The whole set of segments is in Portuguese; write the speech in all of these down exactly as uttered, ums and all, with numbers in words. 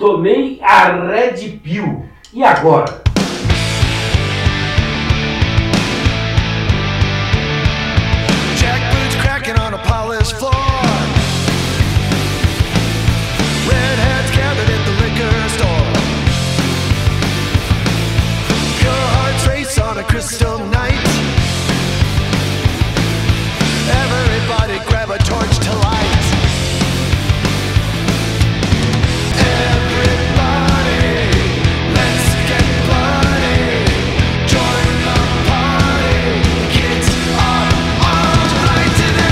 tomei a Red Pill. E agora? Jack boots cracking on a polished floor. Redheads gathered at the liquor store. Pure hearts race on a crystal night. Everybody grab a torch to light. Everybody, let's get bloody. Join the party. Kids are alright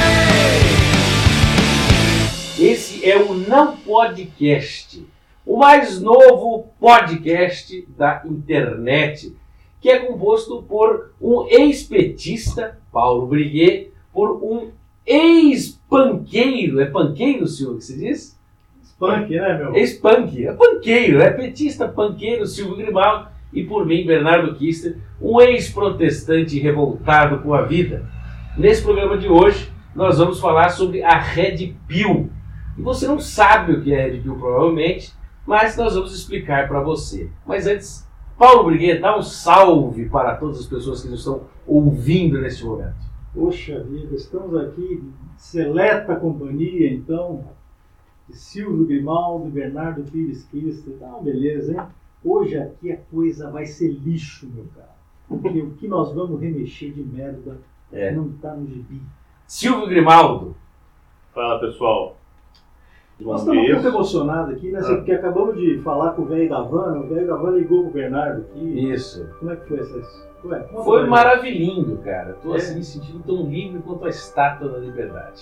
today. Esse é o Não Podcast, o mais novo podcast da internet, que é composto por um ex-petista, Paulo Briguet, por um ex-panqueiro, é panqueiro, Silvio, que se diz? Punk, né, meu? Ex-punk, é panqueiro, é petista, panqueiro, Silvio Grimaldo, e por mim, Bernardo Kister, um ex-protestante revoltado com a vida. Nesse programa de hoje, nós vamos falar sobre a Red Pill. E você não sabe o que é Red Pill, provavelmente, mas nós vamos explicar para você. Mas antes, Paulo Briguet, dá um salve para todas as pessoas que nos estão ouvindo neste momento. Poxa vida, estamos aqui, seleta companhia, então, de Silvio Grimaldo e Bernardo Pires Kister. Tá uma beleza, hein? Hoje aqui a coisa vai ser lixo, meu cara. Porque o que nós vamos remexer de merda É. não tá no gibi. Silvio Grimaldo. Fala, pessoal. Nós estamos muito emocionados aqui, né? Ah. Porque acabamos de falar com o velho da van, o velho da van ligou pro Bernardo aqui. Isso. Como é que foi essa... Ué, conta Foi pra maravilhoso, cara. Tô É. assim, me sentindo tão livre quanto a estátua da liberdade.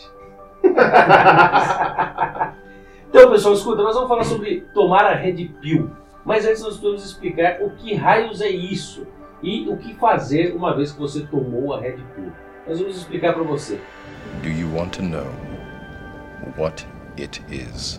Então, pessoal, escuta, nós vamos falar sobre tomar a Red Pill. Mas antes nós precisamos explicar o que raios é isso e o que fazer uma vez que você tomou a Red Pill. Nós vamos explicar para você. Do you want to know what it is?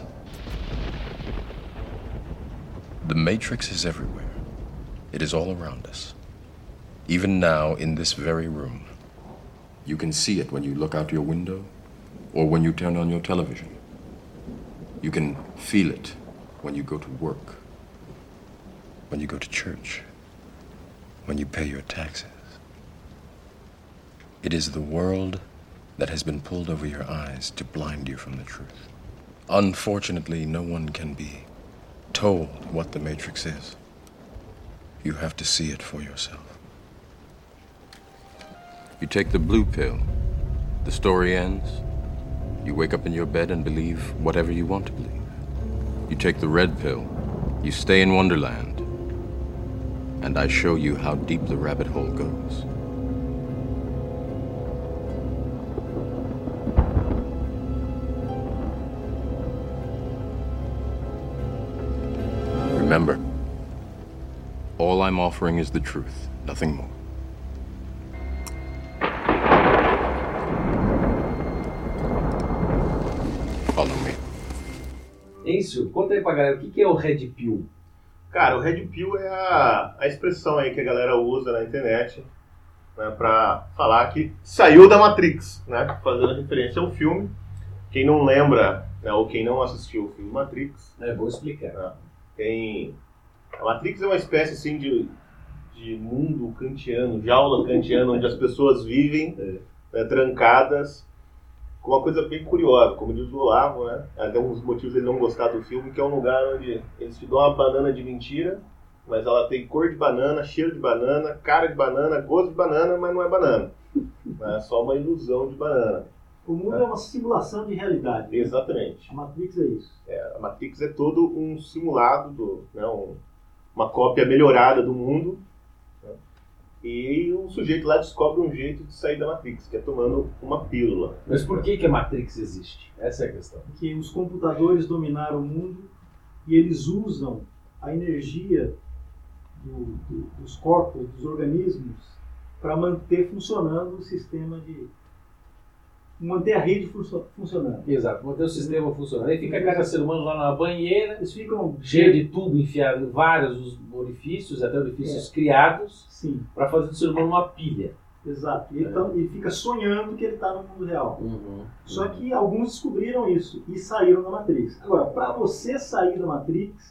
The Matrix is everywhere. It is all around us. Even now, in this very room. You can see it when you look out your window or when you turn on your television. You can feel it when you go to work, when you go to church, when you pay your taxes. It is the world that has been pulled over your eyes to blind you from the truth. Unfortunately, no one can be told what the Matrix is. You have to see it for yourself. You take the blue pill, the story ends. You wake up in your bed and believe whatever you want to believe. You take the red pill, you stay in Wonderland, and I show you how deep the rabbit hole goes. Remember, all I'm offering is the truth, nothing more. Follow me. Hein, Silvio? Conta aí pra galera, o que é o Red Pill? Cara, o Red Pill é a, a expressão aí que a galera usa na internet, né, pra falar que saiu da Matrix, né? Fazendo referência ao filme. Quem não lembra, né, ou quem não assistiu o filme Matrix, É, vou explicar. né, tem... A Matrix é uma espécie assim de, de mundo kantiano, jaula kantiana, onde as pessoas vivem né, trancadas, com uma coisa bem curiosa, como diz o Olavo, né? Até um dos motivos dele não gostar do filme, que é um lugar onde eles te dão uma banana de mentira, mas ela tem cor de banana, cheiro de banana, cara de banana, gosto de banana, mas não é banana. É só uma ilusão de banana. O mundo é uma simulação de realidade. Exatamente. A Matrix é isso. É, a Matrix é todo um simulado, do, né, um, uma cópia melhorada do mundo, né? E o sujeito lá descobre um jeito de sair da Matrix, que é tomando uma pílula. Mas por que, que a Matrix existe? Essa é a questão. Que os computadores dominaram o mundo e eles usam a energia do, do, dos corpos, dos organismos, para manter funcionando o sistema de... manter a rede funcio- funcionando. Exato, manter o sistema funcionando. Aí fica cada ser humano lá na banheira, Eles ficam... cheio de tubo enfiado em vários orifícios, até orifícios É. criados, Sim, para fazer do ser humano uma pilha. exato. E ele, tá- ele fica sonhando que ele está no mundo real. Uhum. Só que alguns descobriram isso e saíram da Matrix. Agora, para você sair da Matrix,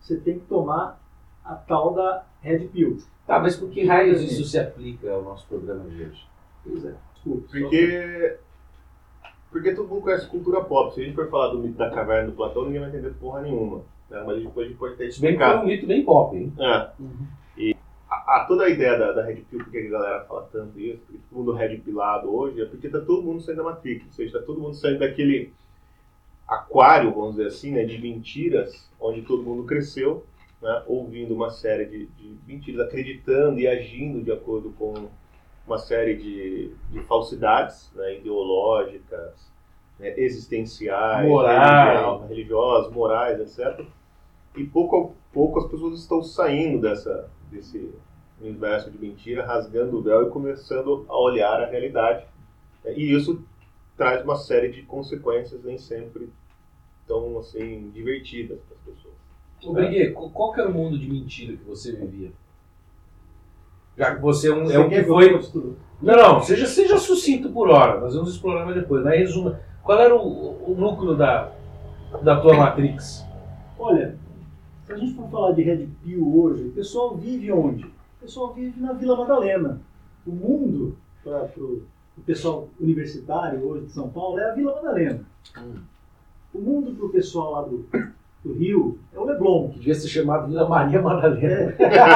você tem que tomar a tal da Red Pill. Tá, mas por que raios isso se aplica ao nosso programa de hoje? Pois é, desculpa. Porque, porque todo mundo conhece cultura pop. Se a gente for falar do mito da caverna do Platão, ninguém vai entender porra nenhuma. Né? Mas depois a gente pode até Se bem que explicar. foi um mito bem pop, hein? É. E a, a, toda a ideia da, da Red Pill, porque a galera fala tanto isso, porque todo mundo Red Pillado hoje, é porque tá todo mundo saindo da Matrix. Ou seja, tá todo mundo saindo daquele aquário, vamos dizer assim, né, de mentiras, onde todo mundo cresceu, né, ouvindo uma série de, de mentiras, acreditando e agindo de acordo com uma série de, de falsidades, né, ideológicas, né, existenciais, Moral. religi- religiosas, morais, etcétera. E pouco a pouco as pessoas estão saindo dessa, desse universo de mentira, rasgando o véu e começando a olhar a realidade. E isso traz uma série de consequências nem sempre tão assim divertidas para as pessoas. Ô, Briguet, qual qual que era o mundo de mentira que você vivia? Já que você é um, é um que quer foi... eu estudo? Não, não, seja, seja sucinto por hora, nós vamos explorar mais depois. Mas resuma, qual era o, o núcleo da, da tua Matrix? Olha, se a gente for falar de Red Pill hoje, o pessoal vive onde? O pessoal vive na Vila Madalena. O mundo, para o pessoal universitário hoje de São Paulo, é a Vila Madalena. Hum. O mundo para o pessoal lá do, do Rio é o Leblon. Que devia ser chamado Vila Maria Madalena.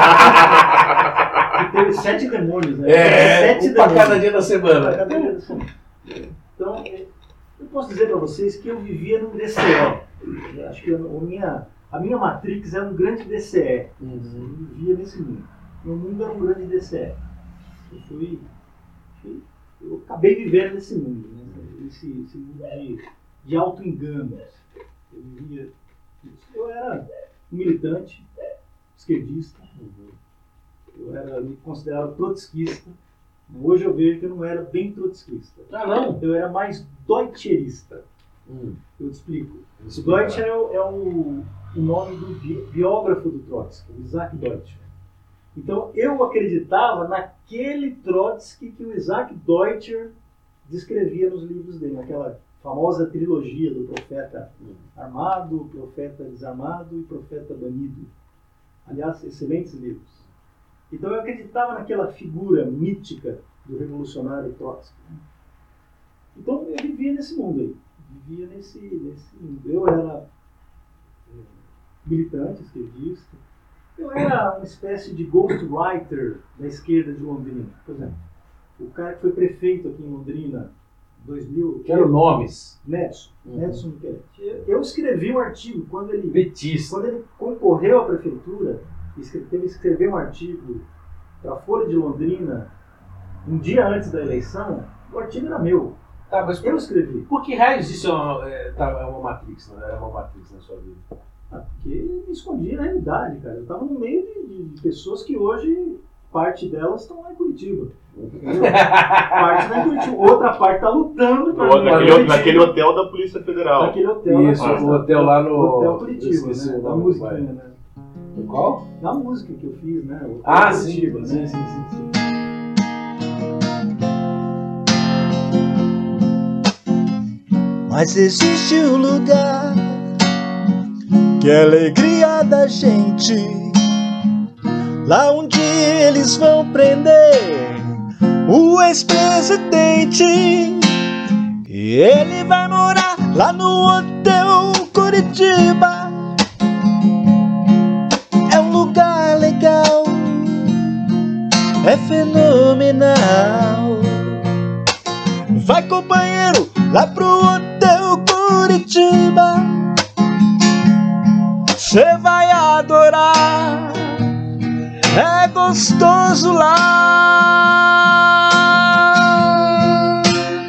Que teve sete demônios, né? É, sete um pra cada dia da Pra semana. cada dia da semana. Então, é, eu posso dizer para vocês que eu vivia num D C E. Eu acho que a minha, a minha Matrix era um grande D C E. Eu vivia nesse mundo. Meu mundo era um grande D C E. Eu fui, fui eu acabei vivendo nesse mundo, né? Esse, esse mundo de, de auto-enganos. Eu vivia isso. Eu era um militante, esquerdista. Eu era, me considerava trotskista. Hoje eu vejo que eu não era bem trotskista. Ah, não? Eu era mais deutscherista. Hum. Eu te explico. O Explica. Deutscher é, o, é o, o nome do bi- biógrafo do Trotsky, o Isaac Deutscher. Então eu acreditava naquele Trotsky que o Isaac Deutscher descrevia nos livros dele, naquela famosa trilogia do profeta armado, profeta desarmado e profeta banido. Aliás, excelentes livros. Então eu acreditava naquela figura mítica do revolucionário Trotsky. Então eu vivia nesse mundo aí. Vivia nesse, nesse mundo. Eu era eh, militante, esquerdista. Eu era uma espécie de ghostwriter da esquerda de Londrina. Por exemplo, o cara que foi prefeito aqui em Londrina em dois mil... Quero nomes. Nedson. Uhum. Nedson Micheletti. Eu- Eu escrevi um artigo quando ele... Petista. Quando ele concorreu à prefeitura, escre- teve que escrever um artigo para a Folha de Londrina, um dia antes da eleição, o artigo era meu. Tá, mas Eu por, escrevi. por que raios isso é uma, é, tá, é uma Matrix? Não é uma Matrix na sua vida? Ah, porque eu me escondia na realidade, cara. Eu estava no meio de, de pessoas que hoje, parte delas estão lá em Curitiba. Entendeu? Parte está em Curitiba. Outra parte está lutando para No- naquele, naquele hotel da Polícia Federal. Naquele hotel. Isso, na- o hotel lá no... Hotel Curitiba, Esqueci né? o Da nome do musiquinha, bairro. né? Qual? Da música que eu fiz, né? O Hotel Ah, sim, Curitiba, sim, né? sim, sim, sim. Mas existe um lugar que é a alegria da gente, lá onde eles vão prender o ex-presidente. E ele vai morar lá no Hotel Curitiba. É um lugar legal, é fenomenal. Vai, companheiro, lá pro Hotel Curitiba. Cê vai adorar, é gostoso lá.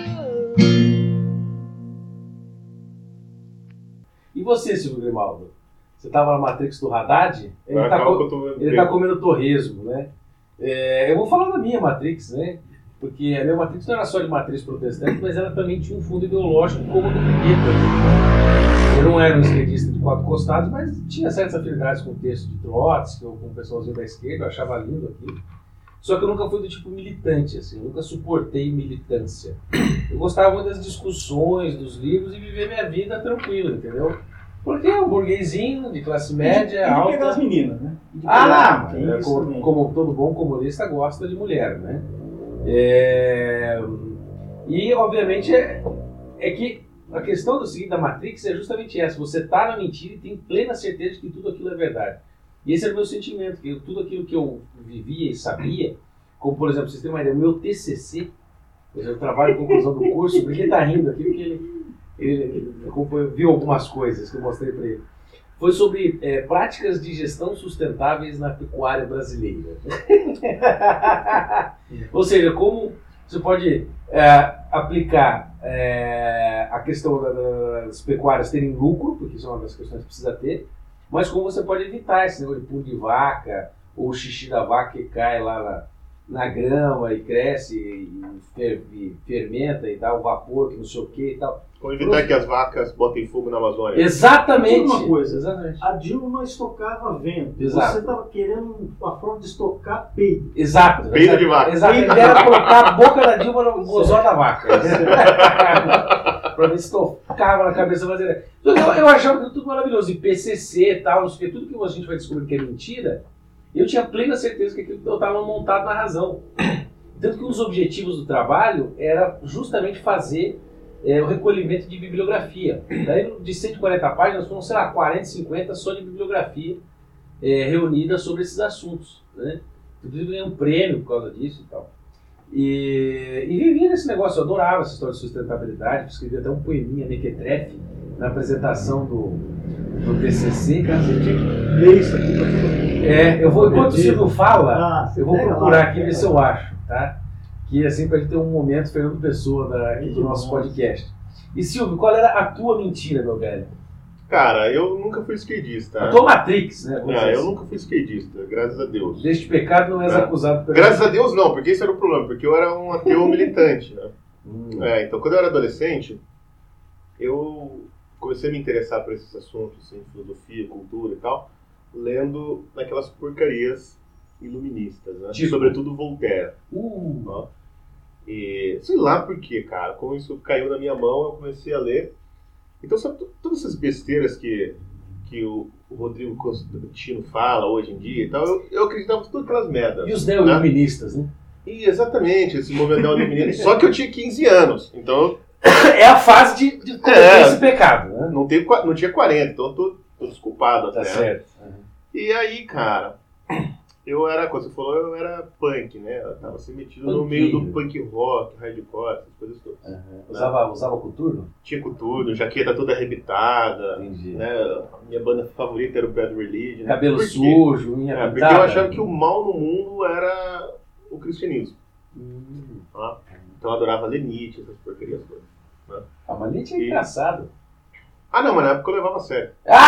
E você, Silvio Grimaldo? Você estava na Matrix do Haddad? Ele Vai, está calma que eu tô vendo. ele tá comendo torresmo, né? É, eu vou falar da minha Matrix, né? Porque a minha Matrix não era só de matriz protestante, mas ela também tinha um fundo ideológico como o do Briguet. Eu não era um esquerdista de quatro costados, mas tinha certas afinidades com o texto de Trotsky ou com o pessoalzinho da esquerda, eu achava lindo aquilo. Só que eu nunca fui do tipo militante, assim, eu nunca suportei militância. Eu gostava muito das discussões, dos livros e viver minha vida tranquila, entendeu? Porque é um burguesinho de classe média, E de alta. pegar as meninas, né? E de Ah, pegar- não, tem é, isso como, também. como todo bom comunista gosta de mulher, né? É, E, obviamente, é, é que a questão do seguinte da Matrix é justamente essa. Você tá na mentira e tem plena certeza de que tudo aquilo é verdade. E esse era o meu sentimento, que eu- tudo aquilo que eu vivia e sabia, como, por exemplo, vocês têm uma ideia, o meu T C C, eu trabalho em conclusão do curso, porque ele tá rindo aqui, porque ele, ele, ele acompanhou- viu algumas coisas que eu mostrei para ele. Foi sobre é, práticas de gestão sustentáveis na pecuária brasileira. Ou seja, como você pode é, aplicar é, a questão da- das pecuárias terem lucro, porque isso é uma das questões que precisa ter, mas como você pode evitar esse negócio de pulo de vaca, ou o xixi da vaca que cai lá na, na grama e cresce e, fer- e fermenta e dá o vapor que não sei o que e tal. Como evitar que as vacas botem fogo na Amazônia. Exatamente! Tudo uma coisa. Exatamente. A Dilma estocava vento. Exato. Você estava querendo uma forma de estocar peido. Exato. Peido exato, de vaca. Exato. A ideia era colocar a boca da Dilma no gozó da vaca. Pra ver se tocava na cabeça brasileira. Eu, eu achava aquilo tudo maravilhoso. E P C C e tal, não sei o que, tudo que a gente vai descobrir que é mentira, eu tinha plena certeza que aquilo eu estava montado na razão. Tanto que um dos objetivos do trabalho era justamente fazer é, o recolhimento de bibliografia. Daí, de cento e quarenta páginas, foram, sei lá, quarenta, cinquenta só de bibliografia é, reunida sobre esses assuntos. Né? Inclusive, ganhei um prêmio por causa disso e tal. E, e vivia nesse negócio, eu adorava essa história de sustentabilidade, escrevi até um poeminha mequetrefe na apresentação do, do T C C, cara. Você tinha que ler isso aqui para todo mundo. É, eu vou, enquanto o Silvio fala, Ah, você eu vou pega procurar lá, aqui pega ver se lá. eu acho, tá? Que assim, pra gente ter um momento Fernando Pessoa da, aqui do nosso podcast. E Silvio, qual era a tua mentira, meu velho? Cara, eu nunca fui skatista. A tua Matrix, né? Vamos Ah, dizer eu assim. nunca fui skatista, graças a Deus. Deste pecado não és É. acusado pelo... Graças a Deus não, porque esse era o problema, porque eu era um ateu militante, né? Hum. É, então quando eu era adolescente, eu comecei a me interessar por esses assuntos, assim, filosofia, cultura e tal, lendo aquelas porcarias iluministas, né? Tipo? Sobretudo Voltaire. Uh, Ó. E sei lá por quê, cara, como isso caiu na minha mão, eu comecei a ler. Então, sabe, t- todas essas besteiras que, que o, o Rodrigo Constantino fala hoje em dia e tal, eu, eu acreditava em todas aquelas merdas. e os neo-iluministas, né? E exatamente, esse movimento neoliberalismo. Só que eu tinha quinze anos, então É a fase de, de cometer É. esse pecado, né? não, tenho, qua- não tinha quarenta, então eu tô, tô desculpado até. Tá certo. E aí, cara, eu era, como você falou, eu era punk, né? Eu tava assim metido no meio do punk rock, hardcore, essas coisas todas. Uhum. Usava, usava coturno? Tinha com tudo, jaqueta toda arrebitada, Entendi. né? A minha banda favorita era o Bad Religion. Cabelo Por quê? sujo, unha É, porque pintada. eu achava que o mal no mundo era o cristianismo. Hum. Tá? Então eu adorava ler Nietzsche, essas porcarias todas. A manete é E- engraçado. Ah, não, mas na época eu levava a sério.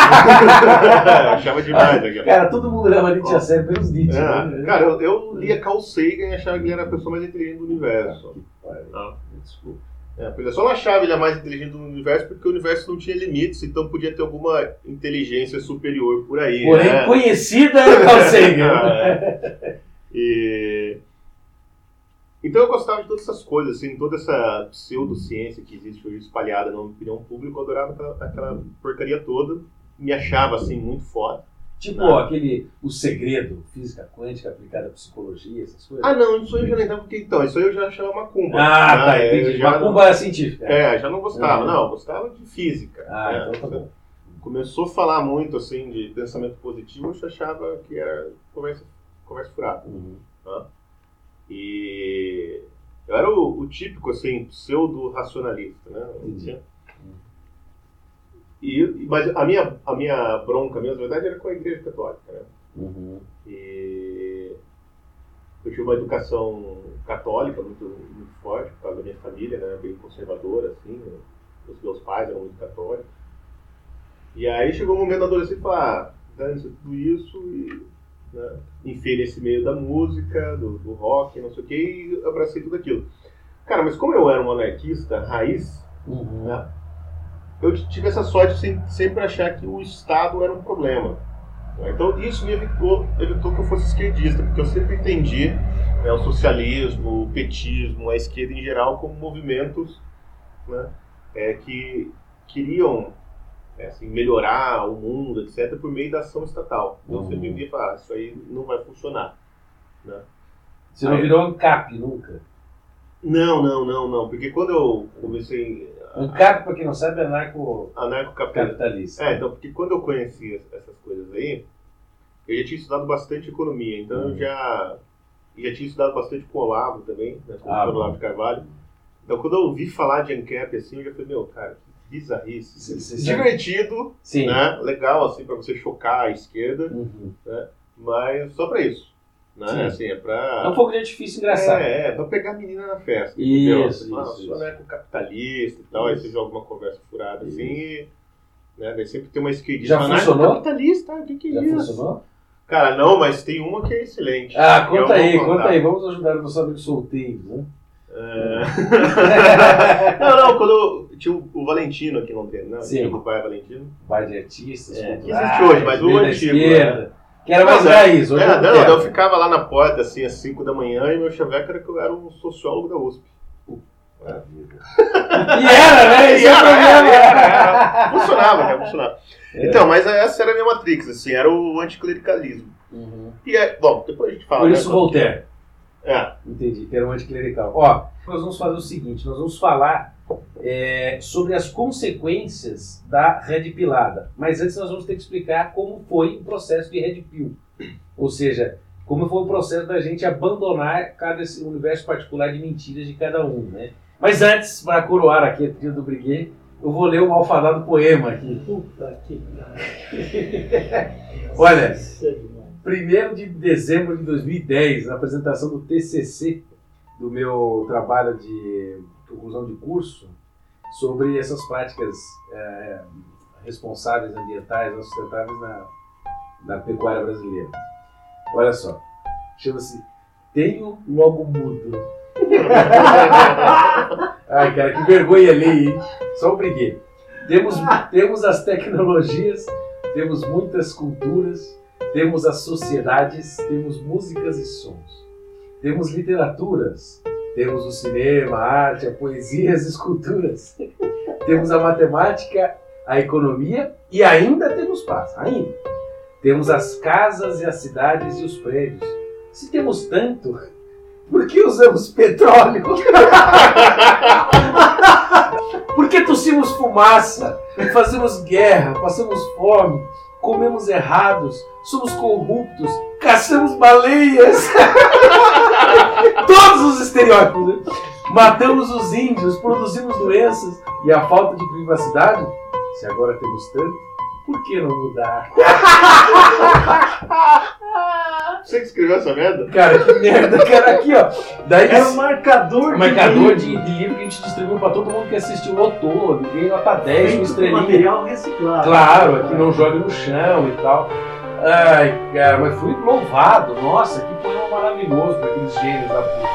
Ah! Eu achava demais aquilo. Cara, todo mundo leva Nietzsche a sério pelos Nietzsche. É, né? cara, eu, eu lia Carl Sagan e achava que ele era a pessoa mais inteligente do universo. Olha, Tá? desculpa. É, pois é, só não achava ele a mais inteligente do universo porque o universo não tinha limites, então podia ter alguma inteligência superior por aí. Porém, né? conhecida é Carl Sagan. Ah, é. E... Então eu gostava de todas essas coisas, assim, toda essa pseudociência que existe hoje espalhada na opinião pública, eu adorava aquela, aquela porcaria toda, me achava assim muito foda. Tipo Não. aquele O Segredo, física quântica aplicada à psicologia, essas coisas. Ah não, isso aí eu já nem tava, porque então, isso aí eu já achava macumba. Ah, né? tá, Eu entendi. já Macumba é científica. Não, é, já não gostava, Uhum. não, eu gostava de física. Ah, né? então tá bom. Começou a falar muito assim de pensamento positivo, eu já achava que era conversa, conversa furada. Uhum. Tá? E eu era o, o típico assim, pseudo-racionalista, né? Entendi. E, mas a minha, a minha bronca mesmo, na verdade, era com a Igreja Católica, né? Uhum. E eu tive uma educação católica muito, muito forte, por causa da minha família, né? Bem conservadora, assim. Né? Os meus pais eram muito católicos. E aí chegou um momento na adolescência e falei, ah, dane-se tudo isso e né, enfiei nesse meio da música, do, do rock, não sei o que, e abracei tudo aquilo. Cara, mas como eu era um anarquista raiz, Uhum. né, eu tive essa sorte de sem- sempre achar que o Estado era um problema. Então isso me evitou, evitou que eu fosse esquerdista, porque eu sempre entendi né, o socialismo, o petismo, a esquerda em geral como movimentos né, é, que queriam é, assim, melhorar o mundo, etcétera, por meio da ação estatal. Então Uhum. você me via e falava, ah, isso aí não vai funcionar. Né? Você não Aí- virou ANCAP nunca? Não, não, não, não. Porque quando eu comecei ANCAP, pra quem não sabe, é anarcocapitalista. anarcocapitalista. É, então, porque quando eu conheci essas coisas aí, eu já tinha estudado bastante economia, então Uhum. eu já, já tinha estudado bastante com o Olavo também, né, com o Ah, professor bom. Olavo de Carvalho. Então, quando eu ouvi falar de ANCAP assim, eu já falei, meu, cara, que bizarrice. Você- você sabe- Divertido, Sim. né? Legal, assim, pra você chocar a esquerda, Uhum. mas só pra isso. Né? Sim. Assim, é pra... É um pouco de artifício engraçado. É, é, pra pegar a menina na festa. Isso, entendeu? isso, Você fala, isso. sou anarcocapitalista e tal, aí Isso. você joga uma conversa furada Isso. assim e. Né, daí sempre tem uma esquerdista. Já funcionou? Anarcocapitalista, o que, que é Já isso? funcionou? Cara, não, mas tem uma que é excelente. Ah, que eu conta vou aí, contar. conta aí. Vamos ajudar os nossos amigos solteiros, né? É... não, não, quando eu, tinha o, o Valentino aqui em Londrina, né? Sim. Tinha o pai Valentino. Bar de artistas, É, culturais, que existe hoje, mas o veio da antigo, esquerda, que era mais Não, raiz. Hoje É, não não, quero. eu ficava lá na porta assim às cinco da manhã e meu chaveco era que eu era um sociólogo da U S P. E era, né? Esse é o Era, era, problema. era, era. Funcionava, cara, funcionava. É. Então, mas essa era a minha matrix, assim, era o anticlericalismo. Uhum. E é, bom, depois a gente fala. Por né, isso quando- Voltaire. É, Entendi, que era um anticlerical. Ó, nós vamos fazer o seguinte, nós vamos falar é, sobre as consequências da Red Pilada. Mas antes nós vamos ter que explicar como foi o processo de Red Pill. Ou seja, como foi o processo da gente abandonar cada esse universo particular de mentiras de cada um, né? Mas antes, para coroar aqui a trilha do Briguet, eu vou ler o malfadado poema aqui. Puta que Olha, Isso é demais. primeiro de dezembro de dois mil e dez, na apresentação do T C C, do meu trabalho de conclusão de curso, sobre essas práticas é, responsáveis, ambientais, não sustentáveis na, na pecuária brasileira. Olha só, chama-se Tenho Logo Mudo. Ai, cara, que vergonha ali, hein? Só o Briguet. Temos, temos as tecnologias, temos muitas culturas, temos as sociedades, temos músicas e sons. Temos literaturas, temos o cinema, a arte, a poesia, as esculturas. Temos a matemática, a economia e ainda temos paz, ainda. Temos as casas e as cidades e os prédios. Se temos tanto, por que usamos petróleo? Por que tossimos fumaça? Fazemos guerra, passamos fome, comemos errados, somos corruptos, caçamos baleias. Todos os estereótipos, né? Matamos os índios, produzimos doenças e a falta de privacidade? Se agora temos tanto, por que não mudar? Você que escreveu essa merda? Cara, que merda, cara, aqui ó. Daí Era um marcador um marcador de, livro, de livro que a gente distribuiu pra todo mundo que assistiu o todo. Ninguém nota dez, com feito com estrelinha. material reciclado. Claro, que não joga no chão e tal. Ai, cara, mas fui louvado. Nossa, que poema maravilhoso para aqueles gênios da puta.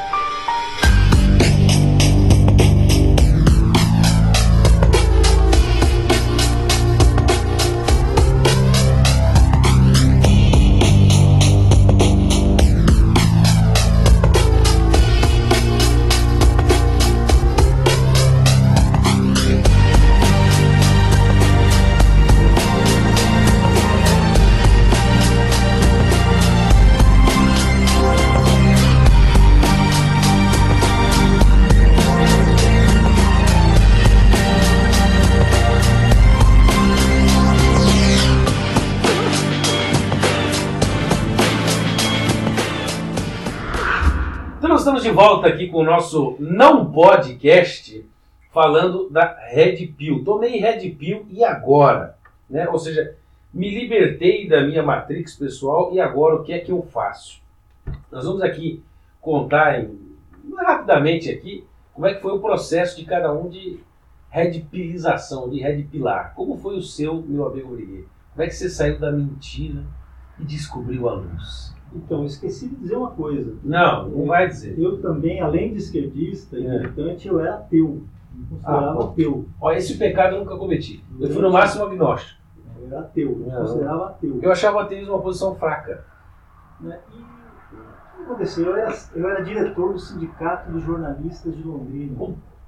Então nós estamos de volta aqui com o nosso Não Podcast, falando da Red Pill. Tomei Red Pill e agora? Né? Ou seja, me libertei da minha matrix pessoal e agora o que é que eu faço? Nós vamos aqui contar em, rapidamente aqui como é que foi o processo de cada um de Red Pillização, de Red Pilar. Como foi o seu, meu amigo Briguet? Como é que você saiu da mentira e descobriu a luz? Então, eu esqueci de dizer uma coisa. Não, não vai dizer. Eu também, além de esquerdista e É. militante, eu era ateu. Me considerava Ah, bom. ateu. Ó, esse pecado eu nunca cometi. Eu fui no máximo agnóstico. Eu era ateu, me Não. considerava ateu. Eu achava o ateísmo uma posição fraca. Né? E o que aconteceu? Eu era, eu era diretor do Sindicato dos Jornalistas de Londrina. Puta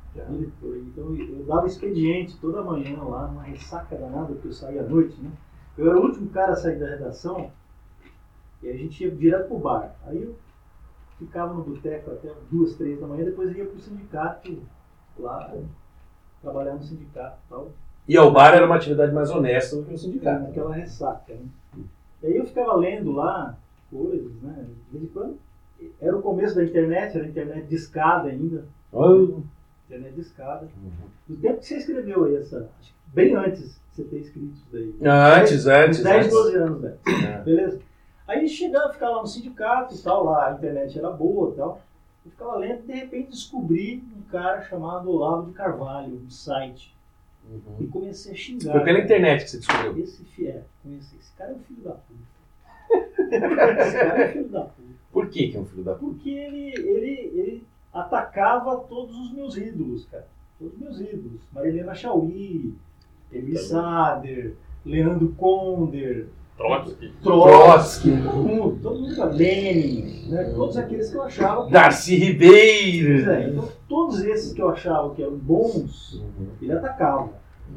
Militou. Então eu dava expediente toda manhã lá, numa ressaca danada, porque eu saía à noite, né? Eu era o último cara a sair da redação e a gente ia direto pro bar. Aí eu ficava no boteco até duas, três da manhã, depois ia pro sindicato lá, trabalhar no sindicato e tal. E ao bar era uma atividade mais honesta do que o sindicato. Naquela ressaca, né? E aí eu ficava lendo lá coisas, né? De vez em quando. Era o começo da internet, era a internet de escada ainda. Oh. Internet de escada. Do tempo que você escreveu aí essa. Acho que bem antes de você ter escrito isso daí. Antes, antes. dez, antes. doze anos, né? É. Beleza? Aí chegava, ficava lá no sindicato e tal, lá a internet era boa e tal. Eu ficava lendo e de repente descobri um cara chamado Olavo de Carvalho, um site. Uhum. E comecei a xingar. Foi pela cara. internet que você descobriu. Esse, fi- é, conheci. Esse cara é um filho da puta. Esse cara é um filho da puta. Por que que é um filho da puta? Porque ele, ele, ele atacava todos os meus ídolos, cara. Todos os meus ídolos. Marilena Chauí, Eli Sader, Leandro Conder, Trotsky. Trotsky, todo mundo, todo mundo, Lenin, né? Todos aqueles que eu achava que... Darcy Ribeiro! Pois é, então todos esses que eu achava que eram bons, ele atacava.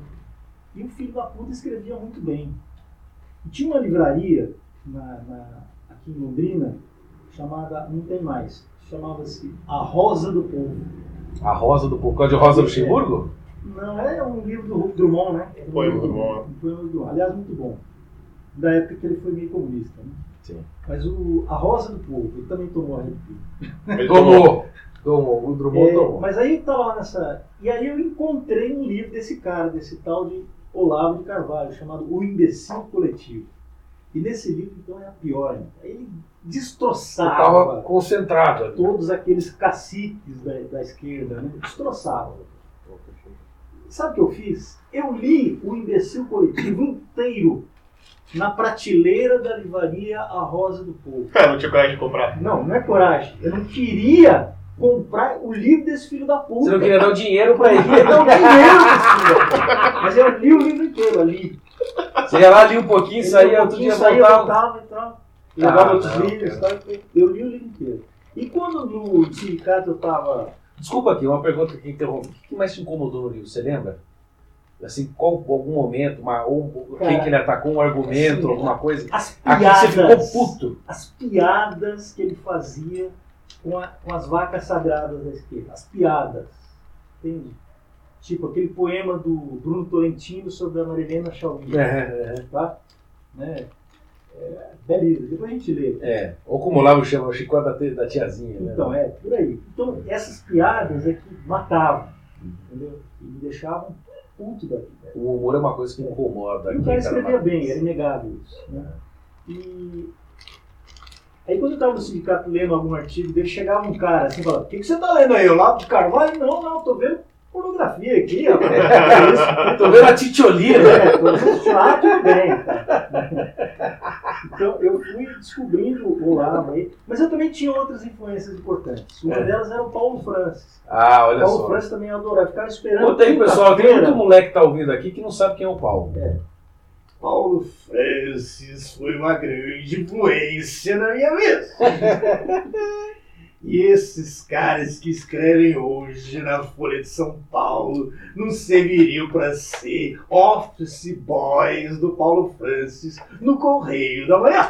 E o filho da puta escrevia muito bem. E tinha uma livraria na, na, aqui em Londrina, chamada, não tem mais, chamava-se A Rosa do Povo. A Rosa do Povo. De Rosa Luxemburgo? Não, é um livro do Drummond, né? Um poema do Drummond. Um poema do Drummond. Aliás, muito bom. Da época que ele foi meio comunista, né? Sim. Mas o, A Rosa do Povo, ele também tomou a República. Ele Tomou! Tomou. O Drummond É, tomou. mas aí eu tava lá nessa. E aí eu encontrei um livro desse cara, desse tal de Olavo de Carvalho, chamado O Imbecil Coletivo. E nesse livro, então, é a pior. Né? Ele Eu destroçava tava concentrado ali. todos aqueles caciques da, da esquerda, né? Destroçava. Sabe o que eu fiz? Eu li O Imbecil Coletivo inteiro na prateleira da livraria A Rosa do Povo. Ah, não tinha coragem de comprar. Não, não é coragem. Eu não queria comprar o livro desse filho da puta. Você não queria dar o dinheiro pra ele. Eu não dinheiro desse filho da puta. Mas eu li o livro inteiro ali. Você ia lá, lia um pouquinho, saía, outro dia saía, voltava. voltava e tal. Levava Ah, outros não, livros e tal. Eu li o livro inteiro. E quando no sindicato eu tava... Desculpa aqui, uma pergunta que interrompe. O que mais te incomodou no livro? Você lembra? Assim, qual algum momento, uma, ou Cara, quem que ele atacou, um argumento, assim, alguma coisa? As Aqui piadas, você ficou puto. as piadas que ele fazia com, a- com as vacas sagradas da esquerda. As piadas. Entende? Tipo aquele poema do Bruno Tolentino sobre a Marilena Chauí. É, é, Tá? Né? É, beleza, depois a gente lê. é. Ou como lá o chama, o chicote da, te- da tiazinha. Né? Então, é, por aí. Então, essas piadas é que matavam, entendeu? E me deixavam puto da vida. O humor é uma coisa que incomoda. E o aqui, cara escrevia mas- bem, era inegável isso. Né? E aí quando eu estava no sindicato lendo algum artigo dele, chegava um cara assim e falava, o que, que você está lendo aí? Olavo de Carvalho? Não, não, tô vendo pornografia aqui, ó. É isso. Tô vendo a titiolina. É, tô vendo, ah, tudo bem. Tá. Então eu fui descobrindo o Olavo aí, mas eu também tinha outras influências importantes. Uma É. delas era o Paulo Francis. Ah, olha Paulo só. Francis também eu adorava, ficava esperando. Conta aí, pessoal. Tem quinta-feira. muito moleque que tá ouvindo aqui que não sabe quem é o Paulo. Paulo Francis foi uma grande influência na minha vida. E esses caras que escrevem hoje na Folha de São Paulo não serviriam para ser office boys do Paulo Francis no Correio da Manhã.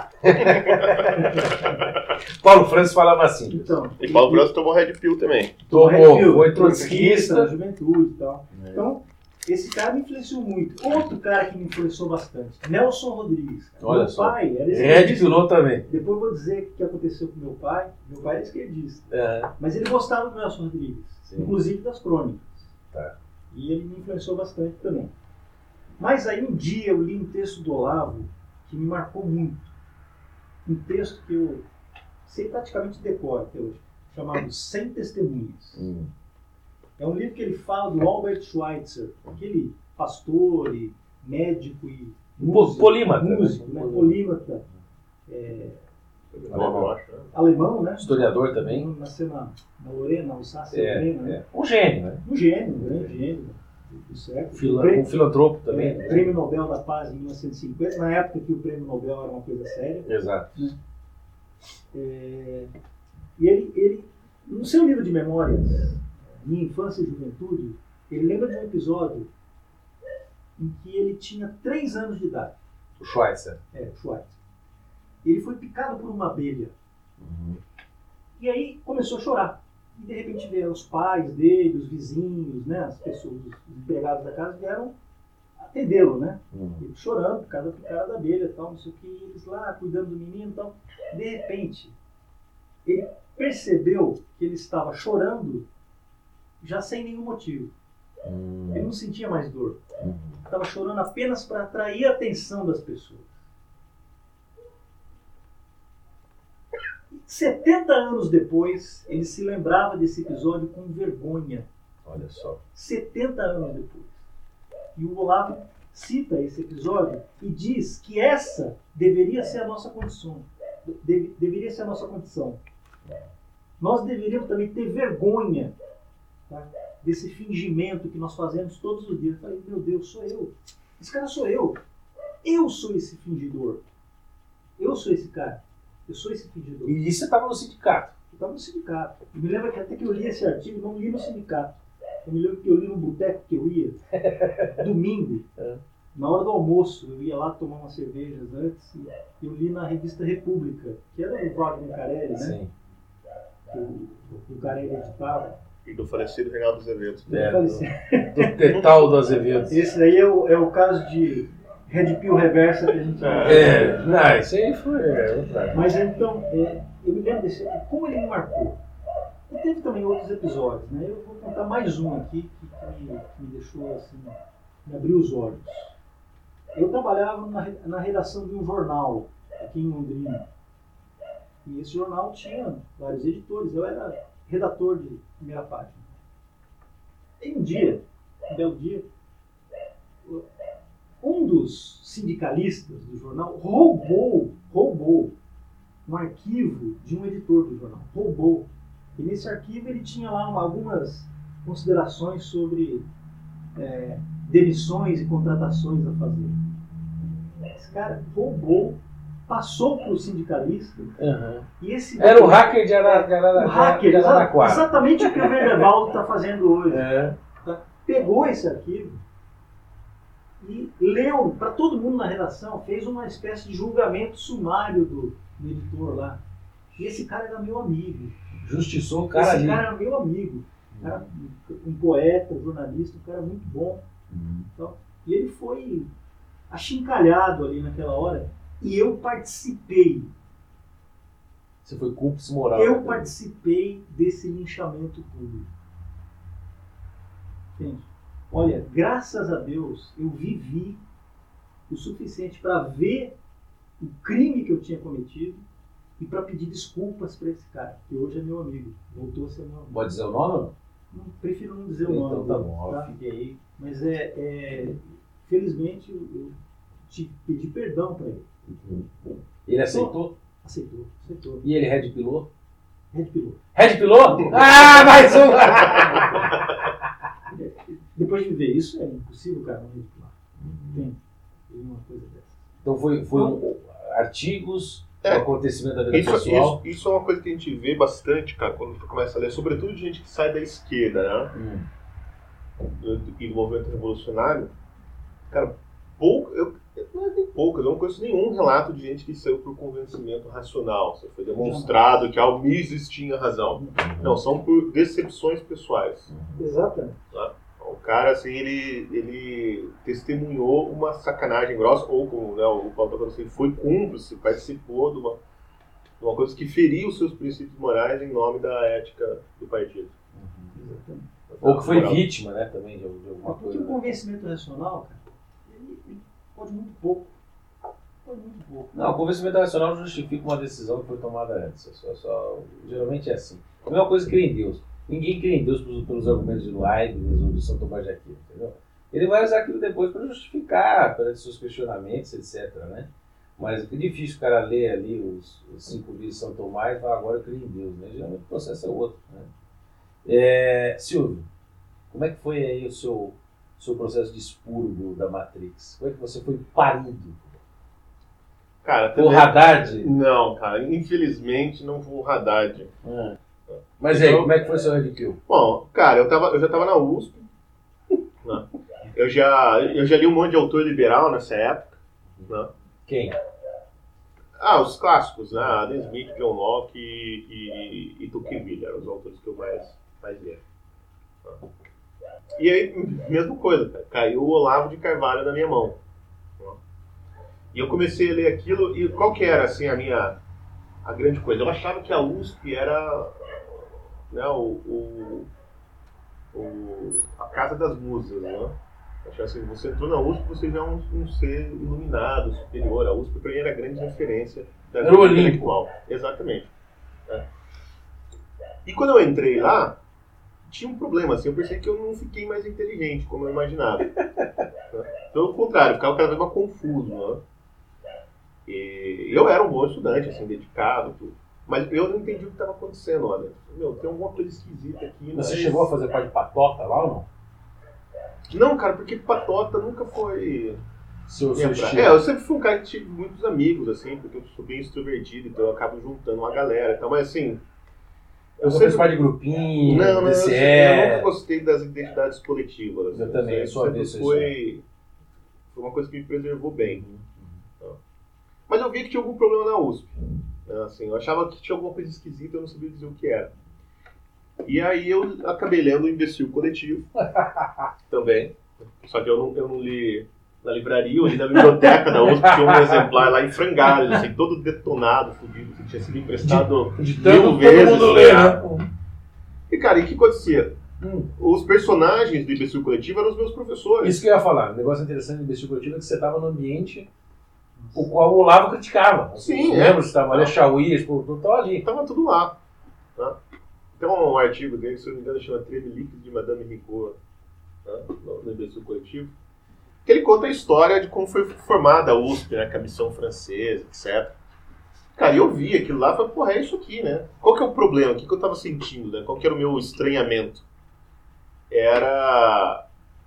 Paulo Francis falava assim. Então, E Paulo Francis tomou Red Pill também. Tomou, Red foi na trotskista. juventude e tal. Então, esse cara me influenciou muito. Outro cara que me influenciou bastante, Nelson Rodrigues. Cara. Olha meu só. pai era Red esquerdista. Pilou também. Depois eu vou dizer o que aconteceu com meu pai. Meu pai era esquerdista. É. Mas ele gostava do Nelson Rodrigues, Sim. inclusive das crônicas. Tá. E ele me influenciou bastante também. Mas aí um dia eu li um texto do Olavo que me marcou muito. Um texto que eu sei praticamente decor até hoje, chamado Sem Testemunhas. Hum. É um livro que ele fala do Albert Schweitzer, aquele pastor e médico e músico, polímata, né? músico, né? polímata, é, Nome, eu acho. né? alemão, né? Historiador também. Nasceu na, na Lorena, na Alsácia, É, Lorena, né? é. Um gênio, né? Um gênio, um grande gênio do século. Fila- Prêmio- um filantropo também. é, Prêmio Nobel da Paz em mil novecentos e cinquenta, na época que o Prêmio Nobel era uma coisa séria. Exato. É, e ele, ele, no seu livro de memórias, minha infância e juventude, ele lembra de um episódio em que ele tinha três anos de idade. O Schweitzer. É, o Schweitzer. Ele foi picado por uma abelha. Uhum. E aí começou a chorar. E de repente vieram os pais dele, os vizinhos, né, as pessoas, os empregados da casa vieram atendê-lo, né? Uhum. Ele chorando por causa da picada da abelha e tal, não sei o que, e eles lá cuidando do menino e tal. De repente, ele percebeu que ele estava chorando já sem nenhum motivo. Uhum. Ele não sentia mais dor. Uhum. Estava chorando apenas para atrair a atenção das pessoas. setenta anos depois, ele se lembrava desse episódio com vergonha. Olha só. setenta anos depois. E o Olavo cita esse episódio e diz que essa deveria ser a nossa condição. De- deveria ser a nossa condição. Nós deveríamos também ter vergonha, tá, desse fingimento que nós fazemos todos os dias. Eu falei, meu Deus, sou eu. Esse cara sou eu. Eu sou esse fingidor. Eu sou esse cara. Eu sou esse fingidor. E isso você estava no sindicato. Eu estava no sindicato. Eu me lembro que até que eu li esse artigo, não li no sindicato. Eu me lembro que eu li no boteco que eu ia, domingo, É. na hora do almoço. Eu ia lá tomar umas cervejas antes e eu li na revista República, que era o Wagner Carelli, né? Sim. Que o, o Carelli editava. E do falecido Reinaldo Azevedo. É, Eu falei do- assim, Do Tetal do Azevedo. esse aí é o, é o caso de Red Pill reversa que a gente... É, não, isso aí foi. É, outra. Mas então, é, eu me lembro desse, como ele me marcou. E teve também outros episódios, né? Eu vou contar mais um aqui que, que me, que me deixou assim, me abriu os olhos. Eu trabalhava na, re- na redação de um jornal aqui em Londrina. E esse jornal tinha vários editores. Eu era redator de primeira página. E um dia, um belo dia, um dos sindicalistas do jornal roubou, roubou um arquivo de um editor do jornal. Roubou. E nesse arquivo ele tinha lá uma- algumas considerações sobre é, demissões e contratações a fazer. Esse cara roubou, passou para o sindicalista Uhum. e esse... Era o hacker de Ara- de Ara- o hacker, de Araraquara. exatamente o que o Verdevaldo está fazendo hoje. É. Pegou esse arquivo e leu para todo mundo na redação, fez uma espécie de julgamento sumário do, do editor lá. E esse cara era meu amigo. Justiçou o cara esse ali. cara era meu amigo. Um, cara, um poeta, um jornalista, um cara muito bom. Uhum. Então, e ele foi achincalhado ali naquela hora e eu participei. Você foi cúmplice moral. Eu né? participei desse linchamento público. Entende? Olha, graças a Deus, eu vivi o suficiente para ver o crime que eu tinha cometido e para pedir desculpas para esse cara, que hoje é meu amigo. Voltou a ser meu amigo. Pode dizer o nome? ou Não, prefiro não dizer o não? nome. Então tá dele, bom, tá? fique aí. Mas é, é, felizmente eu, eu te pedi perdão para ele. Ele aceitou? Aceitou, aceitou. E ele red pilou? Red piloto. Red pilou? Ah, mais um! Depois de ver isso, é impossível o cara não red pilar. Tem uma coisa dessa. Então foi, foi um, artigos, É. um acontecimento da vida Isso, pessoal. isso, isso é uma coisa que a gente vê bastante, cara, quando tu começa a ler, sobretudo de gente que sai da esquerda, né? Hum. Do- E do movimento revolucionário. Cara, pouco, eu, eu não é nem poucas, eu não conheço nenhum relato de gente que saiu por convencimento racional. Assim, foi demonstrado que ao Mises tinha razão. Não, são por decepções pessoais. Exatamente. O cara, assim, ele, ele testemunhou uma sacanagem grossa, ou como, né, o Paulo tá falando assim, foi cúmplice, participou de uma, de uma coisa que feriu os seus princípios morais em nome da ética do partido. Exatamente. Ou que foi Moral. vítima, né, também, de, de alguma Porque coisa. o convencimento racional, cara, ele, ele pode muito pouco. Pode muito pouco. Não, o convencimento racional justifica uma decisão que foi tomada antes. É só, só- geralmente é assim. A mesma coisa que crê em Deus. Ninguém crê em Deus pelos, pelos argumentos de Leibniz ou de São Tomás de Aquino, entendeu? Ele vai usar aquilo depois para justificar perante seus questionamentos, etcétera, né? Mas é difícil o cara ler ali os, os cinco livros de São Tomás e falar agora eu creio em Deus, né? Geralmente o processo é outro, né? É, Silvio, como é que foi aí o seu, seu processo de expurgo da Matrix? Como é que você foi parido? Cara, O também- Haddad? Não, cara, infelizmente não foi o Haddad. Ah, Mas Então- aí, como é que foi seu Red Pill? Bom, cara, eu, tava, eu já tava na U S P, né? eu, já, eu já li um monte de autor liberal nessa época, né? Quem? Ah, os clássicos, né? Adam Smith, John Locke e, e, e Tocqueville, eram os autores que eu mais, mais lia. Né? E aí, mesma coisa, cara, caiu o Olavo de Carvalho na minha mão. Né? E eu comecei a ler aquilo, e qual que era, assim, a minha... a grande coisa? Eu achava que a U S P era, né, o, o, o, a casa das musas, né? Eu achava assim, você entrou na U S P, você já é um, um ser iluminado, superior. A U S P para mim era a grande referência da Era o vida Olimpo. intelectual. Exatamente. É. E quando eu entrei lá, tinha um problema, assim, eu percebi que eu não fiquei mais inteligente, como eu imaginava. Né? Pelo contrário, eu ficava cada vez mais confuso, né? E eu era um bom estudante, assim, dedicado, tudo. Mas eu não entendi o que estava acontecendo, olha. Meu, tem alguma coisa esquisita aqui. Você mas- chegou a fazer parte de patota lá ou não? Não, cara, porque patota nunca foi... Seu, seu minha praia. estilo. É, eu sempre fui um cara que tive muitos amigos, assim, porque eu sou bem extrovertido, então eu acabo juntando uma galera e tal, mas assim... Eu Eu fiz sempre... parte de grupinho, Não, não, eu, D C sempre- eu nunca E. gostei das identidades coletivas. Assim, Eu também, eu sou sempre avesso a foi... foi uma coisa que me preservou bem. Então, mas eu vi que tinha algum problema na U S P. Né, assim, eu achava que tinha alguma coisa esquisita, eu não sabia dizer o que era. E aí eu acabei lendo o Imbecil Coletivo, também. Só que eu não, eu não li na livraria, eu li na biblioteca da U S P, tinha um exemplar lá em frangalhos, assim, todo detonado, fudido, que tinha sido emprestado De mil tanto todo vezes. mundo lê, né? né? E cara, e o que acontecia? Hum. Os personagens do Imbecil Coletivo eram os meus professores. Isso que eu ia falar. O negócio interessante do Imbecil Coletivo é que você estava no ambiente o qual o Olavo criticava. Sim, Você é. lembra? Você estava Maria Chauí, tudo estava ali. Tava tudo lá. Tá? Tem um artigo dele, se eu não me engano, chama Tremeliques de Madame Rigaud, tá? no, no Imbecil Coletivo, que ele conta a história de como foi formada a U S P, né, com a missão francesa, etcétera. Cara, eu vi aquilo lá e falei, porra, é isso aqui, né? Qual que é o problema? O que, que eu tava sentindo, né? Qual que era o meu estranhamento? Era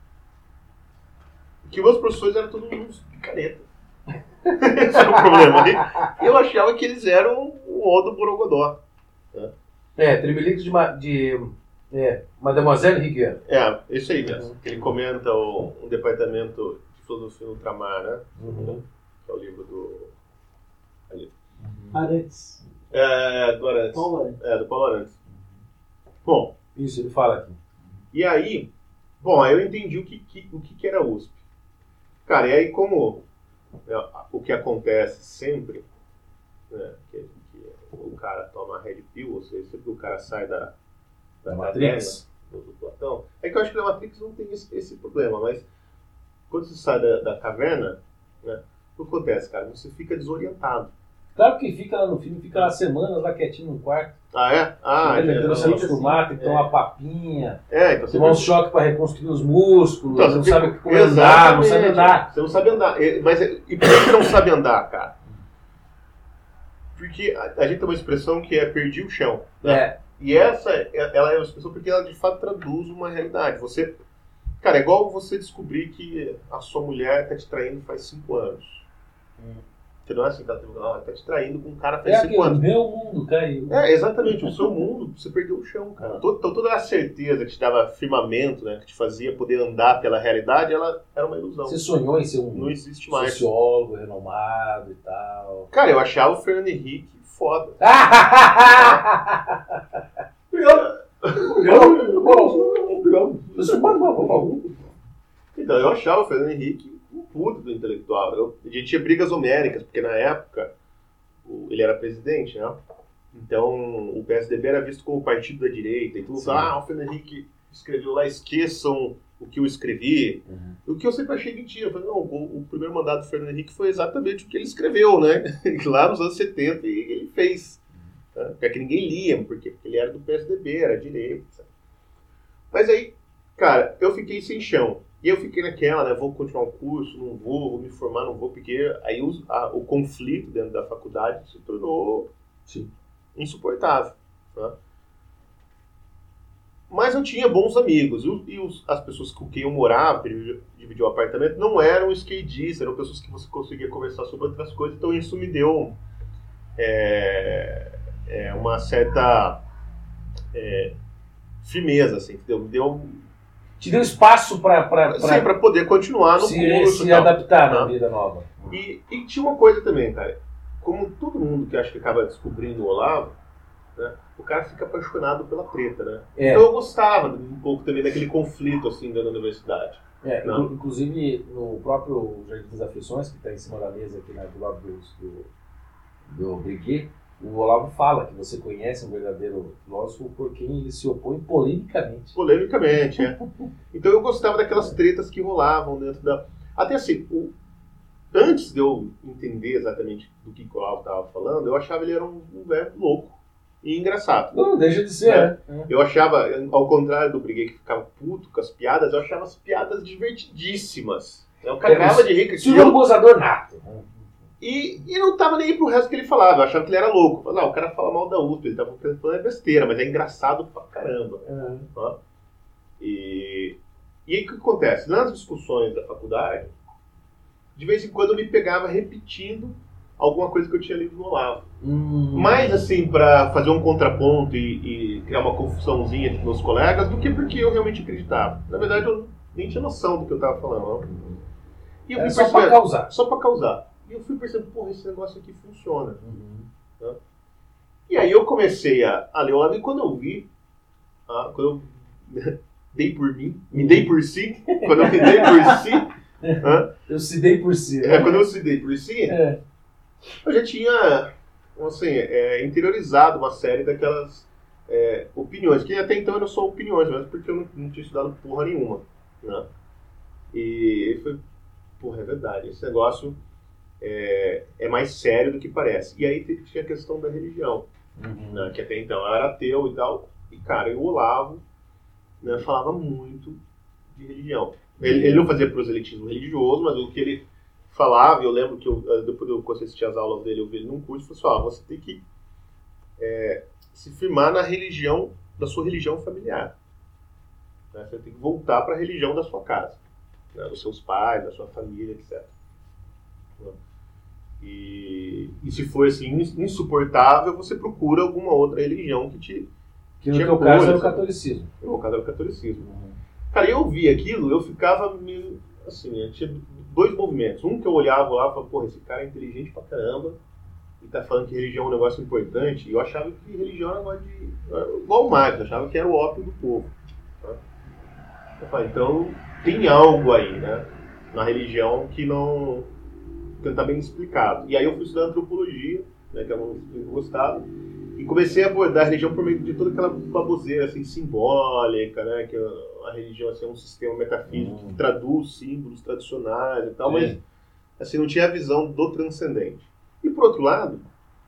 que meus professores eram todos uns picareta. Esse era o problema. Eu achava que eles eram o O do Borogodó. É, Tremeliques de, ma- de é, Mademoiselle Rigueur. É, isso aí mesmo. Ele comenta o, um departamento de filosofia no ultramar, né? Uhum. Que é o livro do... ali. Arantes. É, do Arantes. Paulo Arantes. É, do Paulo Arantes. Bom, Isso, ele fala aqui. e aí... Bom, aí eu entendi o que, que, o que, que era U S P. Cara, e aí como é, o que acontece sempre, né, que, que o cara toma Red Pill, ou seja, sempre que o cara sai da, da Da caverna Matrix. do, do Platão, é que eu acho que na Matrix não tem esse, esse problema, mas quando você sai da, da caverna, né, o que acontece, cara? Você fica desorientado. Claro que fica lá no filme, fica lá semanas lá quietinho no quarto. Ah, é? Ah, Fica tentando então- se acostumar, tem que é. tomar papinha, É, então você tomar um fica- choque para reconstruir os músculos, Então, não você sabe fica- como andar, não sabe Exatamente. andar. Você não sabe andar. É, Mas, é- e por que você não sabe andar, cara? Porque a, a gente tem uma expressão que é perdi o chão. Né? É, E essa, é- ela é uma expressão porque ela de fato traduz uma realidade. Você, cara, é igual você descobrir que a sua mulher tá te traindo faz cinco anos. Você não é assim, tá, ela tá te traindo com um cara faz é cinco aquele anos. meu mundo caiu. É, exatamente. O seu mundo, você perdeu o chão, cara. Todo- Então toda a certeza que te dava firmamento, né, que te fazia poder andar pela realidade, ela era uma ilusão. Você sonhou em ser um Não existe mais. sociólogo renomado e tal. Cara, eu achava o Fernando Henrique foda. Então, eu achava o Fernando Henrique um puto do intelectual. Eu, a gente tinha brigas homéricas, porque na época o- ele era presidente, né? Então o P S D B era visto como o partido da direita. Então, ah, o Fernando Henrique escreveu lá, esqueçam o que eu escrevi. Uhum. O que eu sempre achei mentira. Eu falei, não, o, o primeiro mandato do Fernando Henrique foi exatamente o que ele escreveu, né? Lá nos anos setenta, e ele fez. Né? Porque é que ninguém lia, porque, porque ele era do P S D B, era direita. Sabe? Mas aí, cara, eu fiquei sem chão. E eu fiquei naquela, né? Vou continuar o curso, não vou, vou me formar, não vou, porque aí o, a, o conflito dentro da faculdade se tornou Sim. insuportável. Né? Mas eu tinha bons amigos. E, o- e os- as pessoas com quem eu morava, que dividia dividia o apartamento, não eram skatistas, eram pessoas que você conseguia conversar sobre outras coisas. Então isso me deu é, é, uma certa é, firmeza, assim, entendeu? Me deu Te deu espaço para sim, para poder continuar no se, curso. se e tal. adaptar na Tá? vida nova. E, e tinha uma coisa também, cara. Como todo mundo que acha que acaba descobrindo o Olavo, né, o cara fica apaixonado pela treta, né? É. Então eu gostava um pouco também daquele conflito, assim, dentro da universidade. É, Não. inclu- inclusive, no próprio Jardim das Aflições, que está em cima da mesa aqui, né, do lado do, do, do Briguet, o Olavo fala que você conhece um verdadeiro filósofo por quem ele se opõe polemicamente. Polemicamente, é. Então eu gostava daquelas tretas que rolavam dentro da... Até assim, o... antes de eu entender exatamente do que o Olavo estava falando, eu achava ele era um, um velho louco e engraçado. Não, deixa de ser, É. né? Eu achava, ao contrário do Briguet que ficava puto com as piadas, eu achava as piadas divertidíssimas. Eu cagava de rir com Silvio aquilo. gozador nato. E, e não tava nem aí pro resto que ele falava. Eu achava que ele era louco. Eu falava, não, o cara fala mal da U S P, ele tava falando é besteira, mas é engraçado pra caramba. É. Ó. E, e aí o que acontece? Nas discussões da faculdade, de vez em quando eu me pegava repetindo alguma coisa que eu tinha lido no Olavo. Hum. Mais assim pra fazer um contraponto e, e criar uma confusãozinha entre meus colegas do que porque eu realmente acreditava. Na verdade eu nem tinha noção do que eu tava falando. Não. E eu É fui só pra percebendo- causar. Só pra causar. E eu fui percebendo, porra, esse negócio aqui funciona. Uhum. E aí eu comecei a, a ler o Olavo e quando eu vi, ah, quando eu dei por mim, me dei por si, quando eu me dei por si, ah, Eu se dei por si. é, quando eu se dei por si, É. eu já tinha assim, é, interiorizado uma série daquelas é, opiniões, que até então eram só opiniões, mas porque eu não, não tinha estudado porra nenhuma. Né? E foi, porra, é verdade, esse negócio é, é mais sério do que parece. E aí tinha a questão da religião, Uhum. né, que até então eu era ateu e tal, e cara, eu, o Olavo, né, falava muito de religião. Ele, ele não fazia proselitismo religioso, mas o que ele falava, eu lembro que eu, depois eu assisti as aulas dele, eu vi ele num curso, e falou assim, ó, você tem que é, se firmar na religião, da sua religião familiar. Né? Você tem que voltar para a religião da sua casa, né, dos seus pais, da sua família, etcétera. E, e se for assim insuportável, você procura alguma outra religião que te... Que no Tinha teu caso coisa, era o sabe? catolicismo. No meu caso era o catolicismo. Cara, eu vi aquilo, eu ficava meio assim, eu tinha dois movimentos. Um que eu olhava lá e falava, porra, esse cara é inteligente pra caramba e tá falando que religião é um negócio importante. E eu achava que religião era um negócio de... igual o mágico, eu achava que era o ópio do povo. Tá? Eu falei, então tem algo aí, né, na religião que não... que não tá bem explicado. E aí eu fui estudar antropologia, né, que é uma coisa que eu gostava. E comecei a abordar a religião por meio de toda aquela baboseira assim, simbólica, né? Que a, a religião assim, é um sistema metafísico Uhum. que traduz símbolos tradicionais e tal, Sim. mas assim, não tinha a visão do transcendente. E por outro lado,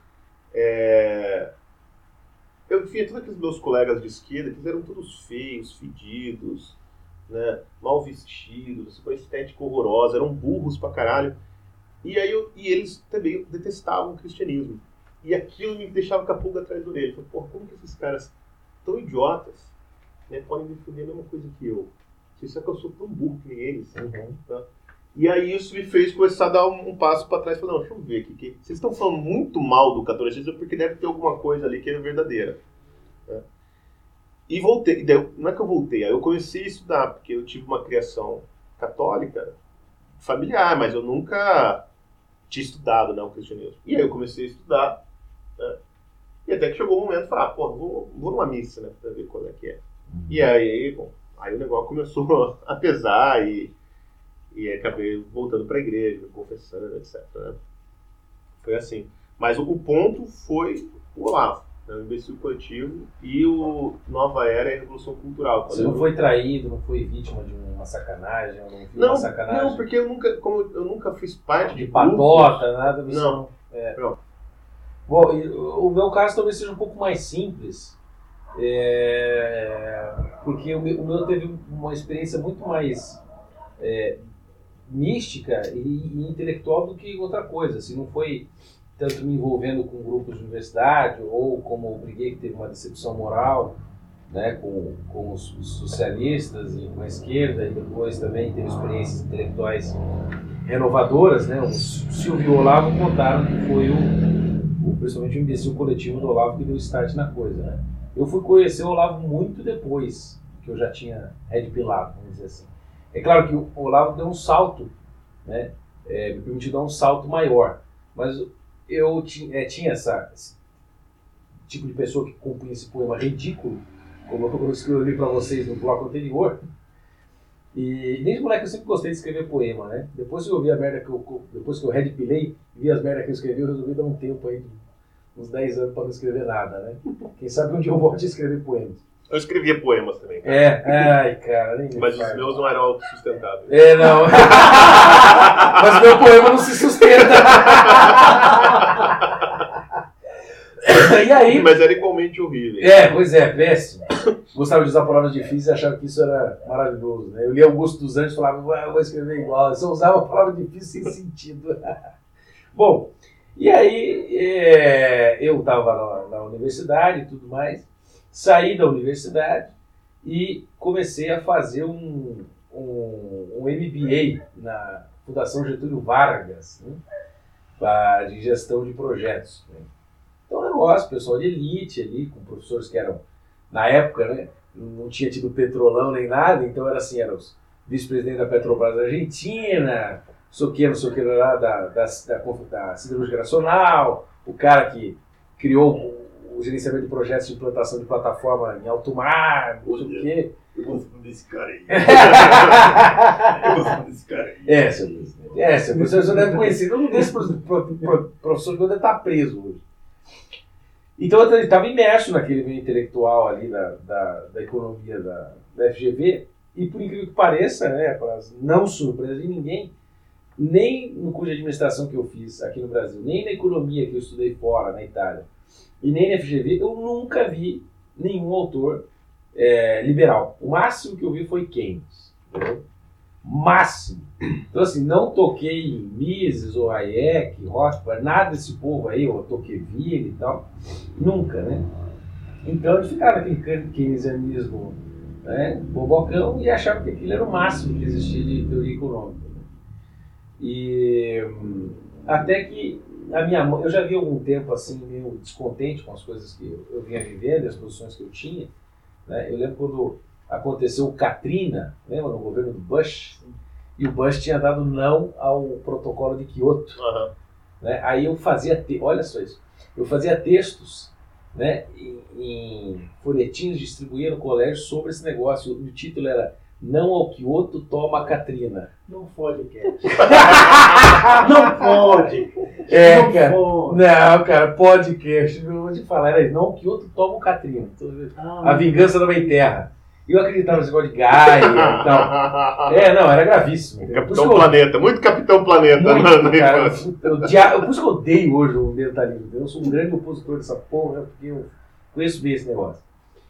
é... eu via todos aqueles meus colegas de esquerda que eram todos feios, fedidos, né? Mal vestidos, com estética horrorosa, eram burros pra caralho. E, aí eu, e eles também detestavam o cristianismo. E aquilo me deixava com a pulga atrás da orelha. Eu falei, porra, como que esses caras tão idiotas, né, podem me fuder a mesma coisa que eu? Isso é que eu sou tão burro que nem eles. Uhum. Tá? E aí isso me fez começar a dar um, um passo para trás. Falei, não, deixa eu ver aqui. Que vocês estão falando muito mal do catolicismo porque deve ter alguma coisa ali que é verdadeira. Né? E voltei. Daí, não é que eu voltei, aí eu comecei a estudar, porque eu tive uma criação católica familiar, mas eu nunca tinha estudado, né, o cristianismo. E aí eu comecei a estudar, né, e até que chegou o momento de falar, pô, vou, vou numa missa, né, pra ver qual é que é. E aí, bom, aí o negócio começou a pesar e, e acabei voltando pra igreja, me confessando, etcétera. Né? Foi assim. Mas o, o ponto foi o Olavo, né, o Imbecil Coletivo e o Nova Era e a Revolução Cultural. Você não foi traído, não foi vítima de uma sacanagem, ou não viu Não, uma sacanagem não, porque eu nunca, como eu nunca fiz parte de de patota, nada disso. Não. É. Não. Bom, e o meu caso talvez seja um pouco mais simples, é, porque o meu, o meu teve uma experiência muito mais é, mística e, e intelectual do que outra coisa. Assim, não foi tanto me envolvendo com grupos de universidade ou como o Briguet, que teve uma decepção moral, né, com, com os, os socialistas e com a esquerda, e depois também teve experiências intelectuais renovadoras, né? O Silvio e o Olavo contaram que foi o, o principalmente o Imbecil Coletivo do Olavo que deu start na coisa, né? Eu fui conhecer o Olavo muito depois, que eu já tinha red pilado, vamos dizer assim. É claro que o Olavo deu um salto, né? É, me permitiu dar um salto maior, mas eu tinha, é, tinha essa, esse tipo de pessoa que compunha esse poema ridículo, como eu escrevi para vocês no bloco anterior. E desde moleque eu sempre gostei de escrever poema, né? Depois que eu vi a merda que eu, depois que eu red pilei, vi as merdas que eu escrevi, eu resolvi dar um tempo aí, uns dez anos para não escrever nada, né? Quem sabe um dia eu volte a escrever poemas. Eu escrevia poemas também. Cara. É, ai, cara, nem me Mas faz. os meus não eram autossustentáveis. É, não. Mas meu poema não se sustenta. E aí... Mas era igualmente horrível. É, pois é, péssimo. Gostava de usar palavras difíceis e achava que isso era maravilhoso. Né? Eu lia Augusto dos Anjos e falava, eu vou escrever igual. Eu só usava palavras difíceis sem sentido. Bom, e aí é, eu estava na, na universidade e tudo mais, saí da universidade e comecei a fazer um, um, um M B A na Fundação Getúlio Vargas, né? De gestão de projetos. Né? Então, um negócio, pessoal de elite ali, com professores que eram, na época, né, não tinha tido petrolão nem nada, então era assim, eram os vice-presidentes da Petrobras da Argentina, não sei o que, não sei o que, lá da, da, da, da Siderúrgica Nacional, o cara que criou o gerenciamento de projetos de implantação de plataforma em alto mar, não sei o que. Eu gosto desse cara aí. Eu gosto desse cara aí. É, seu presidente. É, seu presidente. Você deve conhecer. Um desses professores que deve estar preso hoje. Então eu estava imerso naquele meio intelectual ali da, da, da economia da, da F G V, e por incrível que pareça, né, para não surpresa de ninguém, nem no curso de administração que eu fiz aqui no Brasil, nem na economia que eu estudei fora, na Itália, e nem na F G V, eu nunca vi nenhum autor é, liberal. O máximo que eu vi foi Keynes. Entendeu? Máximo. Então, assim, não toquei em Mises ou Hayek, Rothbard, nada desse povo aí, ou Tocqueville e tal. Nunca, né? Então, ele ficava naquele keynesianismo, né, bobocão, e achava que aquilo era o máximo que existia de teoria econômica. Né? E até que a minha mãe, eu já vi algum tempo assim, meio descontente com as coisas que eu, eu vinha vivendo, as posições que eu tinha. Né? Eu lembro quando aconteceu o Katrina, lembra, no governo do Bush? E o Bush tinha dado não ao protocolo de Kyoto. Uhum. Né? Aí eu fazia, te... olha só isso, eu fazia textos, né, em, em folhetinhos, distribuía no colégio sobre esse negócio. O título era Não ao Kyoto, toma a Katrina. Não pode, Cat. Não pode. É, não cara. Pode. Não, cara, podcast. Eu vou te falar, era isso. Não ao Kyoto, toma o Katrina. Ah, A vingança da mãe terra. E eu acreditava nesse negócio de Gaia e tal. É, não, era gravíssimo. Por isso Capitão que eu- Planeta, muito Capitão Planeta. Muito, na- na cara. infância. Eu, eu, dia- por isso que eu odeio hoje o ambientalismo. Eu sou um grande opositor dessa porra, porque eu conheço bem esse negócio.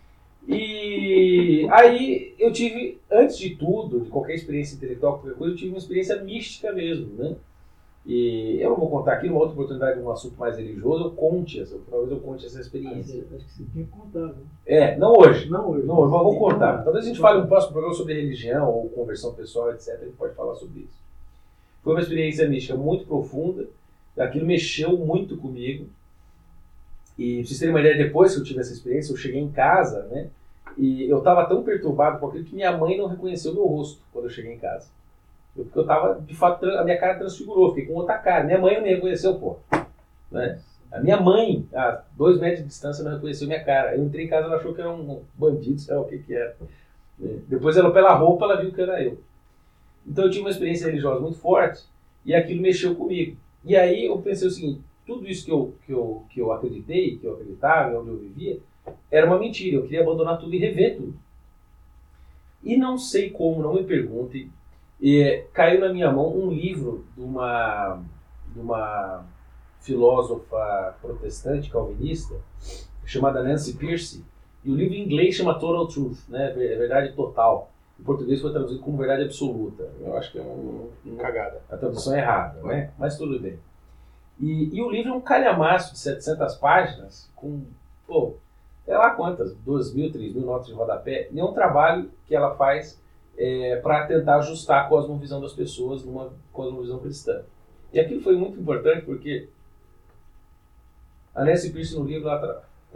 E aí eu tive, antes de tudo, de qualquer experiência intelectual, qualquer coisa, eu tive uma experiência mística mesmo, né? E eu não vou contar aqui, numa outra oportunidade, um assunto mais religioso, eu conte essa, talvez eu conte essa experiência. acho que você tinha contado. Né? É, não hoje. Não, hoje. Não, eu vou Tem contar. que Talvez a gente fale no próximo programa sobre religião ou conversão pessoal, etcétera. A gente pode falar sobre isso. Foi uma experiência mística muito profunda. Aquilo mexeu muito comigo. E, pra vocês terem uma ideia, depois que eu tive essa experiência, eu cheguei em casa, né? E eu estava tão perturbado com aquilo que minha mãe não reconheceu meu rosto quando eu cheguei em casa. Eu, porque eu estava, de fato, a minha cara transfigurou. Fiquei com outra cara. Minha mãe não me reconheceu, pô. Né? A minha mãe, a dois metros de distância, não reconheceu minha cara. Eu entrei em casa, ela achou que era um bandido, sei lá o que que era. Depois, ela, pela roupa, ela viu que era eu. Então, eu tive uma experiência religiosa muito forte e aquilo mexeu comigo. E aí, eu pensei o seguinte, tudo isso que eu, que eu, que eu acreditei, que eu acreditava, onde eu vivia, era uma mentira. Eu queria abandonar tudo e rever tudo. E não sei como, não me perguntem, e caiu na minha mão um livro de uma, de uma filósofa protestante calvinista chamada Nancy Pearcey, e o livro em inglês chama Total Truth, né? Verdade Total. Em português foi traduzido como Verdade Absoluta. Eu acho que é um, um, Cagada. a tradução é errada, né? Mas tudo bem. E, e o livro é um calhamaço de setecentas páginas, com, pô, sei lá quantas, duas mil, três mil notas de rodapé. E é um trabalho que ela faz é, para tentar ajustar a cosmovisão das pessoas numa cosmovisão cristã. E aquilo foi muito importante porque a Nancy Pearcey no livro, ela,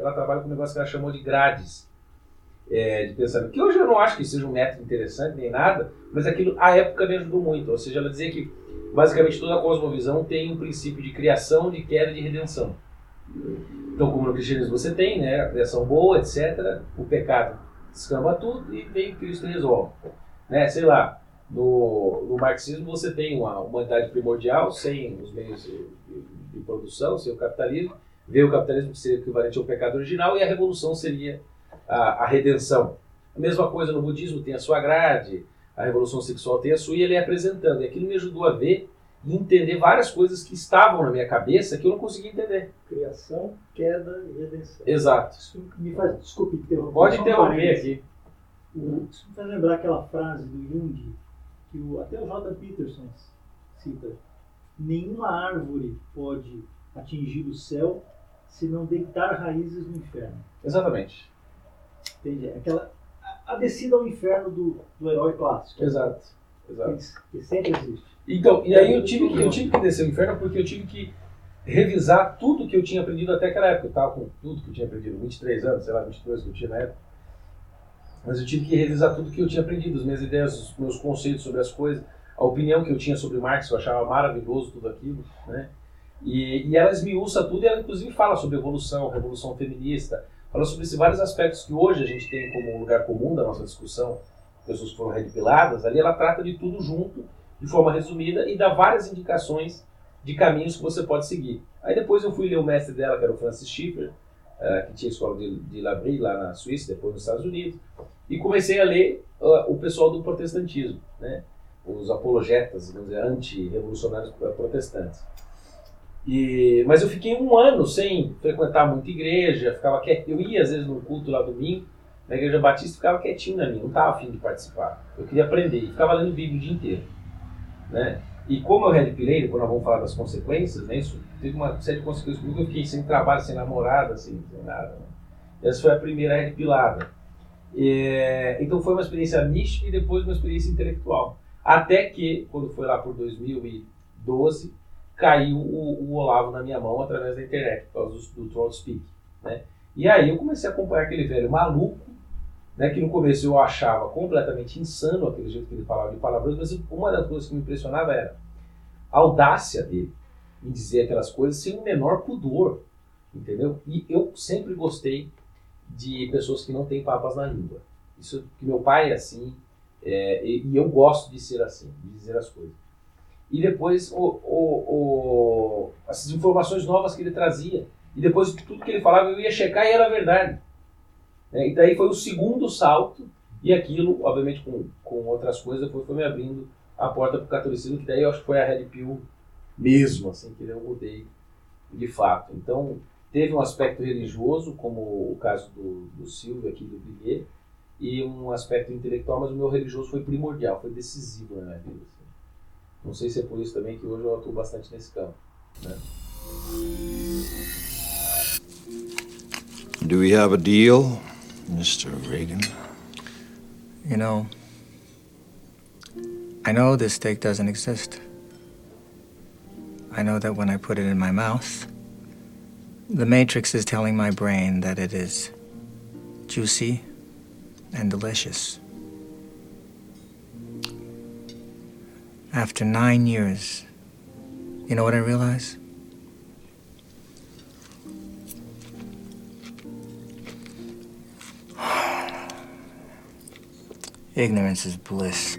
ela trabalha com um negócio que ela chamou de grades é, de pensamento, que hoje eu não acho que seja um método interessante nem nada, mas aquilo, a época me ajudou muito. Ou seja, ela dizia que basicamente toda a cosmovisão tem um princípio de criação, de queda e de redenção. Então, como no cristianismo você tem, né, a criação boa, etcétera, o pecado descamba tudo e vem Cristo e resolve. Né? Sei lá, no, no marxismo você tem uma humanidade primordial, sem os meios de, de, de produção, sem o capitalismo, veio o capitalismo que seria equivalente ao pecado original e a revolução seria a, a redenção. A mesma coisa no budismo, tem a sua grade, a revolução sexual tem a sua, e ele ia apresentando. E aquilo me ajudou a ver e entender várias coisas que estavam na minha cabeça que eu não conseguia entender. Criação, queda e redenção. Exato. Isso me faz, desculpe interromper. Pode só um interromper parênteses. aqui. O- Isso me faz lembrar aquela frase do Jung, que o, até o Jordan Peterson cita. Nenhuma árvore pode atingir o céu se não deitar raízes no inferno. Exatamente. Entende? Aquela, a, a descida ao inferno do, do herói clássico. Exato. Exato. Que, que sempre existe. Então, e aí eu tive, que, eu tive que descer o inferno porque eu tive que revisar tudo que eu tinha aprendido até aquela época. Eu estava com tudo que eu tinha aprendido, vinte e três anos, sei lá, vinte e dois que eu tinha na época. Mas eu tive que revisar tudo que eu tinha aprendido, as minhas ideias, os meus conceitos sobre as coisas, a opinião que eu tinha sobre Marx, eu achava maravilhoso tudo aquilo, né? E, e ela esmiuça tudo e ela inclusive fala sobre evolução, revolução feminista, fala sobre esses vários aspectos que hoje a gente tem como lugar comum da nossa discussão, pessoas que foram redipiladas, ali ela trata de tudo junto, de forma resumida, e dá várias indicações de caminhos que você pode seguir. Aí depois eu fui ler o mestre dela, que era o Francis Schaeffer, uh, que tinha a escola de, de Labrie lá na Suíça, depois nos Estados Unidos, e comecei a ler uh, o pessoal do protestantismo, né? Os apologetas, vamos dizer, anti-revolucionários protestantes. E, mas eu fiquei um ano sem frequentar muita igreja, ficava quieto. Eu ia às vezes num culto lá domingo, na igreja batista, ficava quietinho na minha, não estava afim de participar. Eu queria aprender, e ficava lendo Bíblia o dia inteiro. Né? E como eu redpilei, depois nós vamos falar das consequências, né? Isso teve uma série de consequências comigo, eu fiquei sem trabalho, sem namorada, sem, sem nada. Né? Essa foi a primeira redpilada. É, então foi uma experiência mística e depois uma experiência intelectual. Até que, quando foi lá por dois mil e doze, caiu o, o Olavo na minha mão através da internet, por causa do, do Troll Speak. Né? E aí eu comecei a acompanhar aquele velho maluco, né, que no começo eu achava completamente insano, aquele jeito que ele falava de palavrões, mas uma das coisas que me impressionava era a audácia dele em dizer aquelas coisas sem o menor pudor, entendeu? E eu sempre gostei de pessoas que não têm papas na língua. Isso que meu pai é assim, é, e, e eu gosto de ser assim, de dizer as coisas. E depois o, o, o, essas informações novas que ele trazia, e depois tudo que ele falava eu ia checar e era verdade. É, e daí foi o segundo salto, e aquilo, obviamente com, com outras coisas, depois foi me abrindo a porta para o catolicismo, que daí eu acho que foi a Red Pill mesmo, assim, que eu mudei de fato. Então, teve um aspecto religioso, como o caso do, do Silvio aqui, do Briguet, e um aspecto intelectual, mas o meu religioso foi primordial, foi decisivo na minha vida. Assim. Não sei se é por isso também que hoje eu atuo bastante nesse campo. Né? Do we have a deal, Mister Reagan? You know, I know this steak doesn't exist. I know that when I put it in my mouth, the Matrix is telling my brain that it is juicy and delicious. After nine years, you know what I realize? Ignorance is bliss.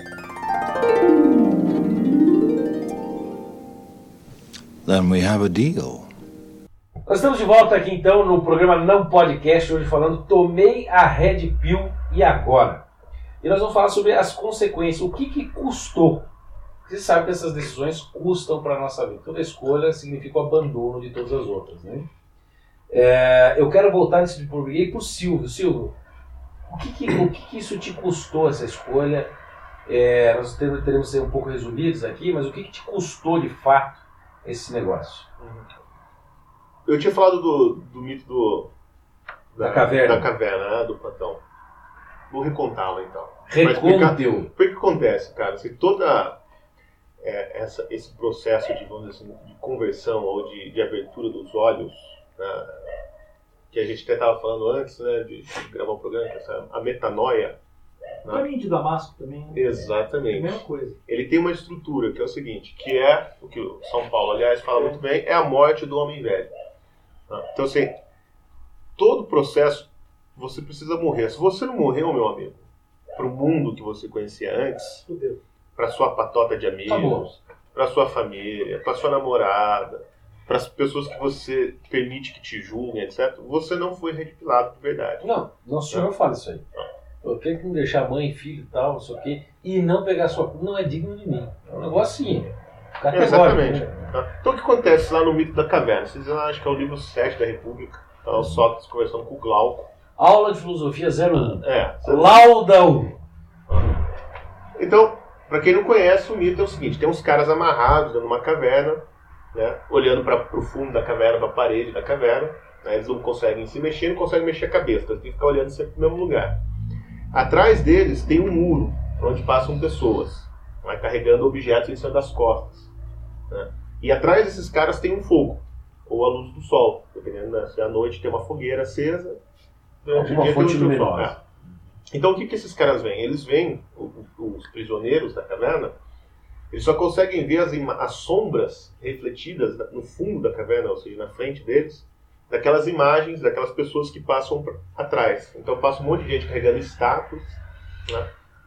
Then we have a deal. Nós estamos de volta aqui então no programa Não Podcast, hoje falando Tomei a Red Pill e agora? E nós vamos falar sobre as consequências, o que que custou. Você sabe que essas decisões custam para a nossa vida. Toda escolha significa o abandono de todas as outras. Né? É, eu quero voltar antes de português para o Silvio. Silvio, o que que, o que que isso te custou, essa escolha? É, nós teremos, teremos que ser um pouco resumidos aqui, mas o que que te custou de fato esse negócio? Eu tinha falado do, do mito do, da, da caverna, da caverna né, do Platão. Vou recontá-lo então. Reconte-o. O que acontece, cara? Se toda é, essa, esse processo de, vamos dizer assim, de conversão ou de, de abertura dos olhos, né, que a gente até estava falando antes, né, de, de gravar o programa, que essa, a metanoia. O caminho de Damasco também. Né? Exatamente. É a mesma coisa. Ele tem uma estrutura que é o seguinte, que é, o que o São Paulo, aliás, fala muito bem, é a morte do homem velho. Tá? Então, assim, todo processo, você precisa morrer. Se você não morreu, meu amigo, para o mundo que você conhecia antes, para sua patota de amigos, para sua família, para sua namorada, para as pessoas que você permite que te julguem, etcétera, você não foi retificado de verdade. Não, Nosso Senhor fala isso aí. Eu tenho que não deixar mãe, filho e tal, não sei o quê, e não pegar sua culpa, não é digno de mim. É um negócio assim, categórico. Exatamente. Né? Tá? Então o que acontece lá no mito da caverna? Vocês acham que é o livro sete da República, tá? O Sócrates conversando com o Glauco. Aula de filosofia zero um. É. Lauda um. Então, para quem não conhece, o mito é o seguinte, tem uns caras amarrados dentro de uma caverna, né, olhando para o fundo da caverna, para a parede da caverna, né, eles não conseguem se mexer, não conseguem mexer a cabeça, então eles têm que ficar olhando sempre no mesmo lugar. Atrás deles tem um muro, onde passam pessoas, né, carregando objetos em cima das costas. Né, e atrás desses caras tem um fogo, ou a luz do sol, dependendo, né, se à noite tem uma fogueira acesa, durante o dia tem um luminosa. É. Então o que, que esses caras veem? Eles veem, os prisioneiros da caverna, eles só conseguem ver as, as sombras refletidas no fundo da caverna, ou seja, na frente deles, daquelas imagens, daquelas pessoas que passam pra, atrás. Então passa um monte de gente carregando estátuas, né?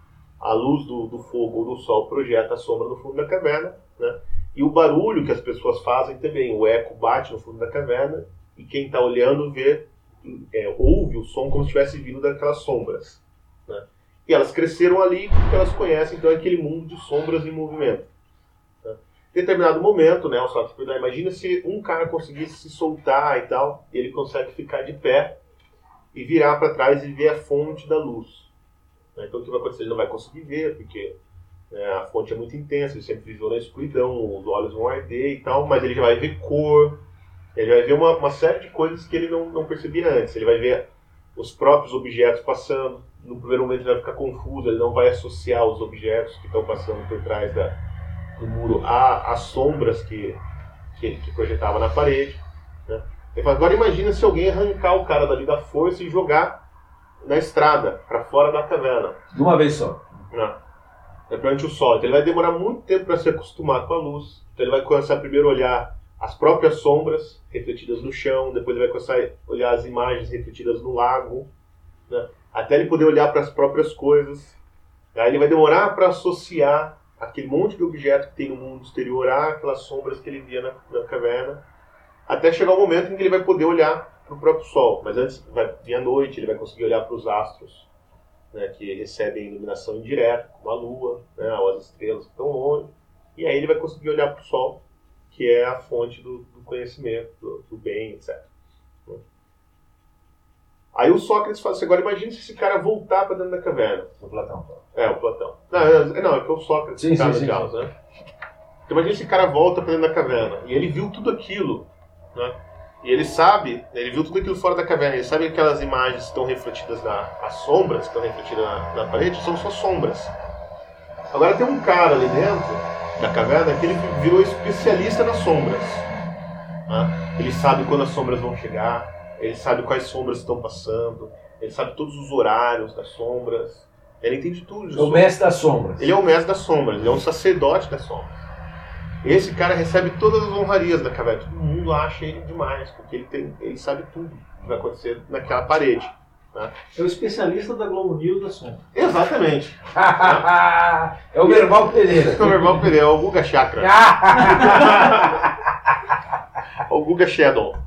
A luz do, do fogo ou do sol projeta a sombra no fundo da caverna, né? E o barulho que as pessoas fazem também, o eco bate no fundo da caverna, e quem está olhando vê, é, ouve o som como se estivesse vindo daquelas sombras. Né? E elas cresceram ali porque elas conhecem então aquele mundo de sombras em movimento. Né? Em determinado momento, né, o Sócrates, imagina se um cara conseguisse se soltar e tal, e ele consegue ficar de pé e virar para trás e ver a fonte da luz. Né? Então o que vai acontecer? Ele não vai conseguir ver, porque né, a fonte é muito intensa, ele sempre viveu na escuridão, os olhos vão arder e tal, mas ele já vai ver cor, ele vai ver uma, uma série de coisas que ele não, não percebia antes. Ele vai ver os próprios objetos passando. No primeiro momento ele vai ficar confuso, ele não vai associar os objetos que estão passando por trás da, do muro às sombras que, que, que projetava na parede. Né? Ele fala, agora imagina se alguém arrancar o cara dali da força e jogar na estrada, para fora da caverna. De uma vez só. Não. É perante o sol. Então ele vai demorar muito tempo para se acostumar com a luz. Então ele vai começar a primeiro a olhar as próprias sombras refletidas no chão, depois ele vai começar a olhar as imagens refletidas no lago, né? Até ele poder olhar para as próprias coisas. Aí ele vai demorar para associar aquele monte de objeto que tem no mundo exterior àquelas sombras que ele via na, na caverna, até chegar o momento em que ele vai poder olhar para o próprio sol. Mas antes vai vir a noite, ele vai conseguir olhar para os astros, né, que recebem iluminação indireta, como a lua, né, ou as estrelas que estão longe. E aí ele vai conseguir olhar para o sol, que é a fonte do, do conhecimento, do, do bem, etcétera. Aí o Sócrates fala assim, agora imagina se esse cara voltar para dentro da caverna. O Platão. É, o Platão. Não, é, não, é que o Sócrates sim, tá sim, de sim, aulas, né? Então imagina se esse cara volta para dentro da caverna. E ele viu tudo aquilo, né? E ele sabe, ele viu tudo aquilo fora da caverna. Ele sabe que aquelas imagens que estão refletidas na... As sombras que estão refletidas na, na parede são só sombras. Agora tem um cara ali dentro da caverna que ele virou especialista nas sombras. Né? Ele sabe quando as sombras vão chegar. Ele sabe quais sombras estão passando, ele sabe todos os horários das sombras, ele entende tudo disso. É o mestre das sombras. Ele é o mestre das sombras, ele é um sacerdote das sombras. Esse cara recebe todas as honrarias da caverna, todo mundo acha ele demais, porque ele, tem, ele sabe tudo que vai acontecer naquela parede. Né? É o especialista da Globo News da sombra. Exatamente. É o Merval Pereira. É o Merval Pereira, é o Guga Chakra. É o Guga Shadow.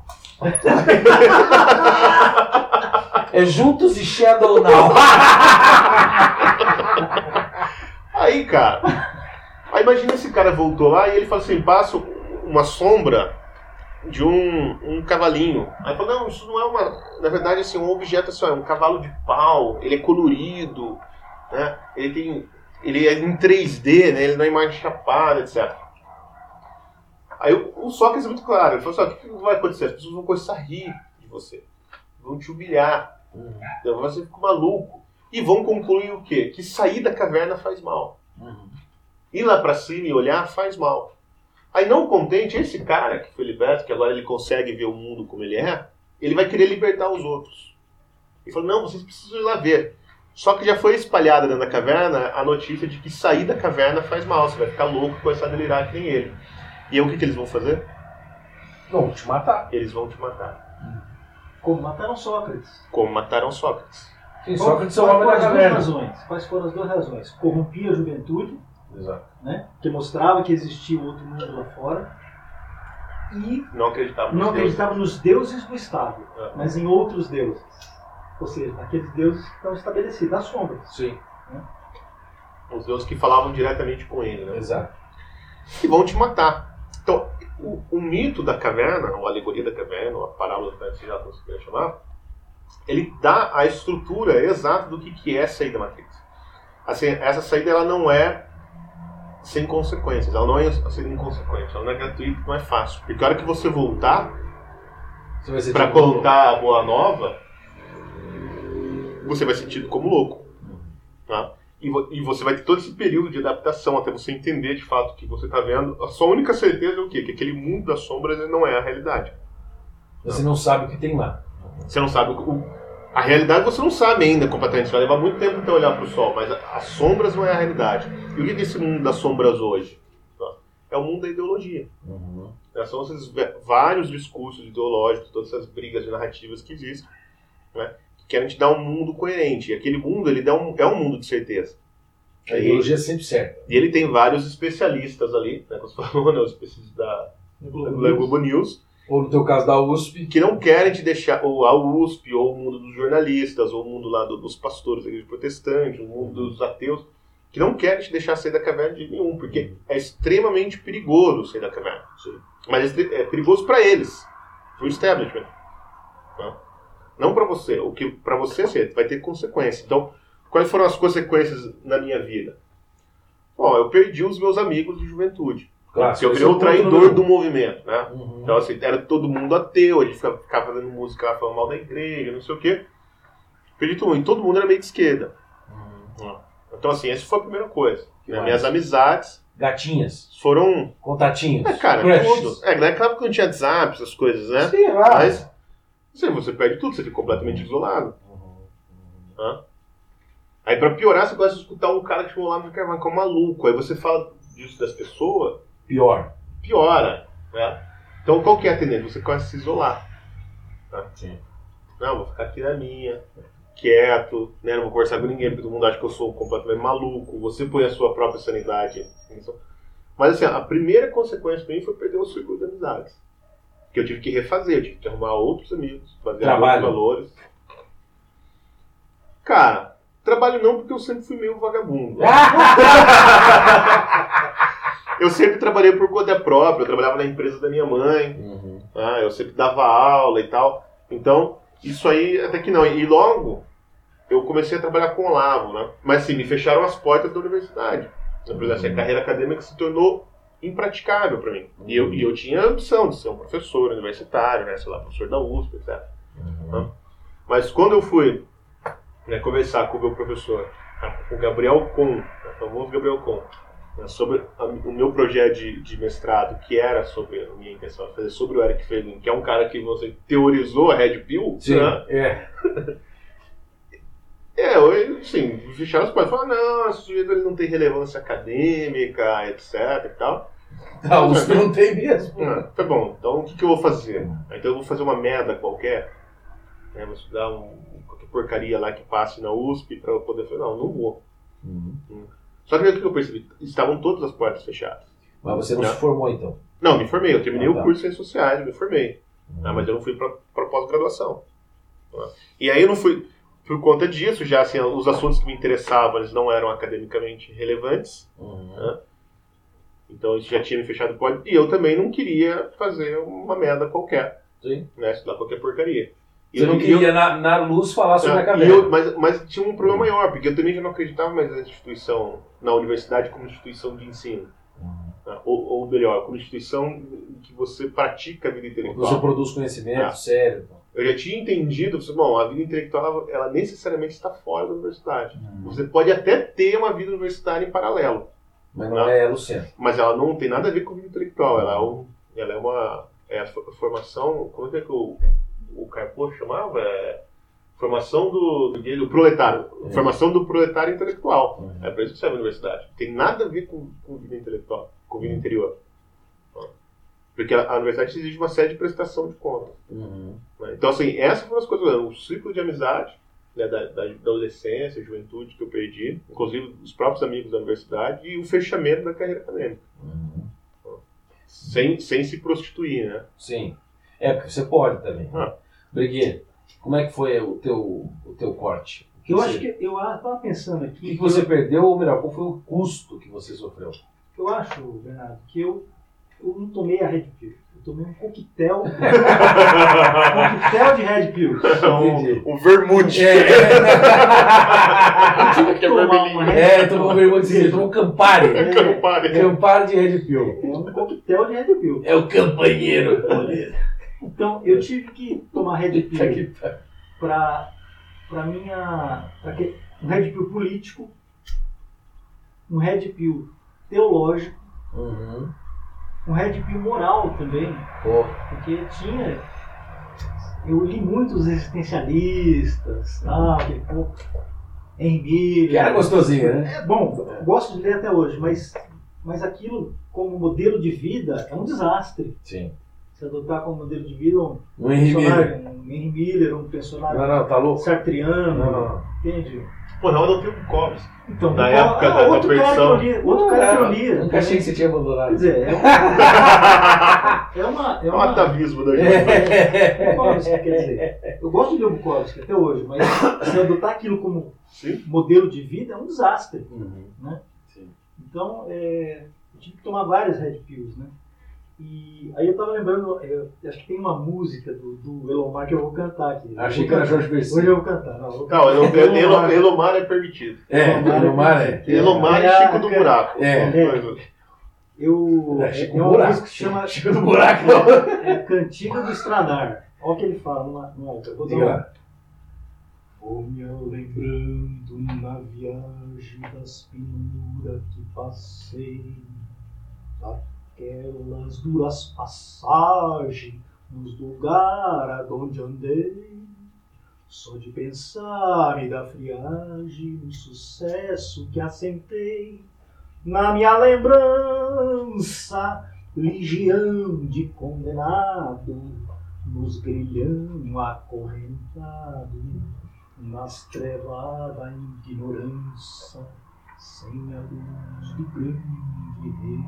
É Juntos e Shadow Now. Aí, cara, aí imagina esse cara voltou lá e ele fala assim, passa uma sombra de um, um cavalinho. Aí fala, não, isso não é uma... Na verdade, assim, um objeto assim, é um cavalo de pau, ele é colorido, né? Ele tem... Ele é em três D, né? Ele não é imagem chapada, etcétera. Aí o, o Sócrates é muito claro, ele falou assim, o que, que vai acontecer? As pessoas vão começar a rir de você, vão te humilhar, uhum. Então você fica maluco, e vão concluir o quê? Que sair da caverna faz mal. Uhum. Ir lá pra cima e olhar faz mal. Aí não contente, esse cara que foi liberto, que agora ele consegue ver o mundo como ele é, ele vai querer libertar os outros. Ele falou, não, vocês precisam ir lá ver. Só que já foi espalhada dentro da caverna a notícia de que sair da caverna faz mal, você vai ficar louco e começar a delirar que nem ele. E aí o que, que eles vão fazer? Vão te matar. Eles vão te matar. Como mataram Sócrates. Como mataram Sócrates. Sim, Qual- Sócrates é o quais homem foram da as duas caverna. razões? Quais foram as duas razões? Corrompia a juventude, Exato. né? Que mostrava que existia outro mundo lá fora. E Não acreditavam nos não deuses. acreditava nos deuses do Estado, É. mas em outros deuses. Ou seja, naqueles deuses que estão estabelecidos, as sombras. Sim, Os deuses que falavam diretamente com ele, né? exato. E vão te matar. Então, o, o mito da caverna, ou a alegoria da caverna, ou a parábola da caverna, seja lá como você queira chamar, ele dá a estrutura exata do que, que é sair da Matrix. Assim, essa saída ela não é sem consequências, ela não é sem inconsequente, ela não é gratuita, não é fácil. Porque a hora que você voltar Você vai ser para tipo- contar a boa nova, você vai ser tido como louco. Tá? E, vo- e você vai ter todo esse período de adaptação até você entender de fato o que você está vendo. A sua única certeza é o quê? Que aquele mundo das sombras ele não é a realidade. Você não sabe o que tem lá. Você não sabe o, o- a realidade você não sabe ainda completamente. Vai levar muito tempo até olhar para o sol, mas a- as sombras não é a realidade. E o que é esse mundo das sombras hoje? Tá? É o mundo da ideologia. Uhum. Né? São esses ve- vários discursos ideológicos, todas essas brigas de narrativas que existem, né? Que querem te dar um mundo coerente. E aquele mundo ele dá um, é um mundo de certeza. A ideologia é sempre certa. E ele tem vários especialistas ali, né? Como você falou, né? Os especialistas da, da Globo News, Ou no teu caso da U S P. que não querem te deixar, ou a U S P, ou o mundo dos jornalistas, ou o mundo lá do- dos pastores da igreja protestante, o mundo dos ateus, que não querem te deixar sair da caverna de nenhum, porque é extremamente perigoso sair da caverna. Mas é extre- é perigoso para eles, para o establishment. Né? Não para você. O que para você ser, vai ter consequência. Então, quais foram as consequências na minha vida? Bom, eu perdi os meus amigos de juventude. Claro, Porque eu esse virei é o o traidor ponto do movimento, né? Uhum. Então, assim, era todo mundo ateu, a gente ficava, ficava fazendo música falando mal da igreja, não sei o quê. Perdi todo mundo. E todo mundo era meio de esquerda. Uhum. Então, assim, essa foi a primeira coisa. Que Né? mais? Minhas amizades Gatinhas, foram... contatinhos, É, cara, crushes. tudo. É, naquela época não tinha WhatsApp, essas coisas, né? Sim, lá. Mas, assim, você perde tudo, você fica completamente isolado. Hã? Aí, pra piorar, você começa a escutar um cara que chamou lá no Carvalho, que é um maluco. Aí você fala disso das pessoas, Pior. piora, né? Então, qual que é a tendência? Você começa a se isolar. Tá? Sim. Não, vou ficar aqui na minha, quieto, né? Não vou conversar com ninguém, porque todo mundo acha que eu sou completamente maluco. Você põe a sua própria sanidade. Mas, assim, a primeira consequência pra mim foi perder o círculo de amizades. Que eu tive que refazer, eu tive que arrumar outros amigos, fazer Trabalho. outros valores. Cara, trabalho não, porque eu sempre fui meio vagabundo. Eu sempre trabalhei por conta própria, eu trabalhava na empresa da minha mãe, Uhum. ah, eu sempre dava aula e tal. Então, isso aí até que não. E logo, eu comecei a trabalhar com o Olavo, né? Mas assim, me fecharam as portas da universidade. Por exemplo, assim, a carreira acadêmica se tornou impraticável para mim. E eu, e eu tinha a ambição de ser um professor universitário, né? Sei lá, professor da U S P, etcétera. Né? Mas quando eu fui, né, conversar com o meu professor, o Gabriel Con, o famoso Gabriel Con, né, sobre a, o meu projeto de, de mestrado, que era sobre, a minha intenção era fazer sobre o Eric Feiglin, que é um cara que você teorizou a Red Pill, Sim, né? é. É, eu, assim, fecharam as portas, falaram, não, esse sujeito ele não tem relevância acadêmica, etc e tal. A U S P não tem mesmo. Ah, tá bom, então o que, que eu vou fazer? Então eu vou fazer uma merda qualquer, né, vou estudar um, qualquer porcaria lá que passe na U S P pra eu poder falar, não, não vou. Uhum. Hum. Só que o que eu percebi? Estavam todas as portas fechadas. Mas você não Não. se formou então? Não, me formei, eu terminei Ah, tá. o curso de Ciências Sociais, me formei. Ah, mas eu não fui pra, pra pós-graduação. Tá? E aí eu não fui, por conta disso, já assim, os assuntos que me interessavam, eles não eram academicamente relevantes. Uhum. Né? Então isso já tinha me fechado o pódio. E eu também não queria fazer uma merda qualquer. Sim. Né? Estudar qualquer porcaria. E Você eu- não e eu- queria na, na luz falar sobre É, a e caverna. eu- mas, mas tinha um problema maior, porque eu também já não acreditava mais na instituição, na universidade como instituição de ensino. Né? Ou, ou melhor, como instituição em que você pratica a vida intelectual. Você produz conhecimento, É. sério. Eu já tinha entendido, bom, a vida intelectual ela, ela necessariamente está fora da universidade. Uhum. Você pode até ter uma vida universitária em paralelo, Mas não Não. é Luciano. mas ela não tem nada a ver com vida intelectual. Ela é, um, ela é uma é a fo- formação, como é que eu o Carpo chamava, é, formação do, do, do proletário, é. formação do proletário intelectual. Uhum. É para isso que serve a universidade. Não tem nada a ver com, com vida intelectual, com vida interior. Porque a, a universidade exige uma série de prestação de contas. Uhum. Né? Então, assim, essas foram as coisas, o ciclo de amizade, né, da, da, da adolescência, juventude que eu perdi, inclusive os próprios amigos da universidade, e o fechamento da carreira acadêmica. Uhum. Sem, sem se prostituir, né? Sim. É, porque você pode também. Ah. Briguet, como é que foi o teu, o teu corte? Eu você... acho que eu estava pensando aqui. O que, que você eu... perdeu, ou melhor, qual foi o custo que você sofreu? Eu acho, Bernardo, que eu, eu não tomei a Red Pill. Eu tomei um coquetel. um coquetel de Red Pill. Um, um vermute. É, eu tive que tomar uma Red Pill. É, tomou um vermute, tomou um Campari. É, Campari. Campari de Red Pill. É um coquetel de Red Pill. É o campanheiro. Então, eu tive que tomar Red Pill para para minha... Pra que, um Red Pill político, um Red Pill teológico, uhum. um Red Pill moral também, oh. porque tinha... Eu li muitos existencialistas, tal, aquele pouco... Henry Miller... Que era gostosinho, né? É, bom, é. gosto de ler até hoje, mas, mas aquilo como modelo de vida é um desastre. Sim. Se adotar como modelo de vida um, um Henry Miller, um Henry Miller, um personagem não, não, tá louco. sartriano, não, não. entende? Pô, não, eu não tenho Bukowski. Então, na Bukowski, época ah, da, outro da cara que eu li, outro não, cara que eu não, li. Nunca achei que você tinha abandonado. Quer dizer, é uma... é uma... É um atavismo da gente. É, Bukowski, quer dizer, eu gosto de ler o Bukowski até hoje, mas se adotar aquilo como Sim. modelo de vida é um desastre. Uhum. Né? Sim. Então, é, eu tive que tomar várias Red Pills, né? E aí eu tava lembrando, eu, acho que tem uma música do, do Elomar que eu vou cantar aqui. Achei que era Jorge Versilo. Hoje eu vou cantar. Não, vou cantar. Não, Elomar, Elomar, Elomar é permitido. É, Elomar é. Elomar é Chico do Buraco. É. é. Eu, é Chico é do uma Buraco. música que chama Chico do Buraco, não. É Cantiga do Estradar. Olha o que ele fala numa, numa outra. Vou dar Vou-me lembrando na viagem das penuras que passei, aquelas duras passagens nos lugares onde andei, só de pensar me dá friagem no sucesso que assentei, na minha lembrança, legião de condenado, nos grilhão acorrentado, nas trevas da ignorância, sem a luz do grande rei.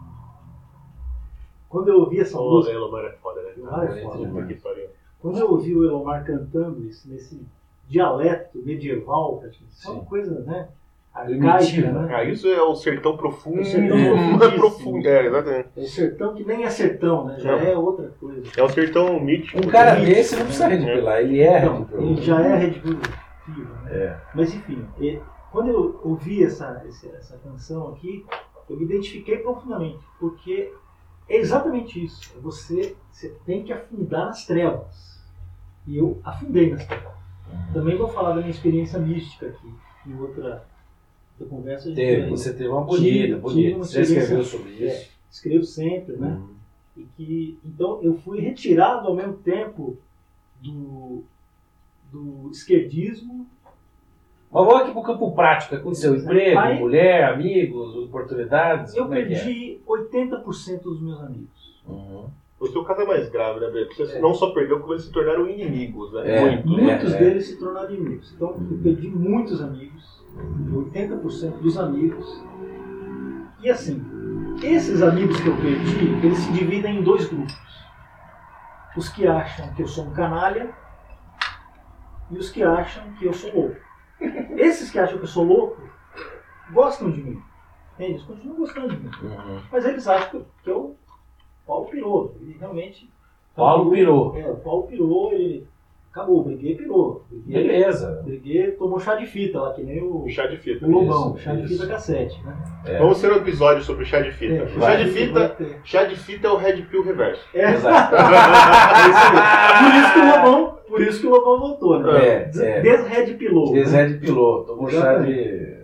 Quando eu ouvi essa oh, música... O Elomar é foda, né? Elomar é foda, né? Quando eu ouvi o Elomar cantando isso, nesse dialeto medieval, é uma coisa, né? Arcaica, né? Ah, isso é o sertão profundo. É o sertão profundo. É, exatamente. É o sertão que nem é sertão, né? Já é, é outra coisa. É o sertão mítico. Um cara desse não precisa redipilar, ele é então, redipilar. Ele já é redipilar, né? É. Mas enfim, quando eu ouvi essa, essa canção aqui, eu me identifiquei profundamente, porque é exatamente isso. Você, você tem que afundar nas trevas. E eu afundei nas trevas. Também vou falar da minha experiência mística aqui, em outra... da conversa. Teve, você teve uma bonita, tive, bonita. Tive uma você escreveu sobre isso? É, escrevo sempre, né? Uhum. E que, então eu fui retirado ao mesmo tempo do, do esquerdismo. Mas vamos aqui para o campo prático. Aconteceu emprego, aí, mulher, amigos, oportunidades? Eu perdi é? oitenta por cento dos meus amigos. Uhum. O seu caso é mais grave, né, Breno? Você é. não só perdeu, como eles se tornaram inimigos, né? É. Muito, muitos é. deles se tornaram inimigos. Então eu perdi muitos amigos. oitenta por cento dos amigos. E assim, esses amigos que eu perdi, eles se dividem em dois grupos. Os que acham que eu sou um canalha e os que acham que eu sou louco. Esses que acham que eu sou louco gostam de mim. Eles continuam gostando de mim. Uhum. Mas eles acham que eu Paulo pirou. Ele realmente... Paulo pirou. É, o Paulo pirou, ele... Acabou, o Briguet pirou. Briguet, Beleza. O Briguet tomou chá de fita lá, que nem o... O chá de fita. O Lobão, isso, chá isso. de fita cassete, né? É. Vamos ter um episódio sobre chá de fita. É, chá, de fita chá de fita é o Red Pill reverso. É. Exato. Por isso que o Lobão, por isso que o Lobão voltou, né? É, Des-Red Pilou. Des-Red Pilou. Tomou chá de...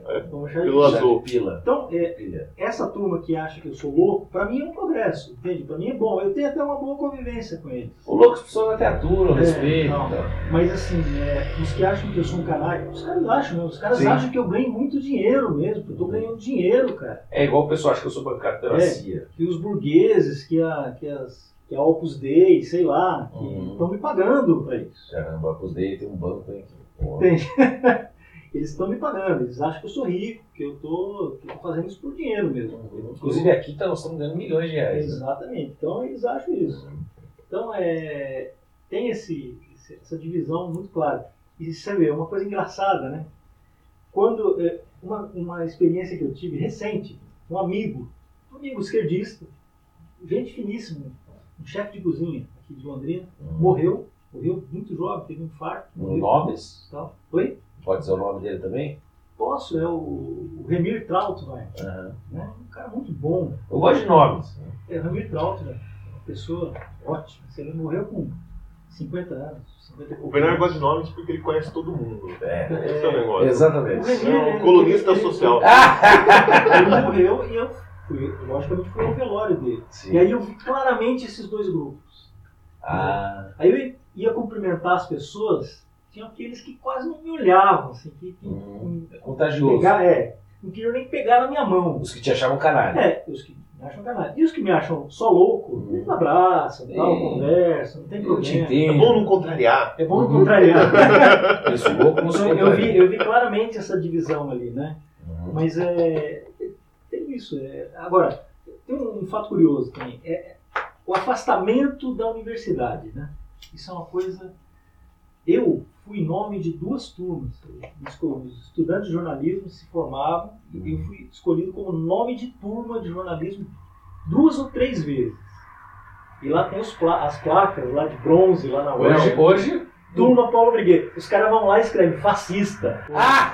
É. Tomo chá de Pílula pila. azul. Pila. Então, é, Pilha. essa turma que acha que eu sou louco, pra mim é um progresso, entende? Pra mim é bom. Eu tenho até uma boa convivência com eles. O louco, as pessoas até aturam, É, respeitam. não. Então. Mas assim, é, os que acham que eu sou um canalha, os caras acham, né? Os caras Sim. acham que eu ganho muito dinheiro mesmo, que eu tô ganhando dinheiro, cara. É igual o pessoal acha que eu sou bancário pela É. C I A. Que os burgueses, que a, que as, que a Opus Dei, sei lá, que Uhum. estão me pagando pra isso. Caramba, a Opus Dei tem um banco aí. Pô. Entende? Eles estão me pagando, eles acham que eu sou rico, que eu tô, que eu tô fazendo isso por dinheiro mesmo. Inclusive aqui tá, nós estamos ganhando milhões de reais. Né? Exatamente. Então eles acham isso. Então é, tem esse, esse- essa divisão muito clara. E você vê, é uma coisa engraçada, né? Quando é, uma, uma experiência que eu tive recente, um amigo, um amigo esquerdista, gente finíssima, um chefe de cozinha aqui de Londrina, morreu, morreu muito jovem, teve um infarto. morreu. Nomes? Tal. Oi? Pode dizer o nome dele também? Posso, é o, o Remir Trautmann, Aham. né? Um cara muito bom. Eu gosto de nomes. É, Remir Trautmann, uma pessoa ótima. Ele morreu com cinquenta anos, cinquenta e O poucos Bernardo anos. gosta de nomes porque ele conhece todo mundo. É. Esse é o negócio. Exatamente. O Remir, É um ele- colunista ele- social. Ele morreu e eu fui, logicamente fui ao velório dele. Sim. E aí eu vi claramente esses dois grupos. Ah, Aí eu ia cumprimentar as pessoas, tinha aqueles que quase não me olhavam, assim, que, que Hum, é que contagioso. pegar, é, não queriam nem pegar na minha mão. Os que te achavam canalha. É, os que me acham canalha. E os que me acham só louco, Hum. eles me abraçam, tal, Sim. conversam, não tem Eu te problema. É entendo. bom não contrariar. É bom não Uhum. contrariar. Esse louco não se Então, eu, contraria. vi, eu vi claramente essa divisão ali, né? Uhum. Mas é. Tem isso. É, agora, tem um, um fato curioso também. É o afastamento da universidade, né? Isso é uma coisa. Eu fui nome de duas turmas. Os estudantes de jornalismo se formavam e eu fui escolhido como nome de turma de jornalismo duas ou três vezes. E lá tem os pla- as placas lá de bronze, lá na U E L. Hoje, hoje Turma Paulo Briguet. Os caras vão lá e escrevem fascista.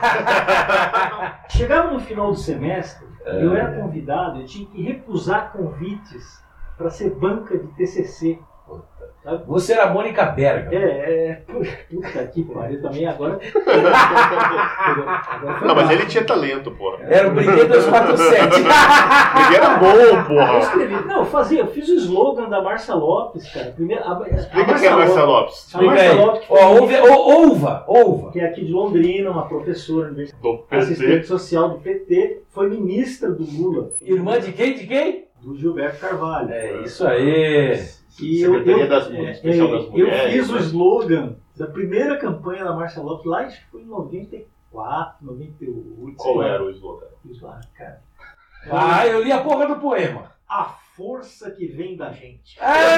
Chegava no final do semestre, eu era convidado, eu tinha que recusar convites para ser banca de T C C. Sabe? você era a Mônica Berga. É, é. Puta que pariu também agora. Agora foi Não, mas mal. ele tinha talento, porra. Era o Briguet dois quatro sete. Ele era bom, Eu porra. escrevi, não, eu fazia, eu fiz o slogan da Márcia Lopes, cara. Primeiro, a, a, Explica quem é a Marcia Lopes. A Explica Márcia aí. Lopes, que foi Ó, ouve, ou- ouva, ouva. que é aqui de Londrina, uma professora universitária, Do P assistente T. social do P T, foi ministra do Lula, Irmã de quem? De quem? do Gilberto Carvalho. É isso aí. E eu, Secretaria eu, das- é, Especial é, das eu Mulheres, fiz o né? slogan da primeira campanha da Márcia Lopes, lá acho que foi em noventa e quatro, noventa e oito. Qual sei lá. era o slogan? Fiz lá, cara. Ah, eu li a porra do poema. A força que vem da gente.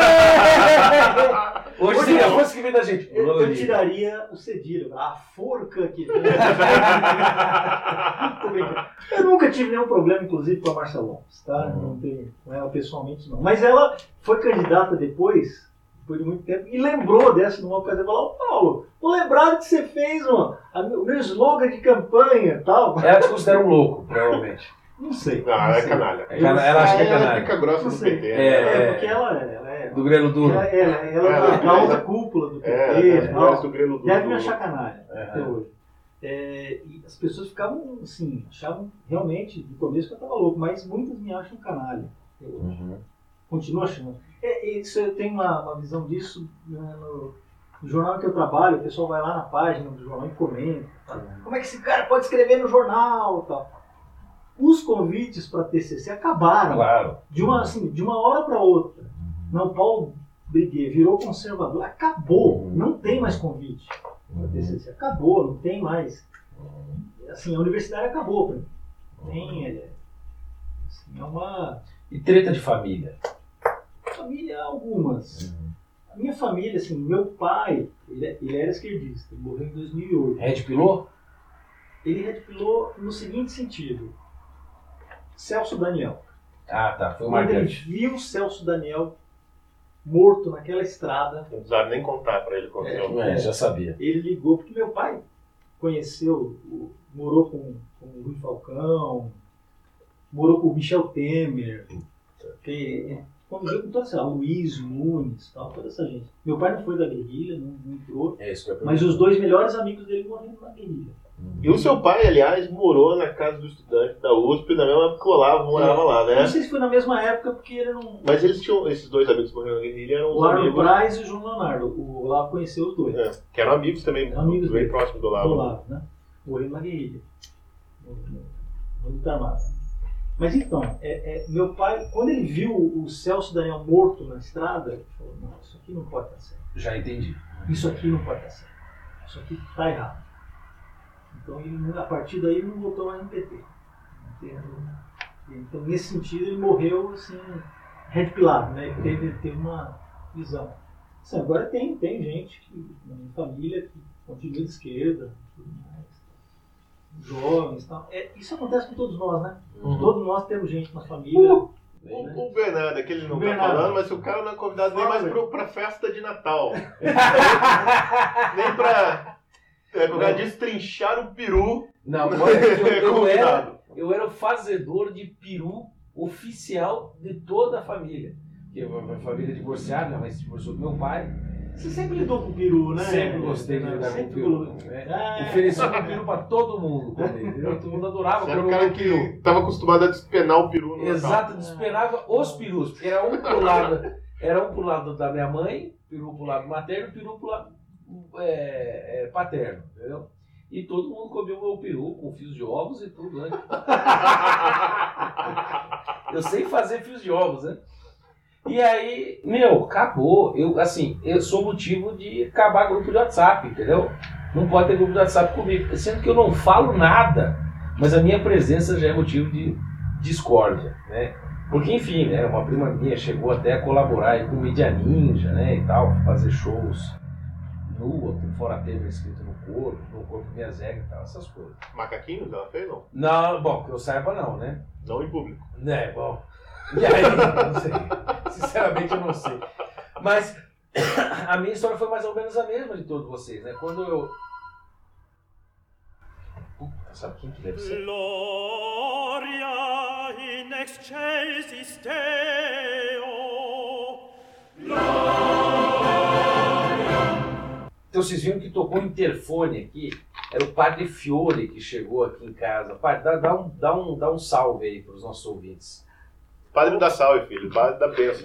É! Hoje Hoje seria a não. força que vem da gente. Eu, eu tiraria o cedilho, a forca que vem da gente. Tô brincando. Eu nunca tive nenhum problema, inclusive, com a Márcia Lopes, tá? Não tenho com ela pessoalmente, não. Mas ela foi candidata depois, depois de muito tempo, e lembrou dessa numa ocasião. Falou, ô Paulo, tô lembrado que você fez mano, a meu- o meu slogan de campanha e tal. Ela te considera um louco, provavelmente. Não sei. Não, ela é sei. canalha. É cana- ela acha que é Ela canalha. fica grossa Não no sei. P T. É, né? É, porque ela, ela é. Do grelo duro. Ela, ela, ela é Ela- da alta cúpula do P T. É, as e mulheres tal. do grelo do Deve me do- achar canalha Aham. até hoje. É, e as pessoas ficavam assim, achavam realmente, no começo que eu tava louco, mas muitas me acham canalha. até hoje. Uhum. Continuo achando. É, isso eu tenho uma, uma visão disso né, no, no jornal que eu trabalho, o pessoal vai lá na página do jornal e comenta. Tá? Como é que esse cara pode escrever no jornal? Tal. Os convites para T C C acabaram Claro. de uma, assim, de uma hora para outra. Não, Paulo Briguet virou conservador, acabou, não tem mais convite para T C C, acabou, não tem mais. Assim, a universidade acabou para mim. Tem, é, assim, é uma E treta de família? família, algumas. A minha família, assim, meu pai, ele, ele era esquerdista, ele morreu em dois mil e oito. Red Pilô? Ele redpilou no seguinte sentido: Celso Daniel. Ah, tá. Foi Quando ele marcante. viu Celso Daniel morto naquela estrada, Não precisava nem contar pra ele o que aconteceu. É, já sabia. ele ligou, porque meu pai conheceu, o- morou com, com o Rui Falcão, morou com o Michel Temer, que, conviveu com toda essa, Luiz Nunes, tal, toda essa gente. Meu pai não foi da guerrilha, não, não entrou, É isso que eu mas os dois melhores amigos dele morreram na guerrilha. E o seu pai, aliás, morou na casa do estudante da U S P, na mesma época que o Olavo morava lá, né? Não sei se foi na mesma época, porque ele não... Mas eles tinham, esses dois amigos que morreram na guerrilha eram os O Arno amigos... Braz e o João Leonardo. O Olavo conheceu os dois. É, que eram amigos também, Amigos bem dele. próximos do Olavo. Do Olavo, né? Morreu na guerrilha. No, no, no luta armada. Mas então, é, é, meu pai, quando ele viu o Celso Daniel morto na estrada, ele falou, não, isso aqui não pode estar certo. Já entendi. Isso aqui não pode estar certo. Isso aqui está errado. Então, ele, a partir daí, ele não voltou mais no P T. Então, nesse sentido, ele morreu assim, red pilar, né? Ele teve, teve uma visão. Assim, agora tem, tem gente que, na minha família que continua de esquerda, tudo mais, jovens e tal. É, isso acontece com todos nós, né? Uhum. Todos nós temos gente na família. Uh, né? O, o Bernardo, é que ele não tá Bernardo. falando, mas o cara não é convidado nem Fala, mais pro, pra festa de Natal. Nem pra, é, pra destrinchar o peru. Não, olha, eu, É eu, era, convidado. eu era o fazedor de peru oficial de toda a família. Porque a família divorciada, minha mãe se divorciou do meu pai. Você sempre lidou com o peru, né? Sempre gostei de lidar com o peru. Né? Ofereci o peru pra todo mundo comer, entendeu? Todo mundo adorava Você era comer o cara o peru. que tava acostumado a despenar o peru no Exato, Natal. desesperava os perus, porque era um pro lado, era um pro lado da minha mãe, peru pro lado materno e peru pro lado é, é, paterno, entendeu? E todo mundo comia o meu peru com fios de ovos e tudo, né? Eu sei fazer fios de ovos, né? E aí, meu, acabou. Eu, assim, eu sou motivo de acabar grupo de WhatsApp, entendeu? Não pode ter grupo de WhatsApp comigo, sendo que eu não falo nada, mas a minha presença já é motivo de discórdia, né? Porque, enfim, né, uma prima minha chegou até a colaborar aí com o Media Ninja, né, e tal, fazer shows nua, com fora tema escrito no corpo, no corpo minhas regras e tal, essas coisas. Macaquinhos ela fez, não? Não, bom, que eu saiba não, né? Não em público. Né, bom. E aí, não sei. Sinceramente, eu não sei. Mas a minha história foi mais ou menos a mesma de todos vocês, né? Quando eu... Puta, sabe quem que deve ser? Gloria in excelsis Deo. Então vocês viram que tocou o interfone aqui. Era o Padre Fiore que chegou aqui em casa. Padre, dá, dá, um, dá, um, dá um salve aí para os nossos ouvintes. Padre da salve, filho. Padre da bênção.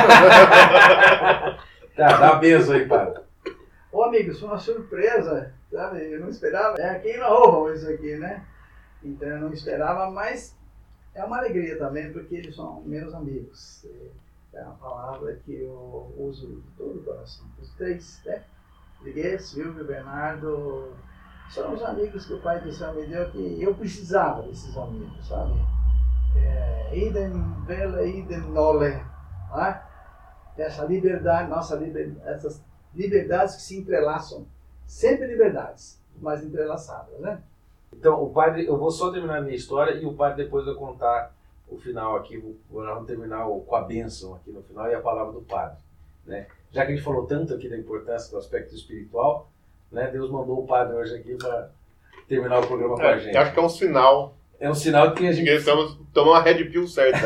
Tá, dá uma benção aí, padre. Ô amigos, foi uma surpresa, sabe? Eu não esperava. É aqui na Oval isso aqui, né? Então eu não esperava, mas é uma alegria também, porque eles são meus amigos. É uma palavra que eu uso de todo o coração. Os três, né? Liguei, Silvio, Bernardo, são os amigos que o Pai do Céu me deu, que eu precisava desses amigos, sabe? É, idem vela, idem nole, né? Essa liberdade, nossa liberdade, essas liberdades que se entrelaçam, sempre liberdades, mas entrelaçadas, né? Então, o padre, eu vou só terminar a minha história e o padre depois vai contar o final aqui, vou, vamos terminar com a bênção aqui no final e a palavra do padre, né? Já que a gente falou tanto aqui da importância do aspecto espiritual, né? Deus mandou o padre hoje aqui para terminar o programa É, com a gente. Eu acho que é um sinal. É um sinal de que a gente... Que estamos tomando a Red Pill certa.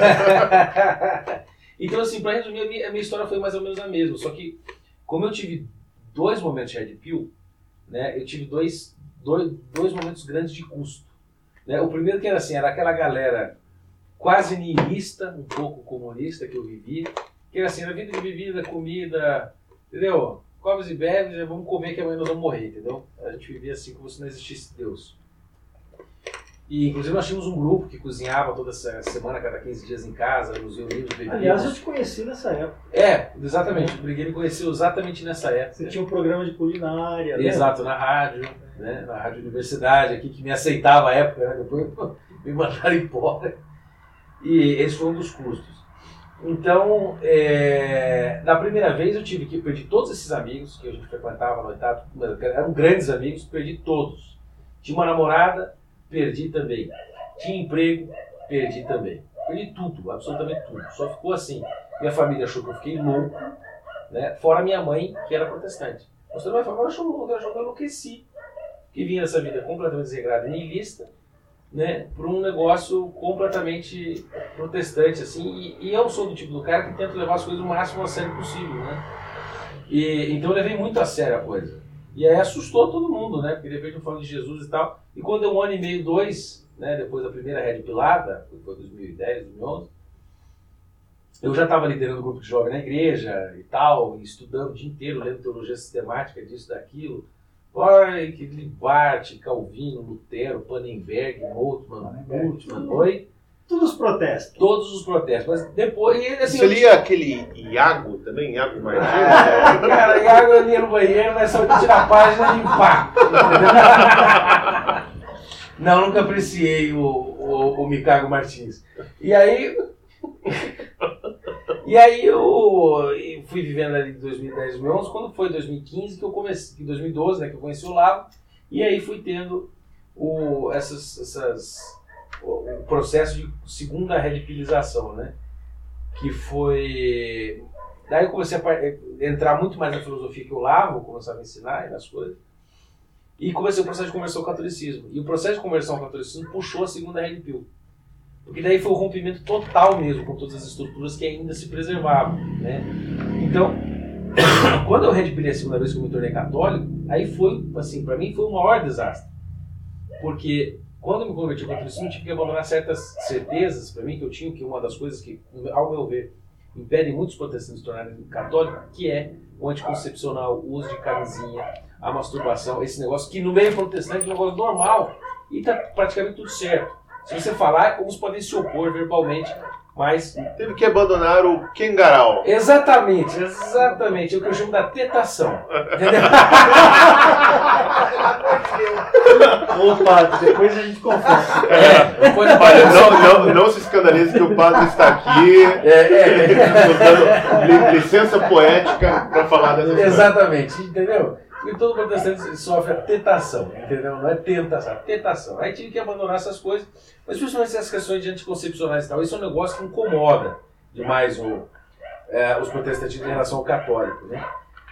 Então, assim, para resumir, a minha, a minha história foi mais ou menos a mesma. Só que, como eu tive dois momentos de Red Pill, né, eu tive dois, dois, dois momentos grandes de custo. Né? O primeiro que era assim, era aquela galera quase nihilista, um pouco comunista que eu vivia, que era assim, era vida de bebida, comida, entendeu? Comes e bebes, vamos comer que amanhã nós vamos morrer, entendeu? A gente vivia assim como se não existisse Deus. E, inclusive, nós tínhamos um grupo que cozinhava toda semana, cada quinze dias em casa, nos reunimos, bebíamos. Aliás, eu te conheci nessa época. É, exatamente. O Brigueiro me conheceu exatamente nessa época. Você tinha um programa de culinária, né? Exato, na rádio, né? Na Rádio Universidade, aqui, que me aceitava à época, né? Depois me mandaram embora. E esse foi um dos custos. Então, é, na primeira vez eu tive que perdi todos esses amigos que a gente frequentava no oitavo, eram grandes amigos, perdi todos. Tinha uma namorada, perdi também. Tinha emprego, perdi também. Perdi tudo, absolutamente tudo. Só ficou assim. Minha família achou que eu fiquei louco, né? Fora minha mãe, que era protestante. Mostrando minha família, achou louco, ela achou que eu enlouqueci. Que vinha essa vida completamente desregrada e nihilista, né? Por um negócio completamente protestante, assim. E, e eu sou do tipo do cara que tenta levar as coisas o máximo a sério possível, né? E, então eu levei muito a sério a coisa. E aí assustou todo mundo, né? Porque de repente eu falo de Jesus e tal. E quando deu um ano e meio, dois, né? Depois da primeira Red Pilada, foi dois mil e dez, dois mil e onze, eu já estava liderando um grupo de jovens na igreja e tal, e estudando o dia inteiro, lendo teologia sistemática disso, daquilo. Olha, que Bart, Calvino, Lutero, Pannenberg, Moltmann, Bultmann, oi? Todos os protestos. Todos os protestos. Mas depois. Ele, assim, Você lia aquele Iago também? Iago Martins? Ah, cara, Iago eu lia no banheiro, mas só de tirar a página e limpar. Não, nunca apreciei o, o, o Micago Martins. E aí. E aí eu fui vivendo ali de dois mil e dez, dois mil e onze, quando foi dois mil e quinze que eu comecei, dois mil e doze, né, que eu conheci o Lavo, e aí fui tendo o, essas, essas, o processo de segunda redipilização, né, que foi... Daí eu comecei a entrar muito mais na filosofia que o Lavo, começava a ensinar nas coisas, e comecei o processo de conversão ao catolicismo. E o processo de conversão ao catolicismo puxou a segunda redipil. Porque daí foi o rompimento total mesmo com todas as estruturas que ainda se preservavam, né? Então, quando eu redipilei a segunda vez que eu me tornei católico, aí foi, assim, para mim foi o maior desastre. Porque quando eu me converti ao catolicismo, eu tive que abandonar certas certezas para mim que eu tinha, que uma das coisas que, ao meu ver, impedem muitos protestantes de se tornarem católicos, que é o anticoncepcional, o uso de camisinha, a masturbação, esse negócio que no meio protestante é um negócio normal e está praticamente tudo certo. Se você falar, alguns podem se opor verbalmente, mas... Teve que abandonar o Kengarau. Exatamente, exatamente. É o que eu chamo da tetação. Entendeu? Ô, padre, depois a gente confessa. É, depois Olha, não, não, não se escandalize que o padre está aqui, é, é. dando licença poética para falar dessa coisa. Exatamente, entendeu? E todo protestante sofre a tetação, entendeu? Não é tentação, é tetação. Aí tive que abandonar essas coisas, mas principalmente essas questões de anticoncepcionais e tal. Isso é um negócio que incomoda demais o, é, os protestantes em relação ao católico, né?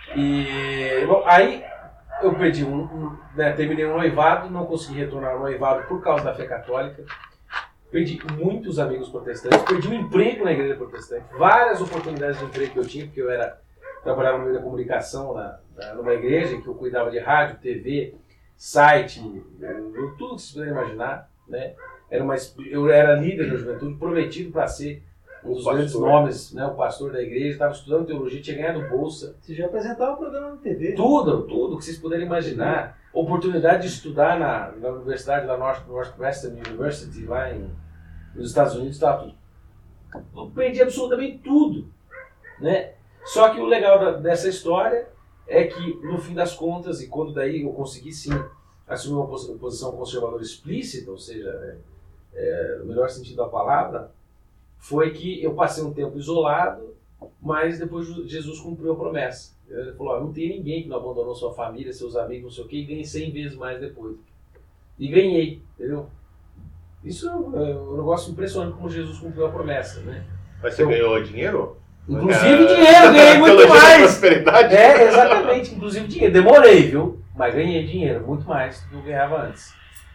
E, bom, aí eu perdi um, um né, terminei um noivado, não consegui retornar ao noivado por causa da fé católica. Perdi muitos amigos protestantes, perdi um emprego na igreja protestante, várias oportunidades de emprego que eu tinha, porque eu era... trabalhava no meio da comunicação na, na, numa igreja que eu cuidava de rádio, T V, site, eu, tudo que vocês puderem imaginar, né? Era uma, eu era líder da juventude, prometido para ser um dos grandes nomes, né? O pastor da igreja, estava estudando teologia, tinha ganhado bolsa. Você já apresentava o programa na T V? Tudo, tudo que vocês puderem imaginar. Oportunidade de estudar na, na universidade da North, Northwestern University, lá em, nos Estados Unidos, estava tudo. Eu perdi absolutamente tudo, né? Só que o legal da, dessa história é que, no fim das contas, e quando daí eu consegui sim assumir uma posição conservadora explícita, ou seja, é, é, no melhor sentido da palavra, foi que eu passei um tempo isolado, mas depois Jesus cumpriu a promessa. Ele falou, ó, não tem ninguém que não abandonou sua família, seus amigos, não sei o quê, e ganhei cem vezes mais depois. E ganhei, entendeu? Isso é um, é um negócio impressionante como Jesus cumpriu a promessa, né? Mas você então, ganhou dinheiro? Inclusive dinheiro, ganhei muito mais. É, É, exatamente, inclusive dinheiro. Demorei, viu? Mas ganhei dinheiro, muito mais do que eu ganhava antes.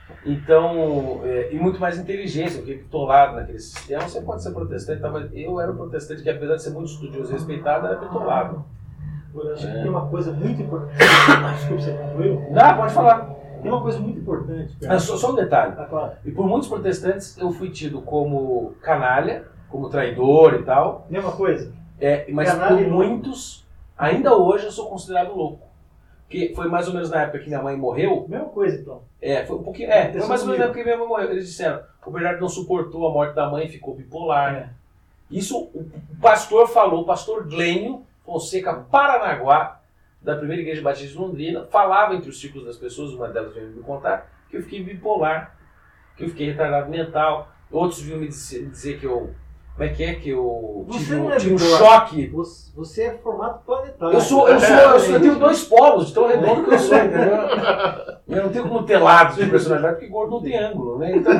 Então, é, e muito mais inteligência, porque bitolado naquele sistema, você pode ser protestante, mas eu era um protestante que, apesar de ser muito estudioso e respeitado, era bitolado. Eu acho que tem uma coisa muito importante. Desculpa, você concluiu? Não, pode falar. Tem uma coisa muito importante. Ah, só, só um detalhe. Ah, claro. E por muitos protestantes eu fui tido como canalha, como traidor e tal. Mesma coisa? É, mas Canalha por e muitos, ainda hoje eu sou considerado louco. Porque foi mais ou menos na época que minha mãe morreu. Mesma coisa, então. É, foi um pouquinho. É, foi mais ou menos na época que minha mãe morreu. Eles disseram, o Bernardo não suportou a morte da mãe, ficou bipolar. É. Isso o pastor falou, o pastor Glênio Fonseca Paranaguá, da primeira igreja batista de Londrina, falava entre os círculos das pessoas, uma delas veio me contar, que eu fiquei bipolar, que eu fiquei retardado mental. Outros vinham me dizer, dizer que eu. Como é que é que eu Você tive, não um, é tive um bipolar. choque? Você, você é formato planetário. Eu sou, eu sou, eu, sou, eu tenho dois polos, de tão redondo que eu sou, entendeu? Eu não tenho como ter lados de personalidade, porque gordo não tem ângulo, né? Então...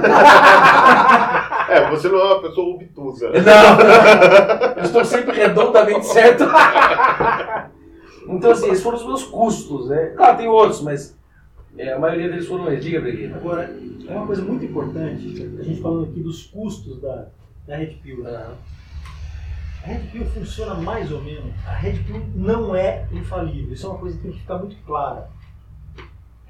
É, você não é uma pessoa obtusa. Não, eu estou sempre redondamente certo. Então, assim, esses foram os meus custos, né? Claro, tem outros, mas é, a maioria deles foram eles. Diga, Bregueta. Agora, é uma coisa muito importante, a gente falando aqui dos custos da, da Red Pill. Né? A Red Pill funciona mais ou menos. A Red Pill não é infalível. Isso é uma coisa que tem que ficar muito clara.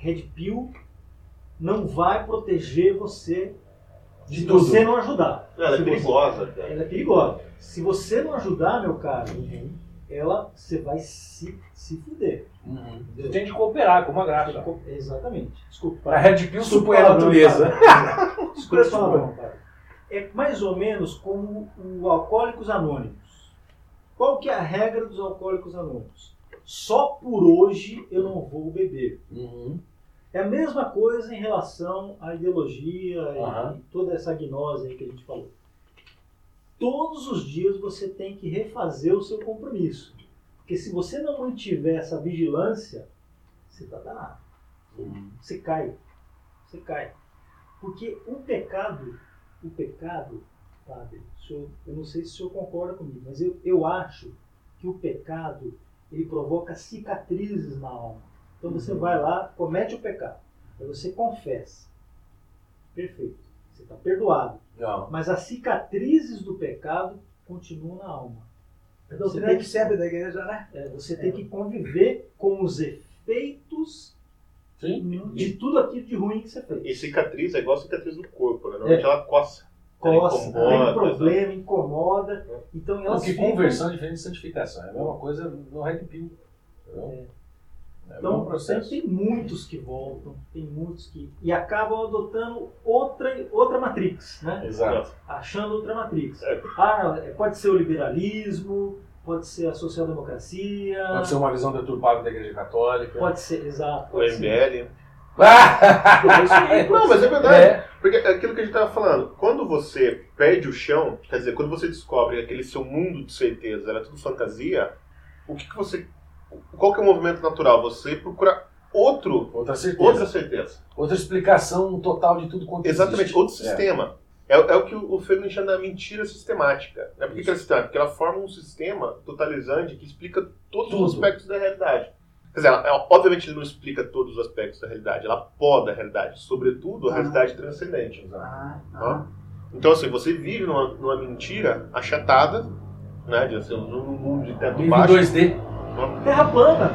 Red Pill não vai proteger você De se tudo. você não ajudar. Ela é Se perigosa, Você, cara. ela é perigosa. Se você não ajudar, meu caro, ela, você vai se, se fuder. Uhum. Você tem de cooperar, como a graça. Co- Exatamente. Desculpa. A Red Pill Desculpa supõe a palavrão, natureza. cara. Desculpa palavrão, cara. É mais ou menos como o Alcoólicos Anônimos. Qual que é a regra dos Alcoólicos Anônimos? Só por hoje eu não vou beber. Uhum. É a mesma coisa em relação à ideologia e- Aham. e toda essa gnose aí que a gente falou. Todos os dias você tem que refazer o seu compromisso. Porque se você não mantiver essa vigilância, você está danado. Você cai. Você cai. Porque o pecado, o pecado, padre, o senhor, eu não sei se o senhor concorda comigo, mas eu, eu acho que o pecado, ele provoca cicatrizes na alma. Então você vai lá, comete o pecado, aí você confessa. Perfeito. Você está perdoado. Não. Mas as cicatrizes do pecado continuam na alma. A doutrina que serve da igreja, né? É, você tem que conviver com os efeitos Sim. de tudo aquilo de ruim que você fez. E cicatriz é igual a cicatriz do corpo, né? Normalmente É. ela coça. Ela Coça, incomoda, tem problema, incomoda. Então elas Porque ficam- conversão é diferente de santificação. É a mesma coisa no Red Pill. Entendeu? É. É o Então, mesmo processo. tem, tem muitos que voltam, tem muitos que... E acabam adotando outra, outra matrix, né? Exato. Achando outra matrix. É. Ah, pode ser o liberalismo, pode ser a social-democracia... Pode ser uma visão deturpada da Igreja Católica. Pode ser, exato. O pode M B ser. L. É isso aí, Não, pode mas ser. é verdade. É. Porque é aquilo que a gente estava falando, quando você perde o chão, quer dizer, quando você descobre que aquele seu mundo de certeza era tudo fantasia, o que, que você. Qual que é o movimento natural? Você procura outro, Outra certeza. outra certeza. Outra explicação total de tudo quanto Exatamente, existe. outro É. sistema. É, é o que o Feiglin chama da mentira sistemática. Né? Por que, que ela é sistemática? Porque ela forma um sistema totalizante que explica todos Tudo. os aspectos da realidade. Quer dizer, ela, ela, obviamente ele não explica todos os aspectos da realidade, ela poda a realidade, sobretudo a Ah. realidade transcendente. Ah, Ó. ah. Então, assim, você vive numa, numa mentira achatada, né? De, assim, num mundo de teto Vive em baixo. dois D. Terra plana.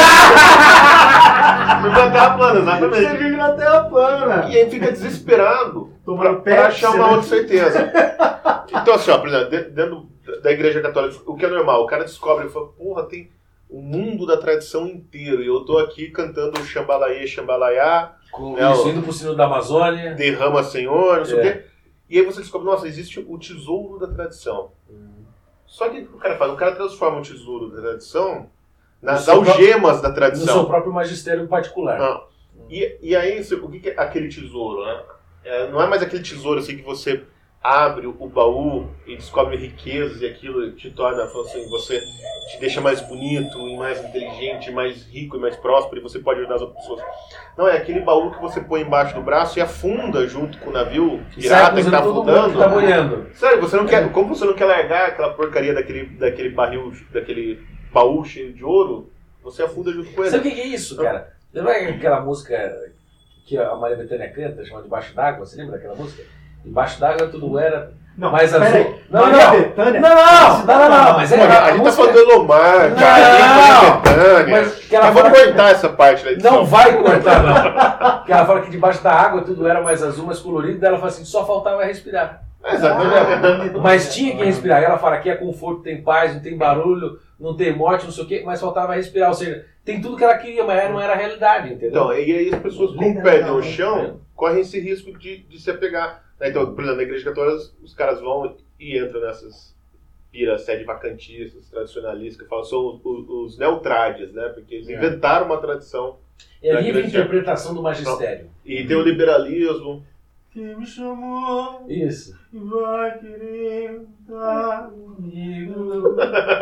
Vive na terra plana, Você exatamente. vive na terra plana. E aí fica desesperado pra, Tomando pra Pepsi, achar uma né? outra certeza. Então, assim, ó, por exemplo, de- dentro da igreja católica, o que é normal, o cara descobre e fala, porra, tem o mundo da tradição inteiro, e eu tô aqui cantando o Xambalaê, Xambalaiá, Com É, isso, o- indo pro sino da Amazônia. derrama Senhor, não sei É. o quê. E aí você descobre, nossa, existe o tesouro da tradição. Só que o que o cara faz? O cara transforma o tesouro da tradição nas No seu algemas da No tradição. seu próprio magistério particular. Não. E, e aí, o que que é aquele tesouro, né? É, não é mais aquele tesouro assim que você abre o baú e descobre riquezas e aquilo te torna, assim, você te deixa mais bonito e mais inteligente, mais rico e mais próspero e você pode ajudar as outras pessoas. Não, é aquele baú que você põe embaixo do braço e afunda junto com o navio E sai pirata que acusando tá todo mundo afundando. que tá boiando. Sério, você não quer, como você não quer largar aquela porcaria daquele, daquele barril, daquele baú cheio de ouro, você afunda junto com ele. Sabe o que que é isso, cara? Lembra aquela música que a Maria Bethânia canta, chamada Debaixo d'Água? Você lembra daquela música? Debaixo d'Água tudo era Não, mais pera azul. aí. Não, Maria não. Bethânia? Não, não, não, não, não, não, mas é Pô, a, a gente música- tá falando do Elomar, cara. Não, tem Bethânia. mas que ela Mas vamos fala- cortar essa parte da edição. Não vai cortar, não. Porque ela fala que debaixo da água tudo era mais azul, mais colorido, daí ela fala assim, só faltava respirar. Exatamente. Mas tinha que respirar. E ela fala que é conforto, tem paz, não tem barulho, não tem morte, não sei o quê, mas faltava respirar. Ou seja, tem tudo que ela queria, mas não era a realidade, entendeu? Então, e aí as pessoas, como perdem o chão, correm esse risco de, de se apegar. Então, por exemplo, na igreja católica, os caras vão e entram nessas piras sede vacantistas, tradicionalistas, que falam, são os, os neutrades, né? Porque eles É. inventaram uma tradição. É a da livre igreja. interpretação do magistério. E tem o liberalismo. Quem me chamou Isso. vai querer estar comigo.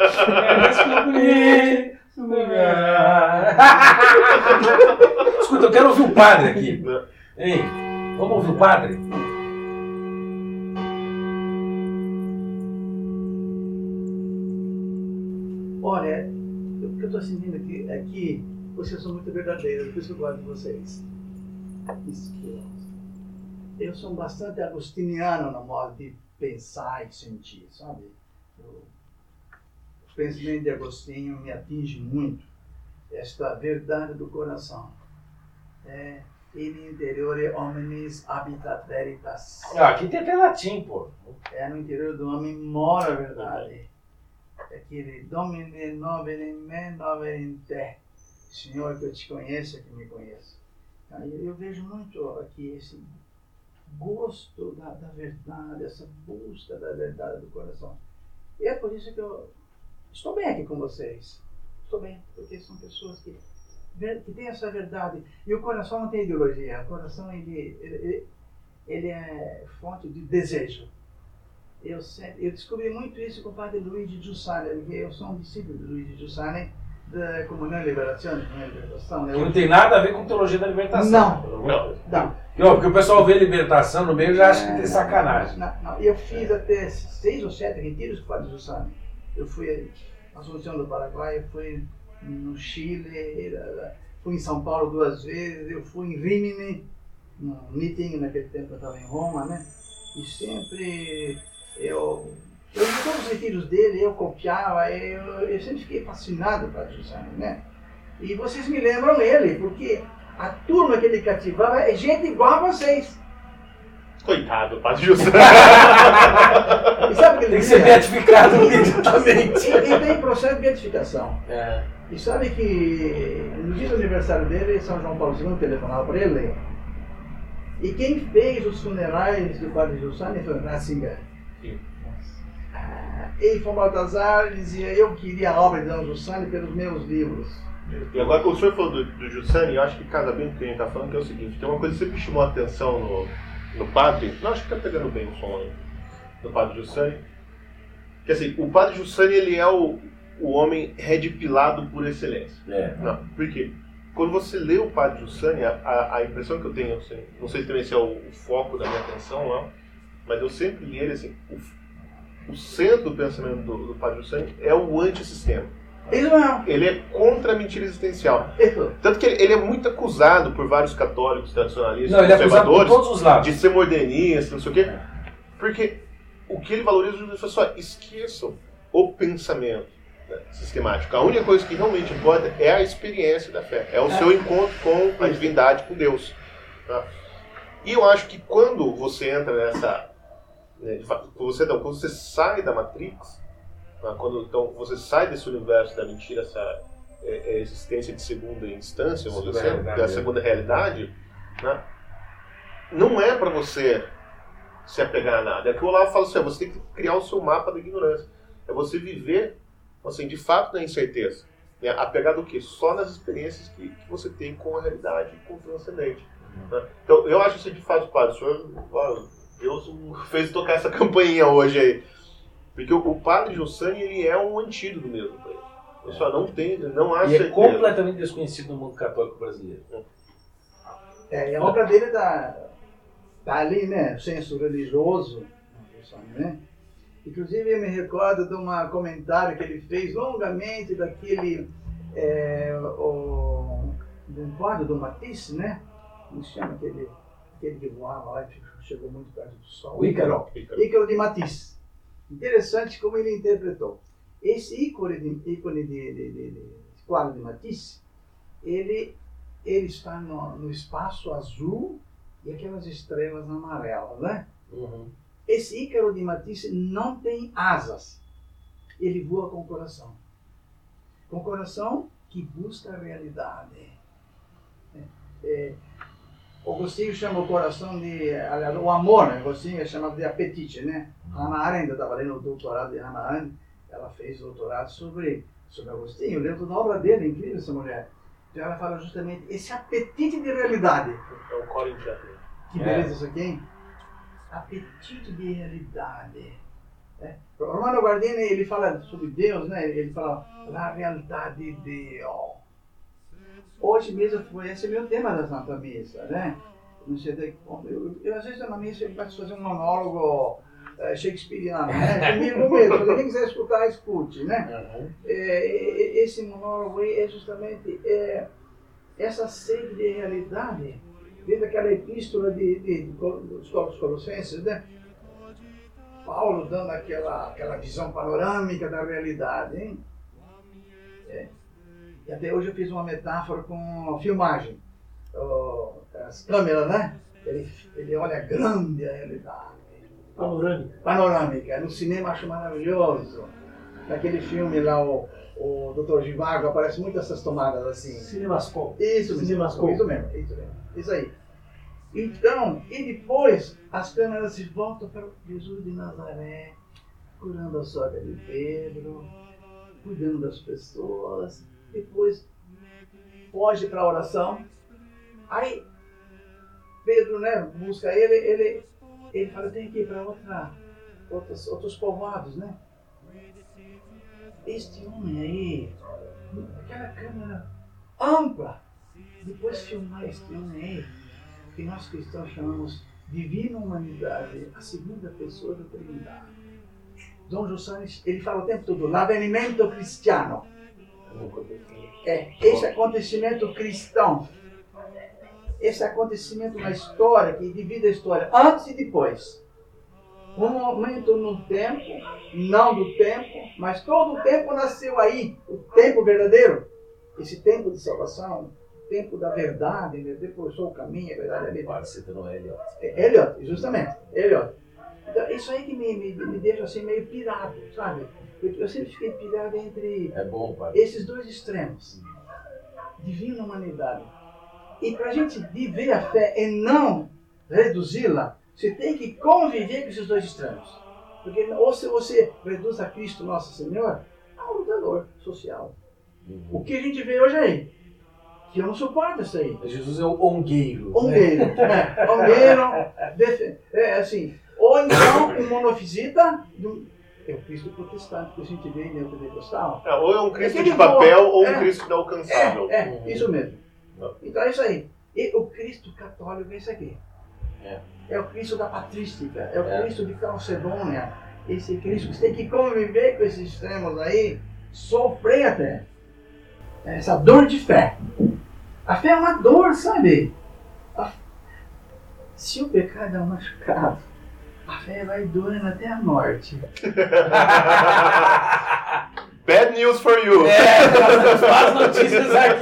Descobri esse lugar. Escuta, eu quero ouvir o padre aqui. Hein? Vamos ouvir o padre? Olha, o que eu estou sentindo aqui é que vocês são muito verdadeiros, por isso que eu gosto de vocês. Isso que eu gosto. Eu sou bastante agostiniano no modo de pensar e sentir, sabe? Eu- o pensamento de Agostinho me atinge muito. Esta verdade do coração. É, in interiore hominis habitat veritas. Ah, aqui tem até latim, pô. É, no interior do homem mora a verdade. É aquele Domine noven in me, noven in te. Senhor, que eu te conheça, que me conheça. Aí eu vejo muito aqui esse gosto da, da verdade, essa busca da verdade do coração. E é por isso que eu estou bem aqui com vocês. Estou bem, porque são pessoas que, que têm essa verdade. E o coração não tem ideologia. O coração, ele, ele, ele é fonte de desejo. Eu, sempre, eu descobri muito isso com o padre Luigi Giussani, porque eu sou um discípulo de Luigi Giussani, da Comunhão de Liberação, Comunhão de Libertação. Né? Que não tem nada a ver com teologia da libertação. Não, não. não. não. Porque o pessoal vê libertação no meio e já acha que tem sacanagem. Não, não. Eu fiz até seis ou sete retiros com o padre Giussani. Eu fui à Assunção do Paraguai, eu fui no Chile, fui em São Paulo duas vezes, eu fui em Rimini, no meeting, naquele tempo eu estava em Roma, né? E sempre eu... Eu vi todos os retiros dele, eu copiava, eu, eu sempre fiquei fascinado com a Giussani, né? E vocês me lembram ele, porque a turma que ele cativava é gente igual a vocês. Coitado, Padre Giussani. E sabe o que ele tem que dizia? ser beatificado imediatamente. Ele tem processo de beatificação. É. E sabe que no dia do aniversário dele, São João Paulo segundo telefonava para ele. E quem fez os funerais do Padre Giussani foi Ratzinger. Sim. E Von Baltazar dizia, eu queria a obra de Dom Giussani pelos meus livros. E agora que o senhor falou do, do Giussani, eu acho que casa bem com o que a gente está falando, que é o seguinte, tem uma coisa que sempre chamou a atenção no, no padre, não, acho que está pegando bem o som aí, do padre Giussani, que assim, o padre Giussani, ele é o, o homem redpilado por excelência. É. Não, por quê? Quando você lê o padre Giussani, a, a, a impressão que eu tenho, assim, não sei também se é o, o foco da minha atenção, não, mas eu sempre li ele assim, o, o centro do pensamento do, do padre Giussani é o antissistema. Isso não. Ele é contra a mentira existencial. Isso. Tanto que ele, ele é muito acusado por vários católicos tradicionalistas, não, ele é acusado por todos os lados, de ser modernista, não sei o quê. Porque o que ele valoriza é só esqueçam o pensamento, né, sistemático. A única coisa que realmente importa é a experiência da fé, é o é. seu encontro com a divindade, com Deus. Tá? E eu acho que quando você entra nessa... Né, você, não, quando você sai da Matrix, né, quando então, você sai desse universo da mentira, essa é, é existência de segunda instância, vamos dizer assim, da segunda realidade, né, não é para você se apegar a nada. É que o Olavo fala assim, você tem que criar o seu mapa da ignorância. É você viver, assim, de fato na incerteza. Né, apegado o quê? Só nas experiências que, que você tem com a realidade, com o transcendente. Né? Então, eu acho isso de fato, padre, o senhor... Ó, Deus fez tocar essa campainha hoje aí. Porque o, o padre Giussani, ele é um antídoto mesmo para ele. Ele só não tem, não acha... E é completamente desconhecido no mundo católico brasileiro. É, e a obra dele tá, tá ali, né? O senso religioso, né? Inclusive eu me recordo de um comentário que ele fez longamente daquele... É, o, do quadro do Matisse, né? Como se chama aquele... aquele que voava lá e chegou muito perto do sol. O Ícaro. Ícaro. Ícaro de Matisse. Interessante como ele interpretou. Esse ícone de, ícone de, de, de, de quadro de Matisse, ele, ele está no, no espaço azul e aquelas estrelas amarelas, né? Uhum. Esse Ícaro de Matisse não tem asas. Ele voa com o coração. Com o coração que busca a realidade. É, é, Agostinho chama o coração de... Aliás, o amor, né? Agostinho é chamado de apetite, né? Hannah Arendt, eu estava lendo o doutorado de Hannah Arendt, ela fez doutorado sobre, sobre Agostinho, leu toda a obra dele, incrível essa mulher. Então ela fala justamente esse apetite de realidade. É o Corinthians. Que beleza isso aqui, hein? Apetite de realidade. É. O Romano Guardini, ele fala sobre Deus, né? Ele fala a realidade de Deus. Hoje mesmo foi esse meu tema da Santa Missa, né? Não sei até que ponto. Eu, eu, às vezes na missa eu gosto de fazer um monólogo uh, shakespeariano, né? Comigo mesmo. Se alguém quiser escutar, escute, né? Uhum. É, esse monólogo aí é justamente é, essa sede de realidade, desde aquela epístola de, de, de, dos Colossenses, né? Paulo dando aquela, aquela visão panorâmica da realidade, hein? É. E até hoje eu fiz uma metáfora com filmagem. Uh, aquelas câmeras, né? Ele, ele olha grande a realidade. Panorâmica. Panorâmica. No cinema acho maravilhoso. Naquele filme lá, o, o doutor Zhivago, aparece muito essas tomadas assim. Cinemascope. Isso, mesmo, Cinemascope. isso mesmo, isso mesmo. Isso aí. Então, e depois as câmeras se voltam para Jesus de Nazaré, curando a sogra de Pedro, cuidando das pessoas. Depois foge para a oração. Aí Pedro, né, busca ele, ele, ele fala, tem que ir para outra, outros, outros povoados, né? Este homem aí, aquela câmera ampla, depois filmar este homem aí, que nós cristãos chamamos Divina Humanidade, a segunda pessoa da Trindade. Dom Jussanes, ele fala o tempo todo, l'avvenimento cristiano. É, esse acontecimento cristão, esse acontecimento na história, que divide a história antes e depois. Um momento no tempo, não do tempo, mas todo o tempo nasceu aí, o tempo verdadeiro, esse tempo de salvação, o tempo da verdade, né? Depois sou o caminho, a verdade, a vida. Pode ser no Eliot. É, Eliot, justamente, Eliot. Então, isso aí que me, me, me deixa assim meio pirado, sabe? Porque eu sempre fiquei pirado entre É bom, pai. esses dois extremos. Divina humanidade. E para a gente viver a fé e não reduzi-la, você tem que conviver com esses dois extremos. Porque ou se você reduz a Cristo Nosso Senhor, é um lutador social. Uhum. O que a gente vê hoje aí, que eu não suporto isso aí. Jesus é o ongueiro. Ongueiro. Né? É, ongueiro, defe- é assim. Ou então um monofisita, do, é o Cristo protestante que a gente vê em neopentecostal. É, ou é um Cristo Aquele de papel povo, ou um é, Cristo inalcançável. É, é isso mesmo. Não. Então é isso aí. E o Cristo católico é isso aqui. É. É o Cristo da patrística, é o É. Cristo de Calcedônia. Esse Cristo que você tem que conviver com esses extremos aí, sofrer até. Essa dor de fé. A fé é uma dor, sabe? A... Se o pecado é um machucado, a fé vai doendo até a morte. Bad news for you! É, nós temos más notícias aqui.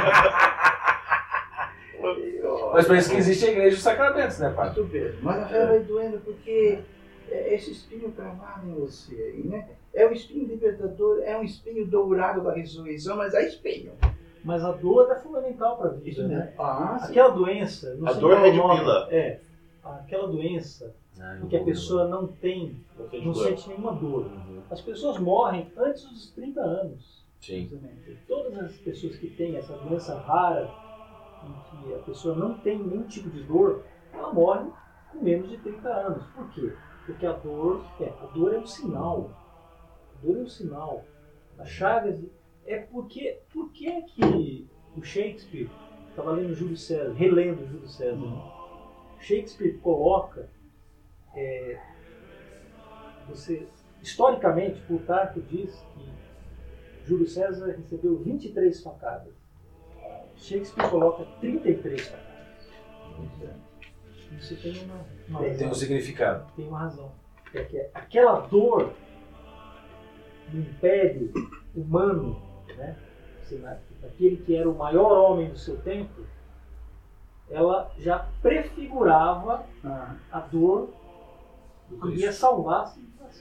Mas por isso que existe a igreja dos sacramentos, né, pai? Muito bem. Mas a fé vai doendo porque é esse espinho cravado em você aí, né? É um espinho libertador, é um espinho dourado da ressurreição, mas é espinho. Mas a dor é fundamental para a vida, Isso né? mesmo. Ah, sim. Aquela doença... Não A sei dor qual é o redipila. nome, É, aquela doença em que a pessoa não tem, Não sente não dor. sente nenhuma dor. As pessoas morrem antes dos trinta anos. Sim. Todas as pessoas que têm essa doença rara, em que a pessoa não tem nenhum tipo de dor, ela morre com menos de trinta anos. Por quê? Porque a dor é, a dor é um sinal. A dor é um sinal. A Chagas é porque, por que que o Shakespeare, estava lendo Júlio César, relendo Júlio César, né? Shakespeare coloca, é, você, historicamente, Plutarco diz que Júlio César recebeu vinte e três facadas. Shakespeare coloca trinta e três facadas. Isso tem uma, uma Tem razão. um significado. Tem uma razão. É que aquela dor do império humano, né? Assim, aquele que era o maior homem do seu tempo, ela já prefigurava Ah, a dor Do que ia Cristo. salvar a civilização.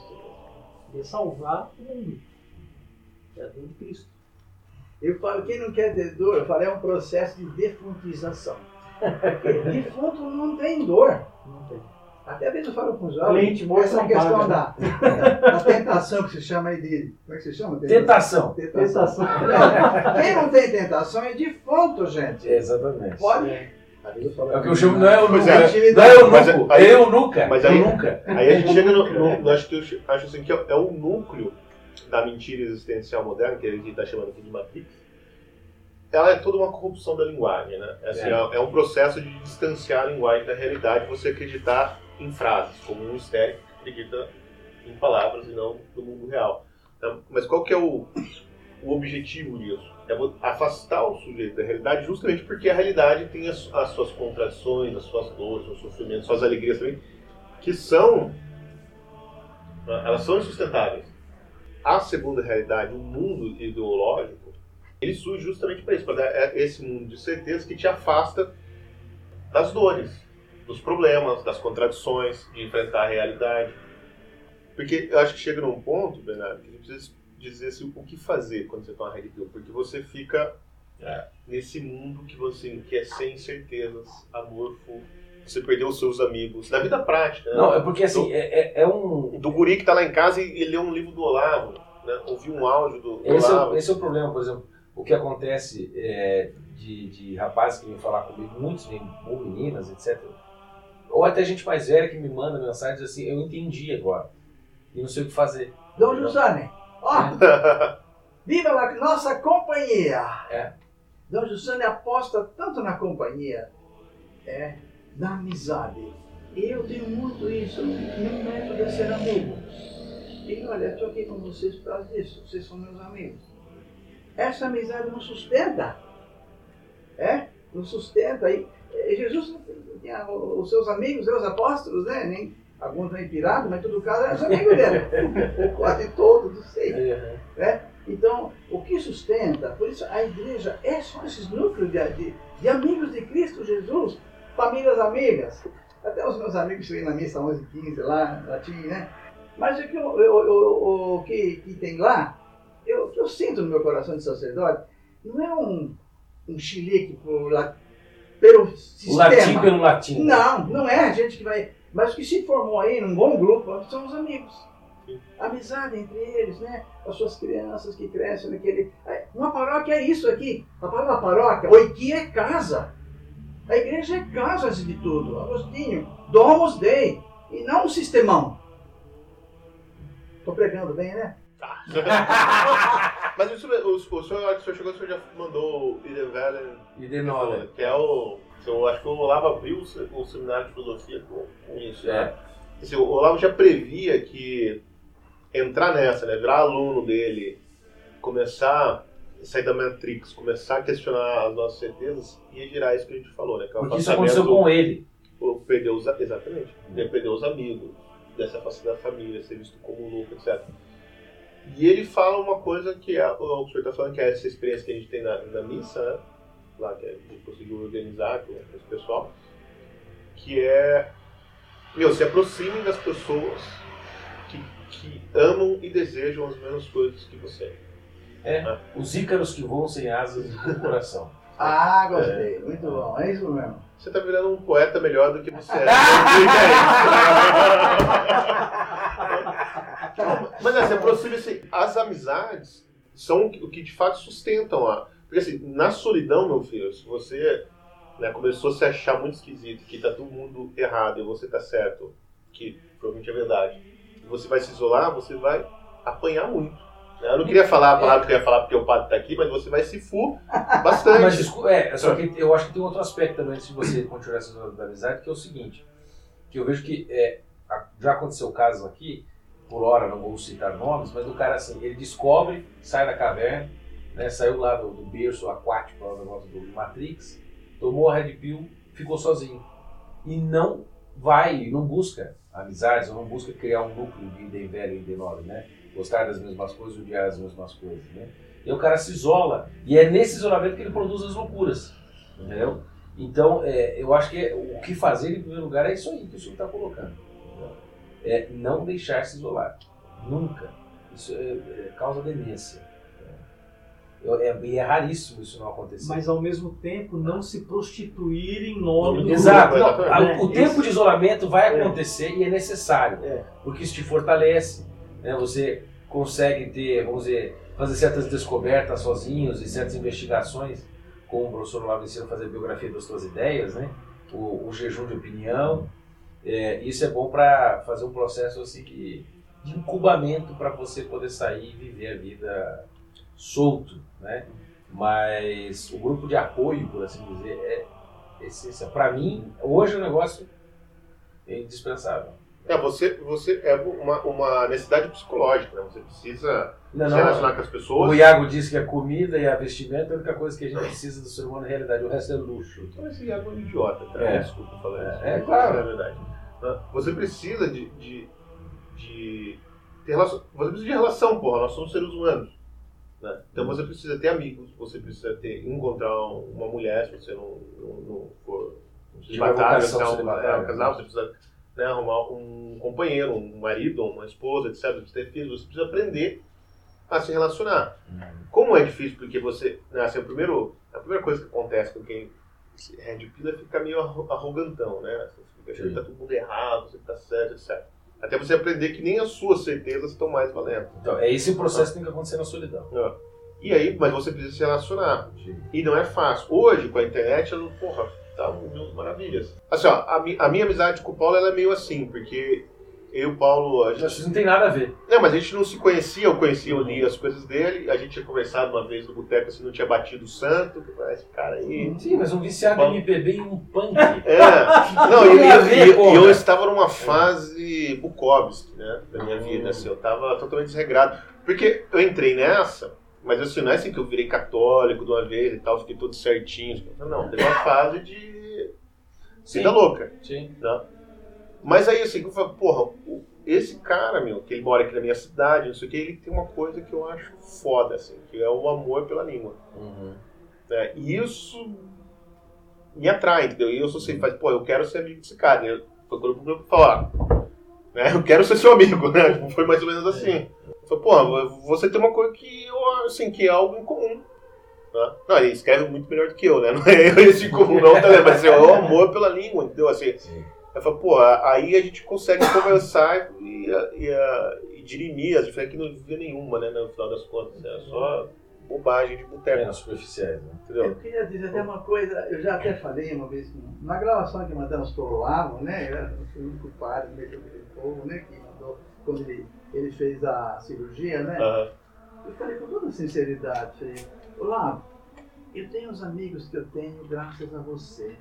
Ia salvar o mundo. É a dor de Cristo. eu falo, quem não quer ter dor, eu falo, é um processo de defuntização. Porque defunto não tem dor. Não tem. Até às vezes eu falo com os jovens, Cliente morto essa não questão paga, da, da tentação que se chama aí de... Como é que se chama? Tentação. Tentação. Não, quem não tem tentação é defunto, gente. Exatamente. Pode... É. Às vezes eu falo, É o que eu chamo, não é o Pois nuca. é. Não é o Mas nuco, aí- é eu nunca. Mas eu aí- nunca. Aí a gente chega no, no, no acho que eu acho assim que é, é o núcleo da mentira existencial moderna, que a gente está chamando aqui de Matrix. Ela é toda uma corrupção da linguagem, né? Assim, É. é. é um processo de distanciar a linguagem da realidade, você acreditar em frases, como um histérico que acredita em palavras e não no mundo real. Então, mas qual que é o, o objetivo disso? É vo- afastar o sujeito da realidade, justamente porque a realidade tem as, as suas contradições, as suas dores, os seus sofrimentos, suas alegrias também, que são, elas são insustentáveis. A segunda realidade, o mundo ideológico, ele surge justamente para isso, para dar esse mundo de certeza que te afasta das dores, dos problemas, das contradições, de enfrentar a realidade. Porque eu acho que chega num ponto, Bernardo, que a gente precisa dizer assim, o que fazer quando você toma Red Pill, porque você fica é, nesse mundo que você que é sem certezas, amorfo, você perdeu os seus amigos, na vida prática. Né? Não, é porque assim, do, é, é um... Do guri que tá lá em casa e ele lê um livro do Olavo, né? Ouviu um áudio do, do esse Olavo. É, esse é o problema, por exemplo, o que acontece é, de, de rapazes que vêm falar comigo, muitos vêm, ou meninas, etcétera. Ou até gente mais velha que me manda mensagem e diz assim, eu entendi agora, e não sei o que fazer. Dom Jusane, ó, viva a nossa companhia. É. Dom Jusane aposta tanto na companhia, é, na amizade. Eu tenho muito isso, meu método é ser amigo. E olha, estou aqui com vocês por causa disso, vocês são meus amigos. Essa amizade nos sustenta, é, nos sustenta. E, e Jesus tinha os seus amigos, os apóstolos, né, nem... Alguns nem pirados, mas todo caso eram os amigos dele. Ou quase todos, não sei. Uhum. Né? Então, o que sustenta, por isso a igreja é só esses núcleos de, de, de amigos de Cristo Jesus, famílias amigas. Até os meus amigos que vêm na missa onze e quinze lá, latim, né? Mas o que, eu, eu, eu, o que, que tem lá, eu, o que eu sinto no meu coração de sacerdote, não é um, um chilique por, pelo sistema. O latim pelo latim. Não, não é a gente que vai... Mas o que se formou aí num bom grupo são os amigos. Amizade entre eles, né? As suas crianças que crescem naquele... Uma paróquia é isso aqui. A palavra paróquia, oikia é casa. A igreja é casa antes de tudo. Agostinho, Domus Dei. E não um sistemão. Estou pregando bem, né? Mas isso, o, o, senhor, o senhor chegou, o senhor já mandou o Idevelen, Idenola, que é o... Eu acho que o Olavo abriu o seminário de filosofia com, com isso. É. Né? Assim, o Olavo já previa que entrar nessa, né, virar aluno dele, começar a sair da Matrix, começar a questionar as nossas certezas, ia gerar isso que a gente falou, né? Que é o Porque isso aconteceu com ele. Perder os, exatamente. Perder os amigos, dessa afastar da família, ser visto como louco, etcétera. E ele fala uma coisa que é, o que o senhor está falando, que é essa experiência que a gente tem na, na missa, né? Lá que a gente conseguiu organizar com esse pessoal, que é, meu, se aproximem das pessoas que, que amam e desejam as mesmas coisas que você. É, ah. Os ícaros que voam sem asas do coração. Ah, gostei, é. Muito bom, é isso mesmo. Você tá virando um poeta melhor do que você é. Mas assim, aproxime-se, as amizades são o que de fato sustentam a... Porque assim, na solidão, meu filho, se você, né, começou a se achar muito esquisito, que tá todo mundo errado e você tá certo, que provavelmente é verdade, e você vai se isolar, você vai apanhar muito. Né? Eu não queria falar a palavra que eu ia falar porque o padre tá aqui, mas você vai se fu bastante. Mas, é, só que eu acho que tem outro aspecto também, se você continuar essa zona da amizade, que é o seguinte, que eu vejo que é, já aconteceu casos aqui, por hora não vou citar nomes, mas o cara assim, ele descobre, sai da caverna, né, saiu lá do, do berço aquático, lá do negócio do Matrix, tomou a Red Pill, ficou sozinho. E não vai, não busca amizades, ou não busca criar um núcleo de Idem Velho e Idem Nova, né? Gostar das mesmas coisas, odiar as mesmas coisas, né? E o cara se isola, e é nesse isolamento que ele produz as loucuras, entendeu? Então, é, eu acho que é, o que fazer em primeiro lugar é isso aí que o senhor está colocando. Entendeu? É não deixar se isolar, nunca. Isso é, é causa demência. E é, é raríssimo isso não acontecer. Mas ao mesmo tempo não se prostituir em nome do Exato. grupo. Não, É, o tempo isso. de isolamento vai acontecer é. e é necessário. É. Porque isso te fortalece. Né? Você consegue ter, vamos dizer, fazer certas descobertas sozinhos e certas investigações, como o professor Olavo ensina a fazer a biografia das suas ideias, né? o, o jejum de opinião. É, isso é bom para fazer um processo assim, de, de incubamento para você poder sair e viver a vida solto, né? Mas o grupo de apoio, por assim dizer, é essencial. Para mim, hoje o negócio é indispensável. É, você, você é uma, uma necessidade psicológica, né? Você precisa não, se não, relacionar com as pessoas. O Iago disse que a comida e a vestimenta é a única coisa que a gente precisa do ser humano na realidade, o resto é luxo. Então esse Iago é um idiota, cara. É. Desculpa falar é, isso. É, claro. É verdade. Você precisa de, de, de ter relação. Você precisa de relação, porra. Nós somos seres humanos. Né? Então você precisa ter amigos, você precisa ter, encontrar uma mulher, se você não, não, não for, não de batalha, vocação né, um, celibatária, é, um casal, você precisa, né, arrumar um companheiro, um marido, uma esposa, etcétera. Você ter filhos, você precisa aprender a se relacionar. Uhum. Como é difícil, porque você, né, assim, o primeiro, a primeira coisa que acontece com quem se red pill é ficar meio arrogantão, né? Você fica achando que tá todo mundo errado, você tá certo, etcétera. Até você aprender que nem as suas certezas estão mais valendo. Então, é esse o processo que tem que acontecer na solidão. É. E aí, mas você precisa se relacionar. Sim. E não é fácil. Hoje, com a internet, eu, porra, tá mil maravilhas. Assim, ó, a, mi, a minha amizade com o Paulo, ela é meio assim, porque eu e o Paulo... A gente... Isso não tem nada a ver. Não, mas a gente não se conhecia, eu conhecia, eu lia as coisas dele, a gente tinha conversado uma vez no boteco, assim, não tinha batido o santo, esse cara aí... Sim, mas um viciado Paulo... M P B e um punk. É, não, e eu, eu, eu estava numa fase Bukowski, né, da minha vida, assim, eu estava totalmente desregrado, porque eu entrei nessa, mas assim, não é assim que eu virei católico de uma vez e tal, fiquei todo certinho, não, teve uma fase de vida louca, sim. Né? Mas aí, assim, eu falo, porra, esse cara, meu, que ele mora aqui na minha cidade, não sei o que, ele tem uma coisa que eu acho foda, assim, que é o amor pela língua. Uhum. É, e isso me atrai, entendeu? E eu sou assim, faz, pô, eu quero ser amigo desse cara. E eu, foi quando eu falar, né, eu quero ser seu amigo, né? Foi mais ou menos assim. Eu falei, porra, você tem uma coisa que, eu, assim, que é algo em comum. Né? Não, ele escreve muito melhor do que eu, né? Não é esse em comum não, também, mas assim, é o amor pela língua, entendeu? Assim, sim. Eu falo, pô, aí a gente consegue conversar e, e, e dirimir as diferenças que não vê nenhuma, né, no final das contas. É só bobagem de boteco. É, superficiais, né? Entendeu? Eu queria dizer até uma coisa, eu já até falei uma vez, na gravação que mandamos para o Olavo, né, eu fui o único padre no meio daquele povo, né, que mandou, quando ele, ele fez a cirurgia, né, uhum. Eu falei com toda sinceridade, falei, Olavo, eu tenho os amigos que eu tenho graças a você.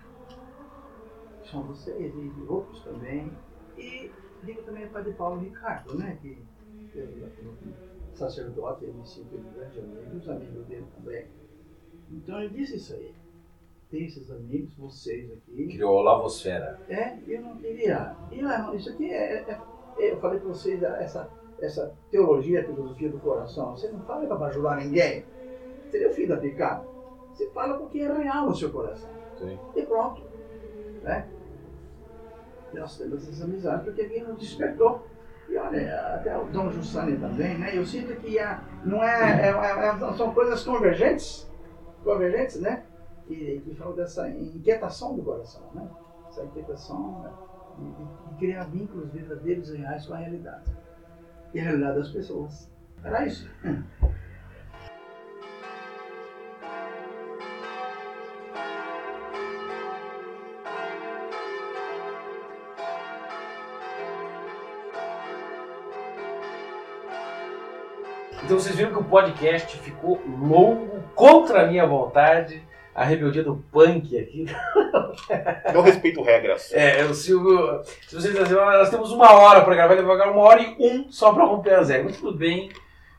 São vocês e outros também. E digo também ao Padre Paulo Ricardo, né? Que é sacerdote, ele me sinto um grande amigo, os amigos dele também. Então ele disse isso aí. Tem esses amigos, vocês aqui. Criou a Lavosfera. É, eu não queria. E não, isso aqui é, é, é. Eu falei para vocês, essa, essa teologia, a filosofia do coração. Você não fala para bajular ninguém. Seria o fim da picada. Você fala porque é real no seu coração. Sim. E pronto. Né? Nós temos essas amizades porque alguém nos despertou. E olha, até o Dom Jussani também, né? Eu sinto que a, não é, é, é, são coisas convergentes, convergentes, né? E que falam dessa inquietação do coração, né? Essa inquietação de, de, de criar vínculos verdadeiros e reais com a realidade. E a realidade das pessoas. Era isso. Então vocês viram que o podcast ficou longo, contra a minha vontade, a rebeldia do punk aqui. Não respeito regras. É, o Silvio, se vocês dizem, nós temos uma hora para gravar, devagar uma hora e um só para romper as regras. Mas tudo bem,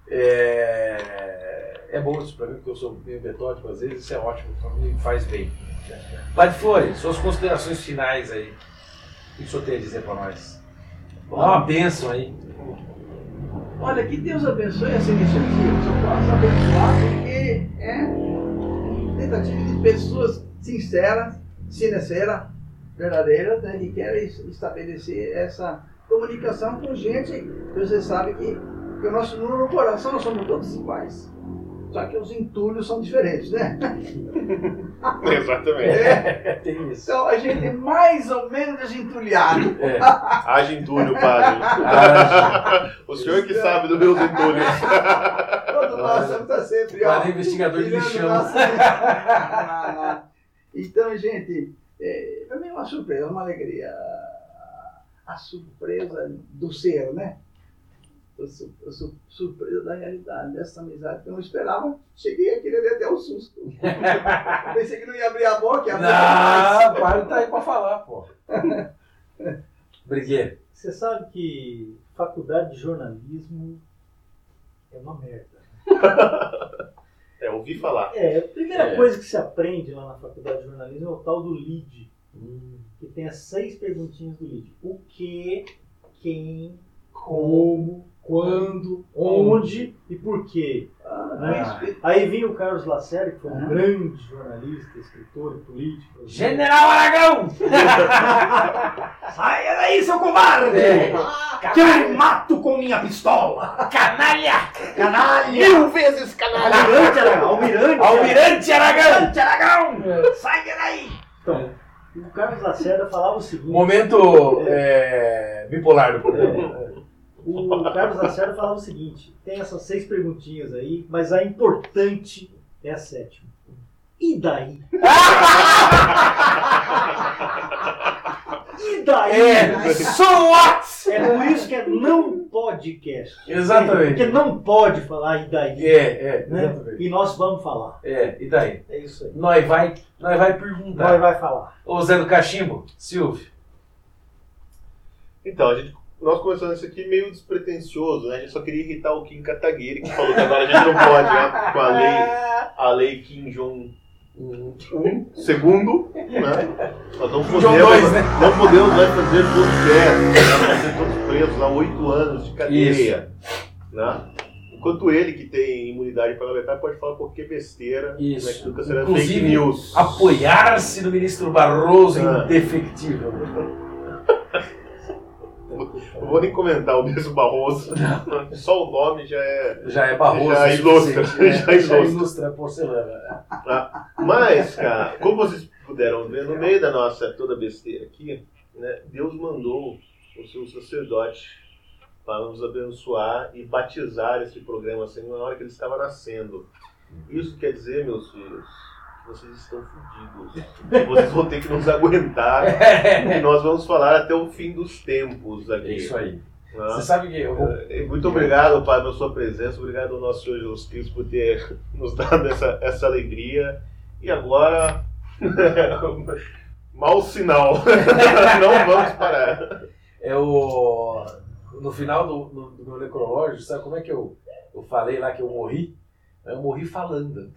é, é bom isso para mim, porque eu sou meio metódico às vezes, isso é ótimo, para mim faz bem. Padre Flores, suas considerações finais aí, o que o senhor tem a dizer para nós? Dá uma bênção aí. Olha, que Deus abençoe essa iniciativa, eu posso abençoar porque é uma tentativa de pessoas sinceras, sinceras, verdadeiras, né, que querem estabelecer essa comunicação com gente que você sabe que, que o nosso, no coração nós somos todos iguais. Só que os entulhos são diferentes, né? Exatamente. É. Tem isso. Então a gente é mais ou menos desentulhado. É. Haja entulho, padre. Ah, o senhor que sabe dos meus entulhos. Todos nós estamos tá sempre, ó. Padre investigador de lixão. Nosso... Então, gente, é, para mim é uma surpresa, uma alegria. A surpresa do ser, né? Eu sou, eu sou surpresa da realidade, dessa amizade que eu não esperava. Cheguei aqui, levei até um susto. Pensei que não ia abrir a boca, ia abrir a boca. Não, para, tá aí pra falar, pô. Briguei. Você sabe que faculdade de jornalismo é uma merda. É, ouvi falar. É, a primeira é. coisa que se aprende lá na faculdade de jornalismo é o tal do L I D. Hum. Que tem as seis perguntinhas do L I D. O que, quem, como, quando, onde e por quê. Né? Aí vinha o Carlos Lacerda, que foi um grande jornalista, escritor e político. General Aragão! Saia daí, seu covarde! É. Que eu mato com minha pistola! Canalha! Canalha! Mil vezes canalha! Almirante Aragão! Almirante, Almirante Aragão! Almirante Aragão! Saia daí! Então, o Carlos Lacerda falava o seguinte... Momento é, bipolar do programa. É, o Carlos Lacerda falava o seguinte, tem essas seis perguntinhas aí, mas a importante é a sétima. E daí? E daí? É, so what? É por isso que é não podcast. Exatamente. Porque não pode falar e daí. É, é, né? exatamente. E nós vamos falar. É, e daí? É isso aí. Nós vai, nós vai perguntar. Nós vai falar. Ô Zé do Cachimbo, Silvio. Então, a gente, nós começamos isso aqui meio despretensioso, né? A gente só queria irritar o Kim Kataguiri, que falou que agora a gente não pode, né? Com a lei, a lei Kim Jong um, segundo, né? Nós não podemos, dois, né? não podemos mais fazer podcast, vamos fazer todos presos há oito anos de cadeia, né? Enquanto ele, que tem imunidade parlamentar, pode falar qualquer besteira, Isso. né, que nunca será Inclusive, fake news. apoiar-se no ministro Barroso Ah. indefectível. Não vou nem comentar o mesmo Barroso, só o nome já é... Já é Barroso. Já ilustra, suficiente, já né? Já ilustra. ilustra a porcelana. Ah, mas, cara, como vocês puderam ver, no meio da nossa toda besteira aqui, né, Deus mandou o seu sacerdote para nos abençoar e batizar esse programa assim na hora que ele estava nascendo. Isso quer dizer, meus filhos, que vocês estão fodidos. Vocês vão ter que nos aguentar e nós vamos falar até o fim dos tempos aqui. É isso aí. Né? Você sabe que eu vou... Muito obrigado, Pai, pela sua presença. Obrigado ao nosso Senhor Jesus Cristo por ter nos dado essa, essa alegria. E agora, mau sinal. Não vamos parar. É o... No final do, do, do meu necrológio, sabe como é que eu, eu falei lá que eu morri? Eu morri falando.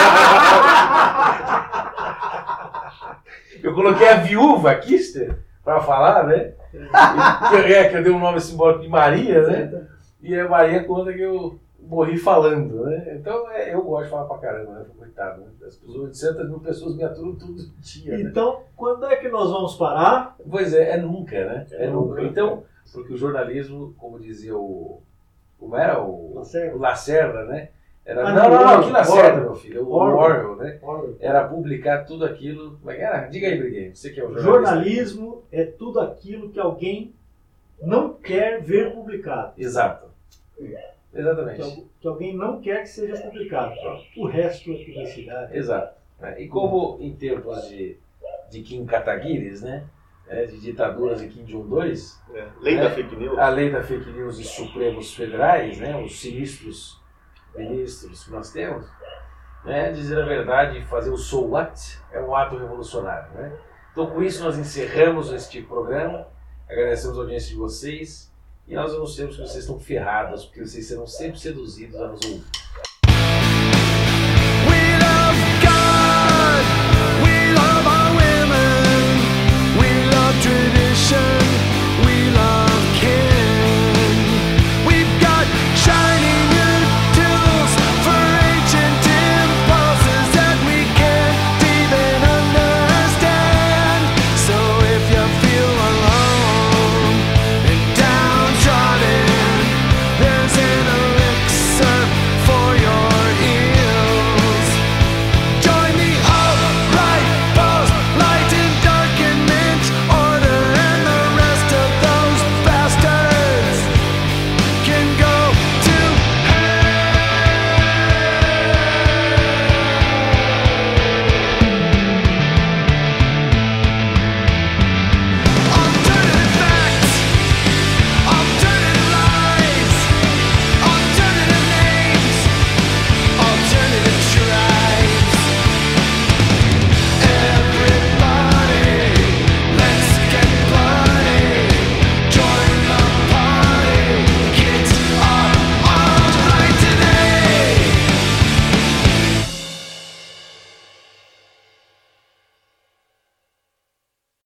Eu coloquei a viúva Kister para falar, né? E, que, é, que eu dei um nome simbólico de Maria, né? E a Maria conta que eu morri falando, né? Então é, eu gosto de falar pra caramba, né? Coitado, né? As pessoas, oitocentas mil pessoas me aturam todo dia. Então, né? Quando é que nós vamos parar? Pois é, é nunca, né? É, É nunca. nunca. Então, porque o jornalismo, como dizia o. Como era o. Lacerda. O Lacerda, né? Era, Ah, não, não, não, que Lacerda, Orwell. meu filho. O Orwell. Orwell, né? Orwell. Era publicar tudo aquilo. Como é que era? Diga aí, Briguinho. Você que é o jornalista. Jornalismo é tudo aquilo que alguém não quer ver publicado. Exato. Exatamente. Que, al- que alguém não quer que seja publicado. O resto é publicidade. Exato. É, E como em tempos de, de Kim Kataguiri, né? É, de ditaduras de Kim Jong dois, É, lei né? da fake news. A lei da fake news e supremos federais, né? Os sinistros ministros que nós temos, né? Dizer a verdade e fazer o so what é um ato revolucionário, né? Então com isso nós encerramos este programa, agradecemos a audiência de vocês e nós anunciamos que vocês estão ferrados, porque vocês serão sempre seduzidos a nos ouvir.